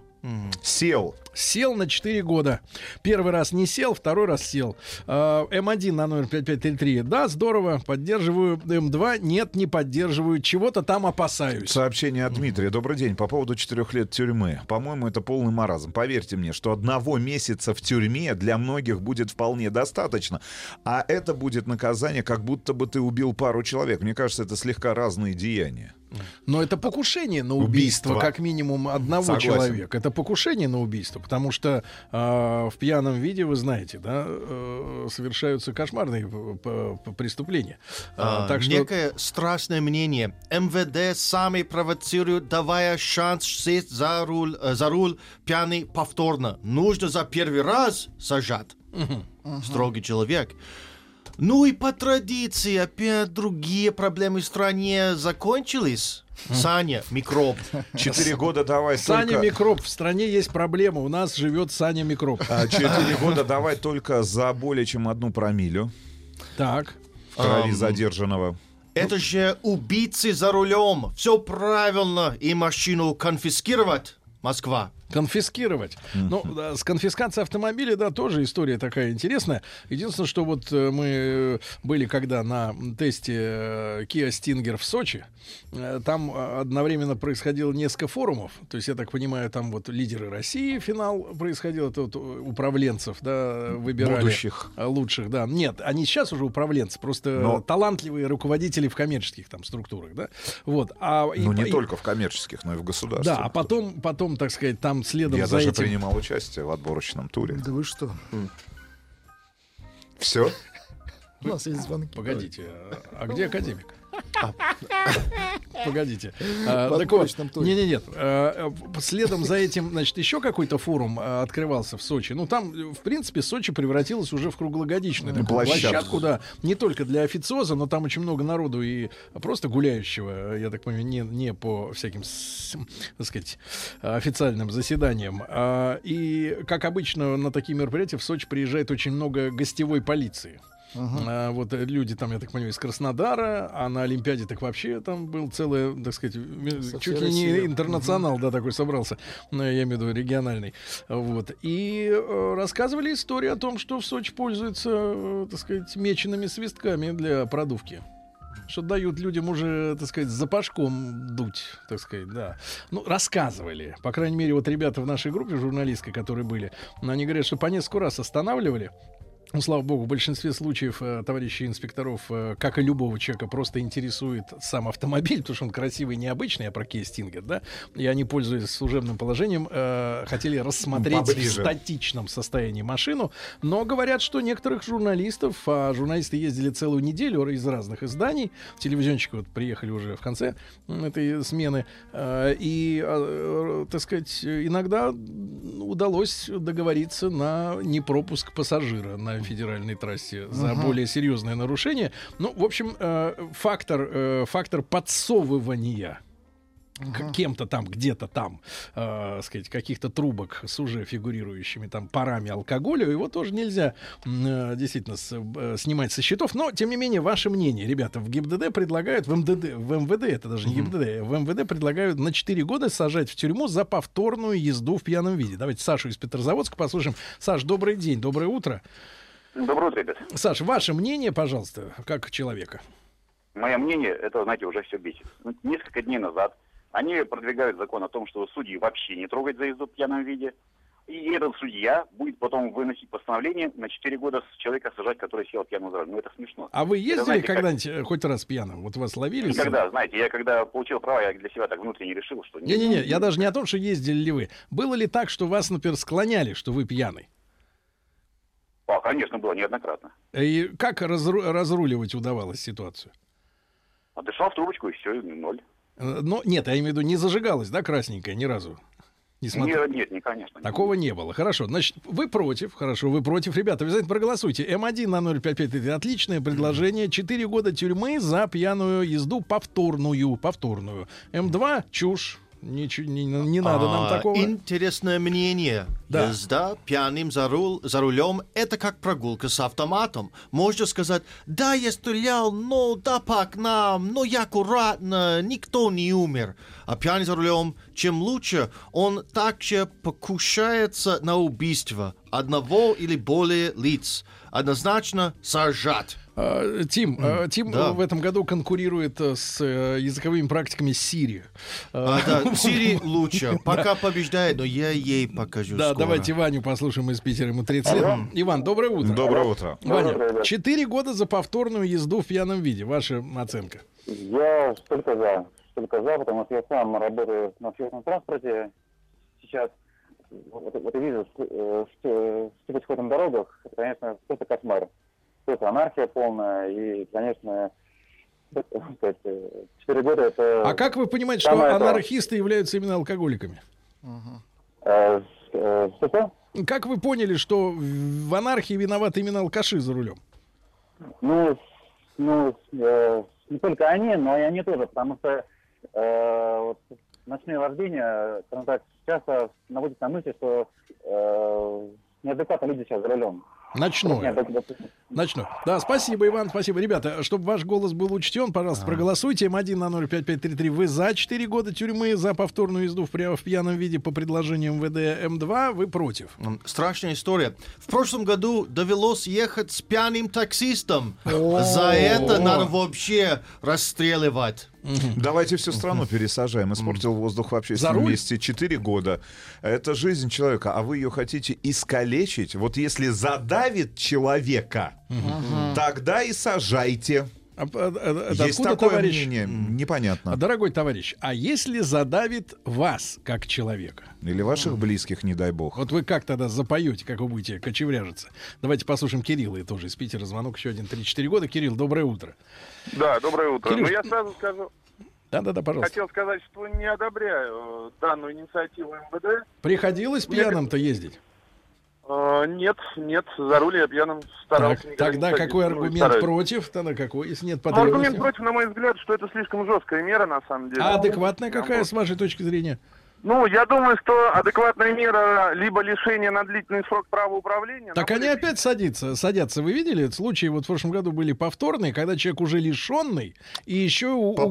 Сел на 4 года. Первый раз не сел, второй раз сел. М1 на номер 5533. Да, здорово, поддерживаю. М2 нет, не поддерживаю. Чего-то там опасаюсь. Сообщение от Дмитрия. Добрый день. По поводу 4 лет тюрьмы. По-моему, это полный маразм. Поверьте мне, что 1 месяца в тюрьме для многих будет вполне достаточно. А это будет наказание, как будто бы ты убил пару человек. Мне кажется, это слегка разные деяния. Но это покушение на убийство как минимум одного человека. Это покушение на убийство, потому что в пьяном виде, вы знаете, да, совершаются кошмарные преступления. Так что... Некое страшное мнение. МВД сами провоцируют, давая шанс сесть за руль пьяный повторно. Нужно за первый раз сажать. Строгий человек. Ну и по традиции опять другие проблемы в стране закончились. Саня, микроб. 4 года давай Саня только... микроб. В стране есть проблема. У нас живет Саня микроб. 4 года давай только за более чем 1 промилле. Так. В крови задержанного. Это же убийцы за рулем. Все правильно. И машину конфискировать. Москва. Конфискировать. Ну, да, с конфискацией автомобиля, да, тоже история такая интересная. Единственное, что вот мы были когда на тесте Kia Stinger в Сочи, там одновременно происходило несколько форумов. То есть, я так понимаю, там вот лидеры России финал происходил, это вот управленцев, да, выбирали. Будущих. Лучших, да. Нет, они сейчас уже управленцы, просто талантливые руководители в коммерческих там структурах, да. Вот. Не только в коммерческих, но и в государственных. Да, а потом, так сказать, там следом я за даже этим... принимал участие в отборочном туре. Да вы что? Все? У нас есть звонки. Погодите, а где академик? Погодите. Так вот, нет. Следом за этим, значит, еще какой-то форум открывался в Сочи. Ну, там, в принципе, Сочи превратилась уже в круглогодичную такую площадку, да, не только для официоза, но там очень много народу и просто гуляющего, я так понимаю, не по всяким, так сказать, официальным заседаниям. И, как обычно, на такие мероприятия в Сочи приезжает очень много гостевой полиции. Вот люди там, я так понимаю, из Краснодара, а на Олимпиаде так вообще там был целый, так сказать, чуть ли не интернационал, да, такой собрался, я имею в виду региональный. Вот. И рассказывали историю о том, что в Сочи пользуются, так сказать, мечеными свистками для продувки. Что дают людям уже, так сказать, запашком дуть, так сказать, да. Ну, рассказывали. По крайней мере, вот ребята в нашей группе журналистской, которые были, они говорят, что по несколько раз останавливали. Ну, слава богу, в большинстве случаев товарищей инспекторов, как и любого человека, просто интересует сам автомобиль, потому что он красивый и необычный, я про Kia Stinger, да, и они, пользуясь служебным положением, хотели рассмотреть в статичном состоянии машину, но говорят, что некоторых журналистов, а журналисты ездили целую неделю из разных изданий, телевизионщики вот приехали уже в конце этой смены, и, так сказать, иногда удалось договориться на непропуск пассажира на федеральной трассе за более серьезное нарушение. Ну, в общем, фактор подсовывания кем-то там, где-то там, сказать, каких-то трубок с уже фигурирующими там парами алкоголя, его тоже нельзя действительно снимать со счетов. Но, тем не менее, ваше мнение, ребята, в ГИБДД предлагают, в МВД, это даже не ГИБДД, в МВД предлагают на 4 года сажать в тюрьму за повторную езду в пьяном виде. Давайте Сашу из Петрозаводска послушаем. Саш, добрый день, доброе утро. Доброе утро, ребят. Саш, ваше мнение, пожалуйста, как человека. Мое мнение, это, знаете, уже все бесит. Несколько дней назад они продвигают закон о том, что судьи вообще не трогать за езду в пьяном виде. И этот судья будет потом выносить постановление на 4 года с человека сажать, который сел пьяным за рулем. Ну, это смешно. А вы ездили знаете, когда-нибудь хоть раз пьяным? Вот вас ловили? Никогда, знаете, я когда получил права, я для себя так внутренне решил, что... Не-не-не, я даже не о том, что ездили ли вы. Было ли так, что вас, например, склоняли, что вы пьяный? Конечно, было неоднократно. И как разруливать удавалось ситуацию? Дышал в трубочку, и все, 0. Но нет, я имею в виду, не зажигалась, да, красненькая ни разу? Нет, конечно. Такого не было. Хорошо, значит, вы против. Хорошо, вы против. Ребята, обязательно проголосуйте. М1 на 055 — это отличное предложение. 4 года тюрьмы за пьяную езду повторную. М2 — чушь. Не надо нам такого. Интересное мнение. Да. Езда пьяным за рулем — это как прогулка с автоматом. Можно сказать, да, я стрелял, но да по окнам, но я аккуратно, никто не умер. А пьяный за рулем, чем лучше, он также покушается на убийство одного или более лиц. Однозначно сажать. Тим в этом году конкурирует с языковыми практиками Сири. Сири лучше. Пока побеждает, но я ей покажу скоро. Давайте Ваню послушаем из Питера, ему 30 лет. Иван, доброе утро. Доброе утро. Ваня, 4 года за повторную езду в пьяном виде. Ваша оценка? Я только за, потому что я сам работаю на общественном транспорте. Сейчас вот я вижу, что по пешеходных дорогах, это, конечно, просто кошмар. Это анархия полная, и, конечно, 4 года это... А как вы понимаете, что анархисты являются именно алкоголиками? Что? Как вы поняли, что в анархии виноваты именно алкаши за рулем? Не только они, но и они тоже, потому что ночные вождения, скажем так, часто наводят на мысль, что неадекватно люди сейчас за рулем. Ночное. Да, спасибо, Иван, спасибо. Ребята, чтобы ваш голос был учтен, пожалуйста, проголосуйте. М1 на 05533. Вы за 4 года тюрьмы за повторную езду в пьяном виде по предложению МВД. М2 вы против. Страшная история. В прошлом году довелось ехать с пьяным таксистом. За это надо вообще расстреливать. Давайте всю страну пересажаем. Испортил воздух в общественном месте 4 года. Это жизнь человека, а вы ее хотите искалечить. Вот если задавит человека, тогда и сажайте. Есть такое мнение, непонятно. Дорогой товарищ, а если задавит вас, как человека? Или ваших близких, не дай бог. Вот вы как тогда запоете, как вы будете кочевряжиться? Давайте послушаем Кирилла, и тоже из Питера звонок, еще один, 3-4 года. Кирилл, доброе утро. Да, доброе утро. Кирилл, я сразу скажу. Да, пожалуйста. Хотел сказать, что не одобряю данную инициативу МВД. Приходилось пьяным-то ездить? Нет, за руль я пьяным старался. Тогда какой аргумент против? Тогда какой, если нет потребности? Аргумент против, на мой взгляд, что это слишком жесткая мера, на самом деле. А адекватная какая, с вашей точки зрения? Я думаю, что адекватная мера либо лишение на длительный срок права управления. Так они опять садятся. Вы видели? Случаи вот в прошлом году были повторные, когда человек уже лишенный, и еще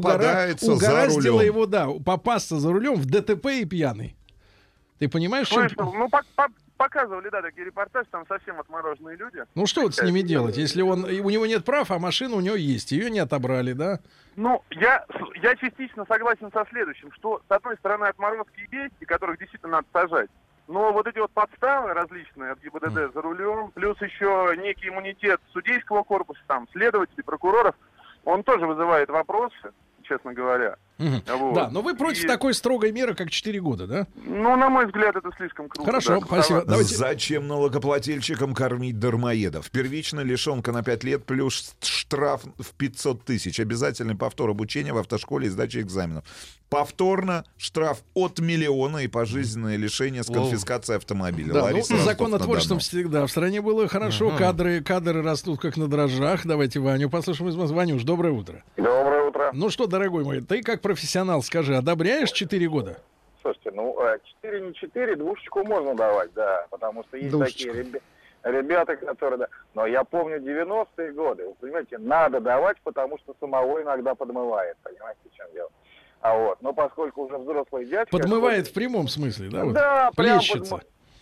угораздило его, попасться за рулем в ДТП и пьяный. Ты понимаешь, что... Показывали, такие репортажи, там совсем отмороженные люди. Ну что вот с ними делать, если у него нет прав, а машина у него есть, ее не отобрали, да? Я частично согласен со следующим, что, с одной стороны, отморозки есть, и которых действительно надо сажать, но вот эти вот подставы различные от ГИБДД за рулем, плюс еще некий иммунитет судейского корпуса, там, следователей, прокуроров, он тоже вызывает вопросы, честно говоря. Вот. Да, но вы против такой строгой меры, как 4 года, да? На мой взгляд, это слишком круто. Хорошо, спасибо. Давайте. Зачем налогоплательщикам кормить дармоедов? Первично лишенка на 5 лет плюс штраф в 500 тысяч. Обязательный повтор обучения в автошколе и сдачи экзаменов. Повторно штраф от 1 миллиона и пожизненное лишение с конфискацией автомобиля. Да, законотворчеством всегда в стране было хорошо. Кадры растут как на дрожжах. Давайте Ваню послушаем из Москвы. Ванюш, доброе утро. Доброе утро. Ну что, дорогой мой, ты как профессионал, скажи, одобряешь 4 года? Слушайте, 4 не 4, двушечку можно давать, да, потому что есть такие ребята, которые, да. Но я помню 90-е годы, вы понимаете, надо давать, потому что самого иногда подмывает, понимаете, в чем дело. Но поскольку уже взрослый дядька... Подмывает в прямом смысле, да? Да, плещется.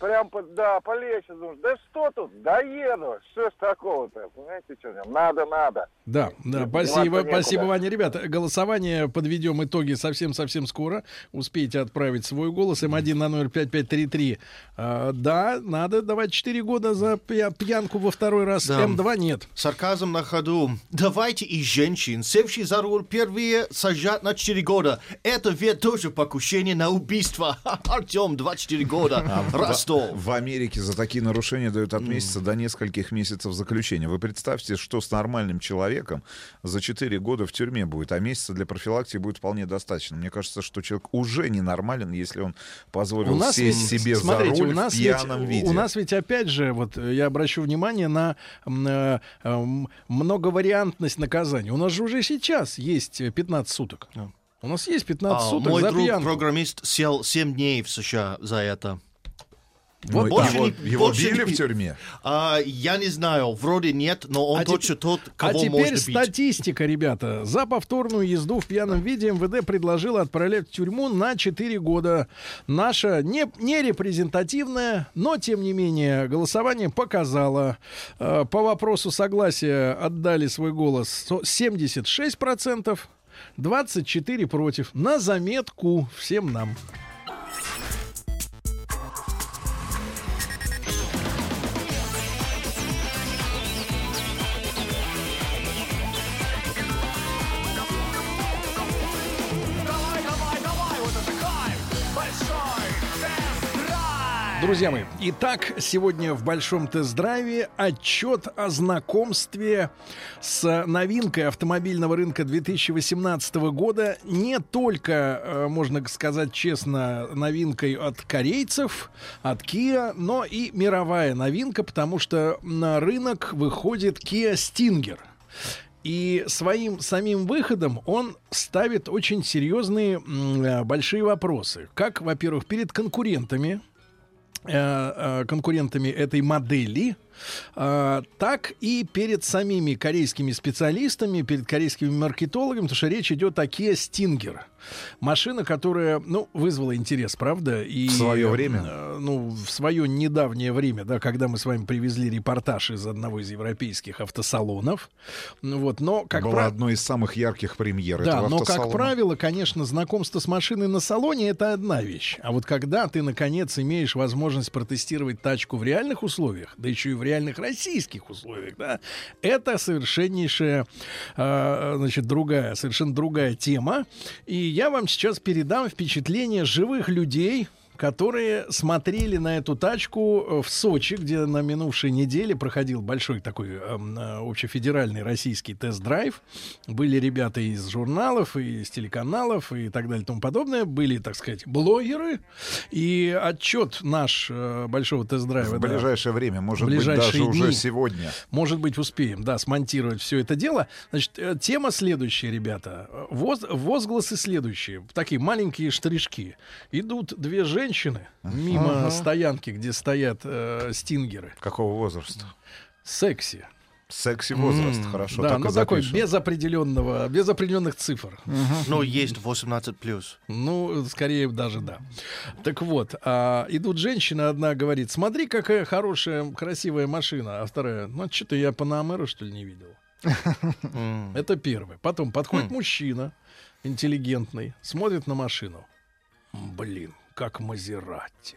прям, полегче, думаешь, да что тут, доеду, что ж такого-то, понимаете, что, надо. Да, спасибо, Ваня. Ребята, голосование, подведем итоги совсем-совсем скоро. Успейте отправить свой голос. М1 на номер 5533. Да, надо давать 4 года за пьянку во второй раз. Да. М2 нет. Сарказм на ходу. Давайте и женщин, севшие за руль, первые сажать на 4 года. Это ведь тоже покушение на убийство. Артем, 24 года. Ростов. В Америке за такие нарушения дают от месяца до нескольких месяцев заключения. Вы представьте, что с нормальным человеком за 4 года в тюрьме будет, а месяца для профилактики будет вполне достаточно. Мне кажется, что человек уже ненормален, если он позволил сесть себе за руль в пьяном виде. У нас ведь опять же, вот я обращу внимание на многовариантность наказания. У нас же уже сейчас есть 15 суток. У нас есть 15 суток за пьянку. Мой друг-программист сел 7 дней в США за это. Вот его били в тюрьме? Я не знаю, вроде нет, но он точно тот, кого можно бить. А теперь статистика, ребята. За повторную езду в пьяном виде МВД предложило отправлять в тюрьму на 4 года. Наша не репрезентативное, но, тем не менее, голосование показало. По вопросу согласия отдали свой голос 76%, 24% против. На заметку всем нам. Друзья мои, итак, сегодня в большом тест-драйве отчет о знакомстве с новинкой автомобильного рынка 2018 года. Не только, можно сказать честно, новинкой от корейцев, от Kia, но и мировая новинка, потому что на рынок выходит Kia Stinger. И своим самим выходом он ставит очень серьезные большие вопросы. Как, во-первых, перед конкурентами этой модели, так и перед самими корейскими специалистами, перед корейскими маркетологами, потому что речь идет о Kia Stinger. Машина, которая, вызвала интерес, правда? И, в свое время? В свое недавнее время, да, когда мы с вами привезли репортаж из одного из европейских автосалонов. Но, как была одной из самых ярких премьер этого автосалона. Но, как правило, конечно, знакомство с машиной на салоне — это одна вещь. А вот когда ты, наконец, имеешь возможность протестировать тачку в реальных условиях, да еще и в реальных российских условиях, да, это совершеннейшая, совершенно другая тема. И я вам сейчас передам впечатление живых людей, которые смотрели на эту тачку в Сочи, где на минувшей неделе проходил большой такой общефедеральный российский тест-драйв. Были ребята из журналов, и из телеканалов, и так далее и тому подобное. Были, так сказать, блогеры. И отчет наш большого тест-драйва... В ближайшее время, может быть, даже дни, уже сегодня. Может быть, успеем, смонтировать все это дело. Значит, тема следующая, ребята. Возгласы следующие. Такие маленькие штришки. Идут две женщины мимо стоянки, где стоят стингеры. Какого возраста? Секси. Секси-возраст, хорошо. Да, такой без определенных цифр. Но есть 18+. Скорее даже да. Так вот, идут женщины, одна говорит: смотри, какая хорошая, красивая машина. А вторая: что-то я Панамеру, что ли, не видел. Это первое. Потом подходит мужчина интеллигентный, смотрит на машину. Блин, как Мазерати.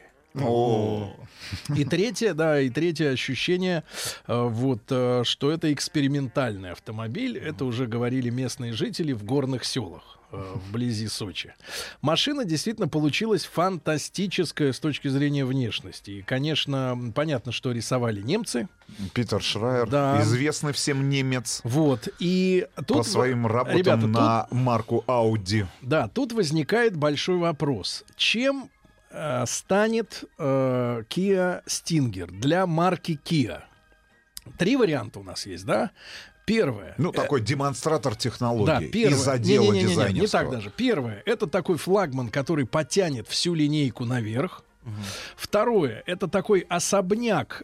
И третье ощущение, что это экспериментальный автомобиль. Это уже говорили местные жители в горных селах вблизи Сочи. Машина действительно получилась фантастическая с точки зрения внешности. И, конечно, понятно, что рисовали немцы. Питер Шрайер, известный всем немец. И тут, по своим работам, ребята, на марку Audi. Да, тут возникает большой вопрос. Чем станет Kia Stinger для марки Kia? 3 варианта у нас есть, да? Первое. Такой демонстратор технологий из отдела дизайнерского. Не так даже. Первое. Это такой флагман, который потянет всю линейку наверх. Второе, это такой особняк,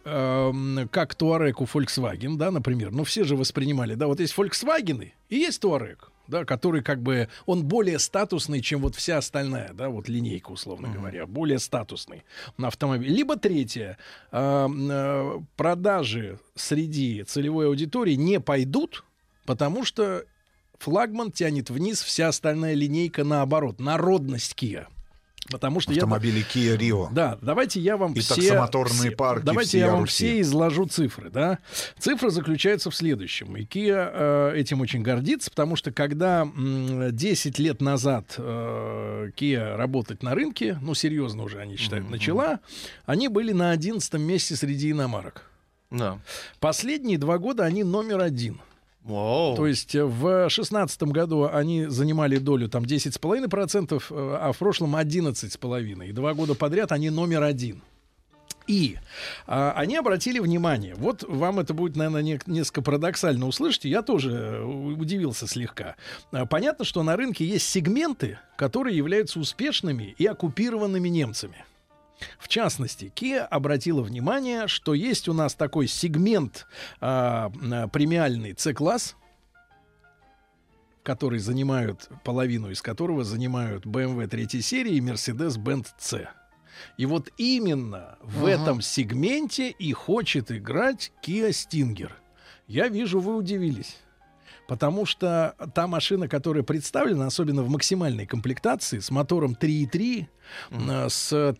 как Touareg у Volkswagen, да, например. Все же воспринимали, да, вот есть Volkswagen и есть Touareg. да, который как бы, он более статусный, чем вот вся остальная, да, вот линейка, условно говоря, более статусный на автомобиль. Либо третье, продажи среди целевой аудитории не пойдут, потому что флагман тянет вниз вся остальная линейка наоборот, народность Kia. Потому что автомобили Kia Rio. Да, давайте я вам и таксомоторные парки. Давайте я вам все изложу цифры. Да? Цифры заключаются в следующем. И Kia этим очень гордится, потому что когда 10 лет назад Kia работать на рынке, ну, серьезно уже, они считают, начала, они были на 11-м месте среди иномарок. Да. Последние 2 года они номер 1. Wow. То есть в 2016 году они занимали долю там 10,5%, а в прошлом 11,5%. И 2 года подряд они номер 1. И они обратили внимание, вот вам это будет, наверное, несколько парадоксально услышать, я тоже удивился слегка. Понятно, что на рынке есть сегменты, которые являются успешными и оккупированными немцами. В частности, Kia обратила внимание, что есть у нас такой сегмент премиальный C-класс, который занимают, половину из которого занимают BMW 3 серии и Mercedes-Benz C. И вот именно в этом сегменте и хочет играть Kia Stinger. Я вижу, вы удивились. Потому что та машина, которая представлена, особенно в максимальной комплектации, с мотором 3.3, с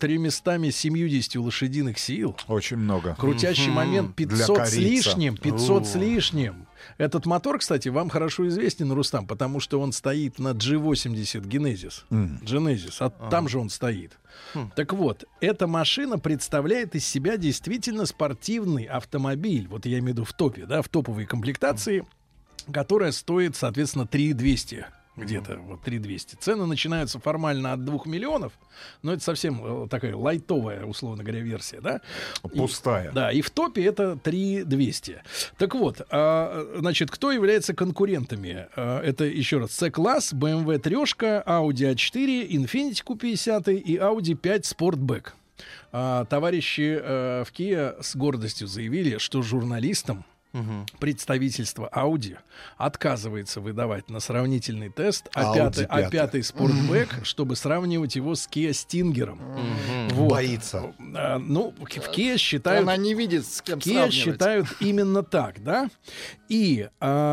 370 лошадиных сил. Очень много. Крутящий момент 500 с лишним. 500 с лишним. Этот мотор, кстати, вам хорошо известен, Рустам, потому что он стоит на G80 Genesis. А там же он стоит. Так вот, эта машина представляет из себя действительно спортивный автомобиль. Вот я имею в виду в топе, да, в топовой комплектации, которая стоит, соответственно, 3200 где-то, вот 3200. Цены начинаются формально от 2 миллионов, но это совсем такая лайтовая, условно говоря, версия, да? Пустая. Да, и в топе это 3200. Так вот, значит, кто является конкурентами? Это, еще раз, C-класс, BMW 3, Audi A4, Infiniti Q50 и Audi 5 Sportback. Товарищи в Kia с гордостью заявили, что журналистам представительство Audi отказывается выдавать на сравнительный тест А5 Sportback, чтобы сравнивать его с Kia Stinger. Вот. Боится. Ну, в Kia считают... Она не видит, с кем сравнивать. Kia считают именно так, да? И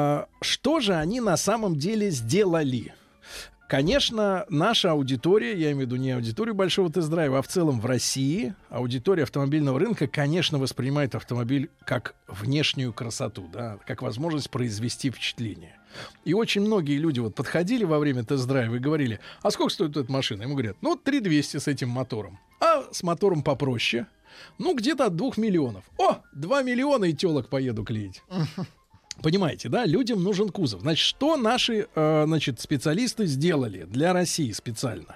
что же они на самом деле сделали? Конечно, наша аудитория, я имею в виду не аудиторию большого тест-драйва, а в целом в России аудитория автомобильного рынка, конечно, воспринимает автомобиль как внешнюю красоту, да, как возможность произвести впечатление. И очень многие люди вот подходили во время тест-драйва и говорили: а сколько стоит эта машина? Ему говорят: ну, 3200 с этим мотором. А с мотором попроще, ну, где-то от 2 миллионов. О, 2 миллиона и телок поеду клеить. Понимаете, да? Людям нужен кузов. Значит, что наши специалисты сделали для России специально?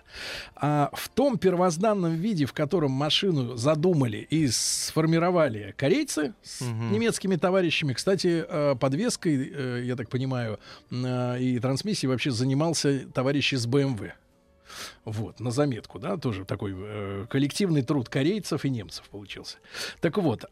В том первозданном виде, в котором машину задумали и сформировали корейцы с немецкими товарищами, кстати, подвеской, я так понимаю, и трансмиссией вообще занимался товарищ из BMW. Вот, на заметку, да, тоже такой коллективный труд корейцев и немцев получился. Так вот,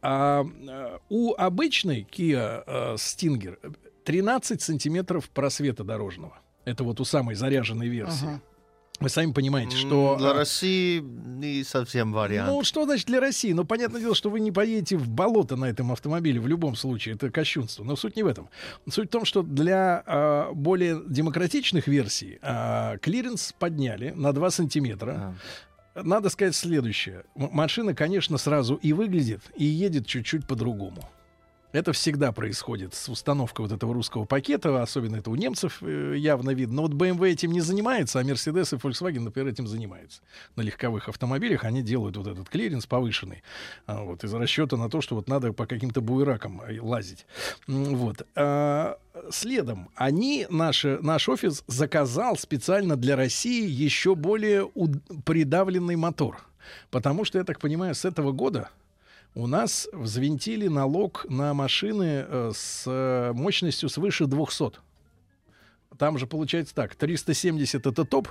у обычной Kia Stinger 13 сантиметров просвета дорожного. Это вот у самой заряженной версии. Вы сами понимаете, что... Для России не совсем вариант. Ну, что значит для России? Ну, понятное дело, что вы не поедете в болото на этом автомобиле в любом случае. Это кощунство. Но суть не в этом. Суть в том, что для более демократичных версий клиренс подняли на 2 сантиметра. Надо сказать следующее. Машина, конечно, сразу и выглядит, и едет чуть-чуть по-другому. Это всегда происходит с установкой вот этого русского пакета, особенно это у немцев явно видно. Но вот BMW этим не занимается, а Mercedes и Volkswagen, например, этим занимаются. На легковых автомобилях они делают вот этот клиренс повышенный, вот, из расчета на то, что вот надо по каким-то буеракам лазить. Вот. Следом наш офис заказал специально для России еще более придавленный мотор. Потому что, я так понимаю, с этого года у нас взвинтили налог на машины с мощностью свыше 200. Там же получается так: 370 это топ,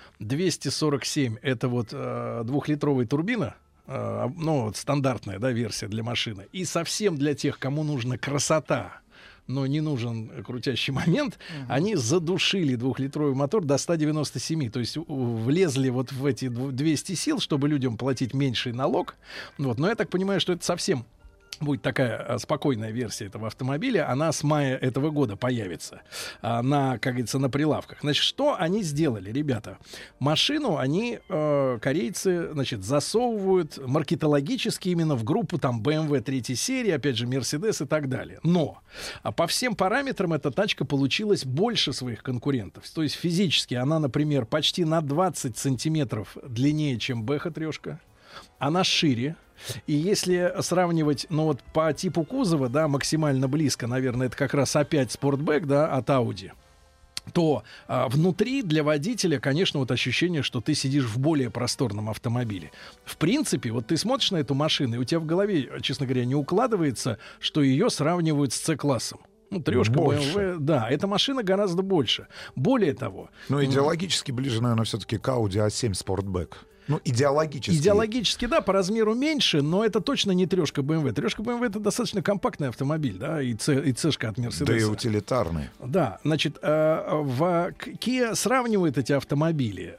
247 это вот 2-литровая турбина, ну, вот стандартная, да, версия для машины. И совсем для тех, кому нужна красота, но не нужен крутящий момент, они задушили 2-литровый мотор до 197. То есть влезли вот в эти 200 сил, чтобы людям платить меньший налог. Вот. Но я так понимаю, что это совсем будет такая спокойная версия этого автомобиля. Она с мая этого года появится на, как говорится, на прилавках. Значит, что они сделали, ребята? Машину они, корейцы, значит, засовывают маркетологически именно в группу там BMW 3 серии, опять же, Mercedes и так далее. Но по всем параметрам эта тачка получилась больше своих конкурентов. То есть физически она, например, почти на 20 сантиметров длиннее, чем Бэха-трешка. Она шире. И если сравнивать, ну вот по типу кузова, да, максимально близко, наверное, это как раз опять спортбэк, да, от Audi, то внутри для водителя, конечно, вот ощущение, что ты сидишь в более просторном автомобиле. В принципе, вот ты смотришь на эту машину, и у тебя в голове, честно говоря, не укладывается, что ее сравнивают с C-классом. Ну, трешка BMW, да, эта машина гораздо больше. Более того... Ну, идеологически ближе, наверное, все-таки к Audi A7 Sportback. Ну, идеологически. Идеологически, да, по размеру меньше, но это точно не трешка BMW. Трешка BMW — это достаточно компактный автомобиль, да, и C-шка от Mercedes. Да и утилитарный. Да, значит, Kia сравнивает эти автомобили,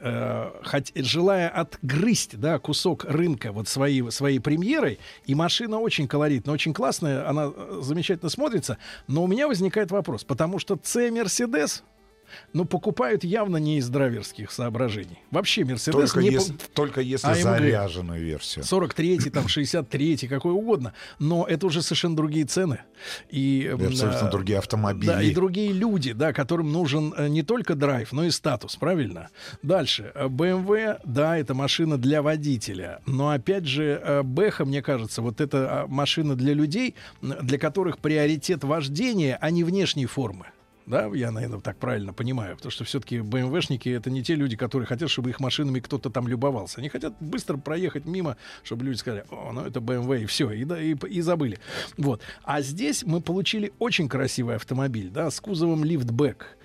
желая отгрызть, да, кусок рынка вот своей премьерой, и машина очень колоритная, очень классная, она замечательно смотрится, но у меня возникает вопрос, потому что C-Mercedes... Но покупают явно не из драйверских соображений. Вообще Мерседес только если AMG, заряженную версию. 43-й, там 63-й, какой угодно. Но это уже совершенно другие цены. И абсолютно другие автомобили. Да, и другие люди, да, которым нужен не только драйв, но и статус, правильно? Дальше. BMW, да, это машина для водителя. Но опять же, Бэха, мне кажется, вот это машина для людей, для которых приоритет вождения, а не внешней формы. Да, я, наверное, так правильно понимаю, потому что все-таки БМВшники — это не те люди, которые хотят, чтобы их машинами кто-то там любовался. Они хотят быстро проехать мимо, чтобы люди сказали: о, ну это BMW, и все, и забыли. Вот. А здесь мы получили очень красивый автомобиль, да, с кузовом лифтбэк,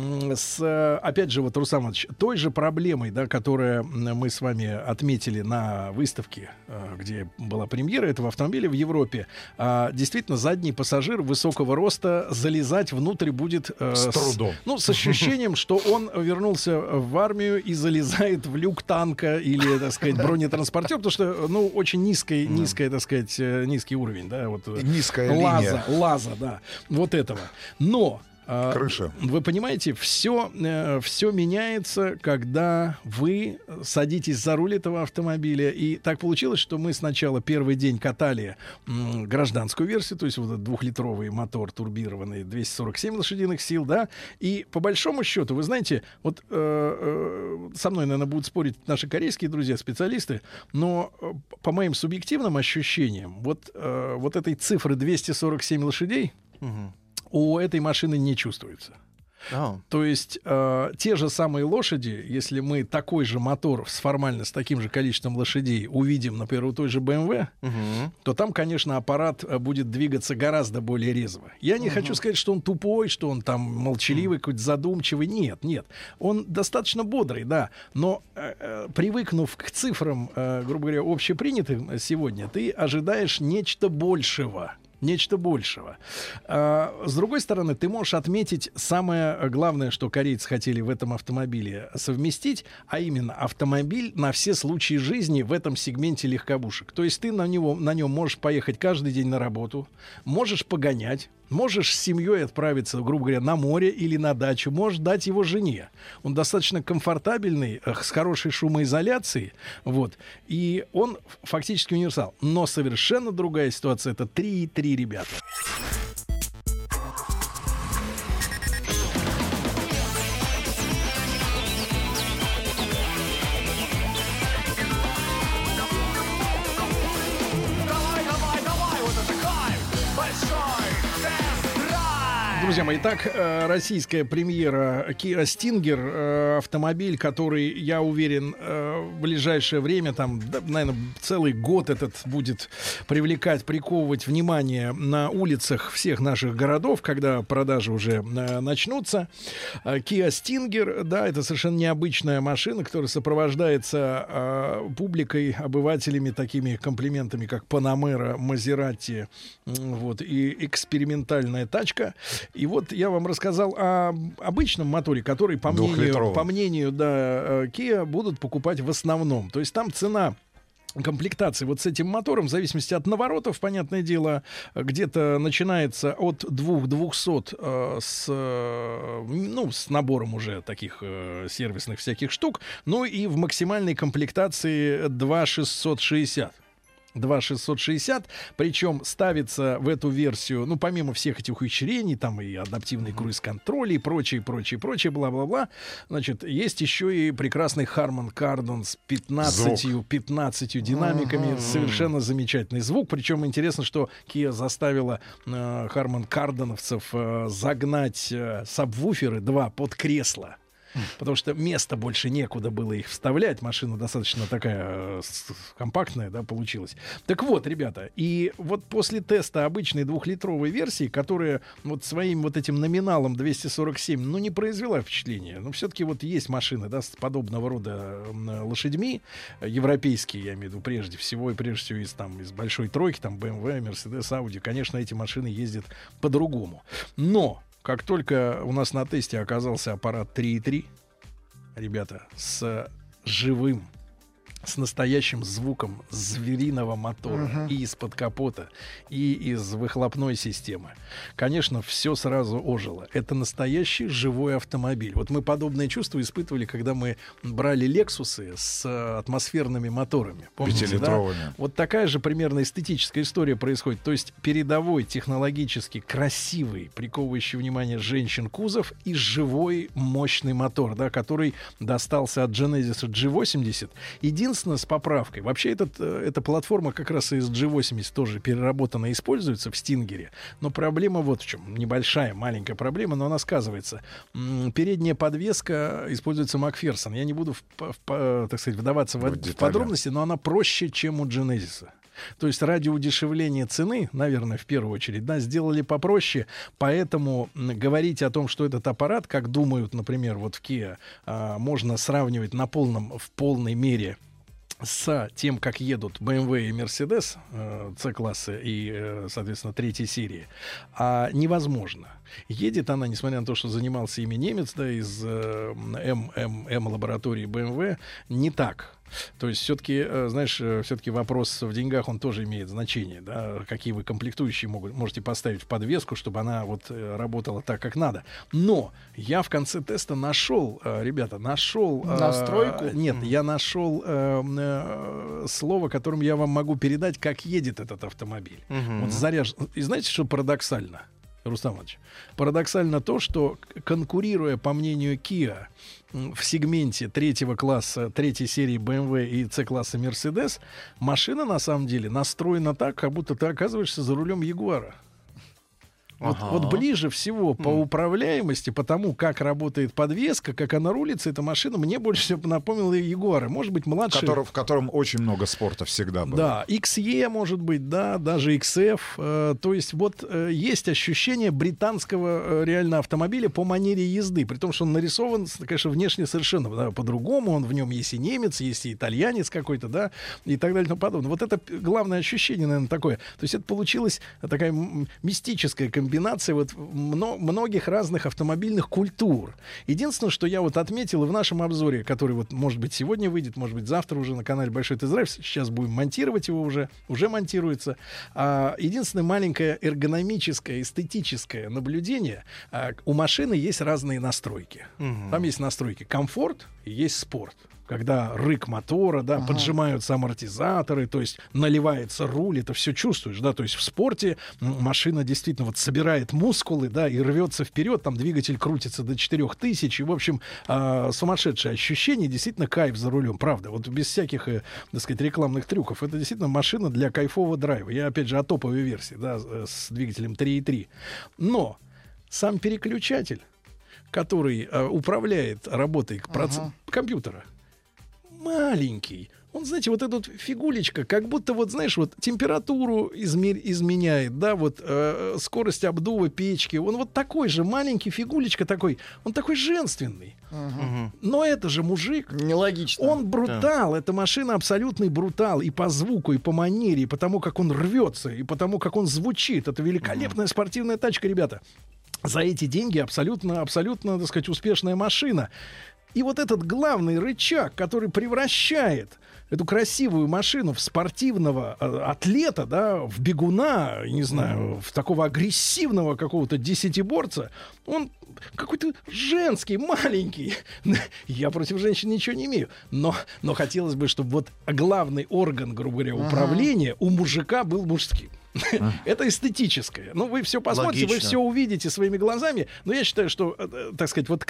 с, опять же, вот, Руслан Иванович, той же проблемой, да, которую мы с вами отметили на выставке, где была премьера этого автомобиля в Европе. Действительно, задний пассажир высокого роста залезать внутрь будет с трудом. С ощущением, что он вернулся в армию и залезает в люк танка или, так сказать, бронетранспортер, потому что, ну, очень низкий, так сказать, низкий уровень, да, вот. Низкая линия. Лаза, да, вот этого. Но крыша. Вы понимаете, все меняется, когда вы садитесь за руль этого автомобиля. И так получилось, что мы сначала первый день катали гражданскую версию, то есть вот этот 2-литровый мотор турбированный, 247 лошадиных сил, да. И по большому счету, вы знаете, вот со мной, наверное, будут спорить наши корейские друзья, специалисты, но по моим субъективным ощущениям, вот этой цифры 247 лошадей у этой машины не чувствуется. То есть те же самые лошади, если мы такой же мотор формально с таким же количеством лошадей увидим, например, у той же BMW, то там, конечно, аппарат будет двигаться гораздо более резво. Я не хочу сказать, что он тупой, что он там молчаливый, какой-то задумчивый. Нет. Он достаточно бодрый, да. Но привыкнув к цифрам, грубо говоря, общепринятым сегодня, ты ожидаешь нечто большего. С другой стороны, ты можешь отметить самое главное, что корейцы хотели в этом автомобиле совместить, а именно автомобиль на все случаи жизни в этом сегменте легковушек. То есть ты на нем можешь поехать каждый день на работу, можешь погонять, можешь с семьей отправиться, грубо говоря, на море или на дачу, можешь дать его жене. Он достаточно комфортабельный, с хорошей шумоизоляцией, вот, и он фактически универсал. Но совершенно другая ситуация — это 3.3, ребята. Друзья мои, итак, российская премьера Kia Stinger, автомобиль, который, я уверен, в ближайшее время, там, наверное, целый год этот будет привлекать, приковывать внимание на улицах всех наших городов, когда продажи уже начнутся. Kia Stinger, да, это совершенно необычная машина, которая сопровождается публикой, обывателями, такими комплиментами, как Panamera, Maserati, вот, и экспериментальная тачка. И вот я вам рассказал о обычном моторе, который, по мнению да, Kia, будут покупать в основном. То есть там цена комплектации вот с этим мотором, в зависимости от наворотов, понятное дело, где-то начинается от 2200 с набором уже таких сервисных всяких штук, ну и в максимальной комплектации 2660. 2660, причем ставится в эту версию, ну, помимо всех этих ухищрений, там и адаптивный круиз-контроль и прочее, бла-бла-бла, значит, есть еще и прекрасный Harman Kardon с 15 динамиками, совершенно замечательный звук, причем интересно, что Kia заставила Harman Kardon'овцев загнать сабвуферы 2 под кресло. Потому что места больше некуда было их вставлять. Машина достаточно такая компактная, да, получилась. Так вот, ребята, и вот после теста обычной 2-литровой версии, которая вот своим вот этим номиналом 247, ну, не произвела впечатления. Но все-таки вот есть машины, да, с подобного рода лошадьми, европейские, я имею в виду, прежде всего из большой тройки, там, BMW, Mercedes, Audi. Конечно, эти машины ездят по-другому. Но как только у нас на тесте оказался аппарат 3.3, ребята, с живым, с настоящим звуком звериного мотора и из-под капота, и из выхлопной системы, конечно, все сразу ожило. Это настоящий живой автомобиль. Вот мы подобные чувства испытывали, когда мы брали Лексусы с атмосферными моторами. Помните, 5-литровыми. Да? Вот такая же примерно эстетическая история происходит. То есть передовой, технологически красивый, приковывающий внимание женщин кузов и живой мощный мотор, да, который достался от Genesis G80. Единственное, с поправкой. Вообще эта платформа как раз из G80 тоже переработана и используется в Стингере. Но проблема вот в чем. Небольшая, маленькая проблема, но она сказывается. Передняя подвеска используется Макферсон. Я не буду, так сказать, вдаваться в подробности, но она проще, чем у Genesis. То есть ради удешевления цены, наверное, в первую очередь, да, сделали попроще, поэтому говорить о том, что этот аппарат, как думают, например, вот в Kia, можно сравнивать в полной мере с тем, как едут BMW и Mercedes C-класса и, соответственно, 3-й серии, невозможно. Едет она, несмотря на то, что занимался ими немец, да, из лаборатории BMW, не так. То есть все-таки, знаешь, все-таки вопрос в деньгах, он тоже имеет значение, да, какие вы комплектующие можете поставить в подвеску, чтобы она вот работала так, как надо. Но я в конце теста нашел, ребята, настройку? Нет, я нашел слово, которым я вам могу передать, как едет этот автомобиль. Вот заряжен. И знаете, что парадоксально? Рустам Иванович, парадоксально то, что, конкурируя, по мнению Kia, в сегменте 3-го класса, 3-й серии BMW и C-класса Mercedes, машина, на самом деле, настроена так, как будто ты оказываешься за рулем Ягуара. Вот ближе всего по управляемости, по тому, как работает подвеска, как она рулится, эта машина мне больше всего напомнила Ягуары. Может быть, младший. В котором очень много спорта всегда было. Да, XE, может быть, да, даже XF. То есть вот есть ощущение британского реально автомобиля по манере езды. При том, что он нарисован, конечно, внешне совершенно по-другому. Он в нем есть и немец, есть и итальянец какой-то, да, и так далее и тому подобное. Вот это главное ощущение, наверное, такое. То есть это получилась такая мистическая комбинация вот многих разных автомобильных культур. Единственное, что я вот отметил и в нашем обзоре, который вот, может быть, сегодня выйдет, может быть, завтра уже на канале Большой Тест-драйв, сейчас будем монтировать его уже монтируется. Единственное маленькое эргономическое, эстетическое наблюдение. У машины есть разные настройки. Там есть настройки комфорт и есть спорт. Когда рык мотора, да, поджимаются амортизаторы, то есть наливается руль, это все чувствуешь, да, то есть в спорте машина действительно вот собирает мускулы, да, и рвется вперед, там двигатель крутится до 4000, и, в общем, сумасшедшее ощущение, действительно кайф за рулем, правда, вот без всяких, так сказать, рекламных трюков, это действительно машина для кайфового драйва. Я, опять же, о топовой версии, да, с двигателем 3.3. Но сам переключатель, который управляет работой компьютера, маленький. Он, знаете, вот эта вот фигулечка, как будто вот, знаешь, вот температуру изменяет, да, вот скорость обдува печки. Он вот такой же маленький фигулечка такой, он такой женственный. Но это же мужик. Нелогично. Он брутал, эта машина абсолютный брутал и по звуку, и по манере, и потому как он рвется, и потому как он звучит. Это великолепная спортивная тачка, ребята. За эти деньги абсолютно, так сказать, успешная машина. И вот этот главный рычаг, который превращает эту красивую машину в спортивного атлета, да, в бегуна, не знаю, в такого агрессивного какого-то десятиборца, он какой-то женский, маленький. Я против женщин ничего не имею. Но хотелось бы, чтобы вот главный орган, грубо говоря, управления у мужика был мужским. Это эстетическое. Ну, вы все посмотрите, вы все увидите своими глазами. Но я считаю, что, так сказать, вот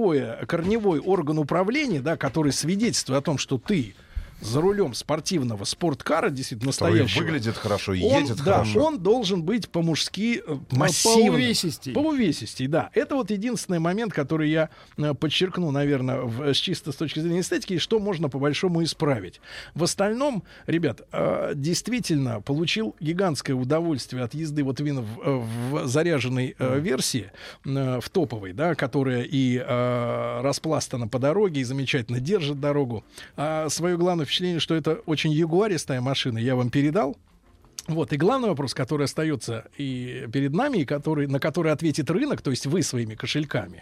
корневой орган управления, да, который свидетельствует о том, что ты за рулем спортивного спорткара, действительно настоящего. Выглядит хорошо, едет хорошо. Он должен быть по-мужски массивным. По увесистей, да. Это вот единственный момент, который я подчеркну, наверное, чисто с точки зрения эстетики, что можно по-большому исправить. В остальном, ребят, действительно получил гигантское удовольствие от езды вот именно в заряженной версии, в топовой, да, которая и распластана по дороге, и замечательно держит дорогу. Свое главное впечатление, что это очень ягуаристая машина, я вам передал. Вот, и главный вопрос, который остается и перед нами, и на который ответит рынок, то есть вы своими кошельками.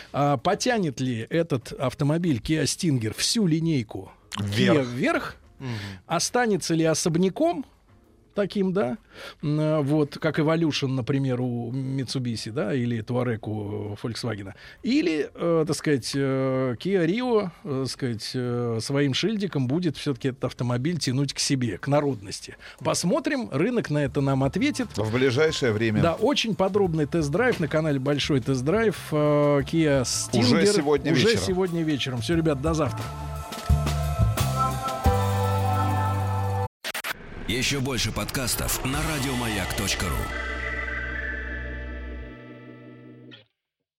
Потянет ли этот автомобиль Kia Stinger всю линейку Kia вверх? Останется ли особняком таким, да, вот, как Evolution, например, у Mitsubishi, да, или Touareg у Volkswagen, или, так сказать, Kia Rio, так сказать, своим шильдиком будет все-таки этот автомобиль тянуть к себе, к народности. Посмотрим, рынок на это нам ответит. В ближайшее время. Да, очень подробный тест-драйв на канале Большой тест-драйв Kia Stinger. Уже сегодня вечером. Все, ребят, до завтра. Еще больше подкастов на радиомаяк.ру.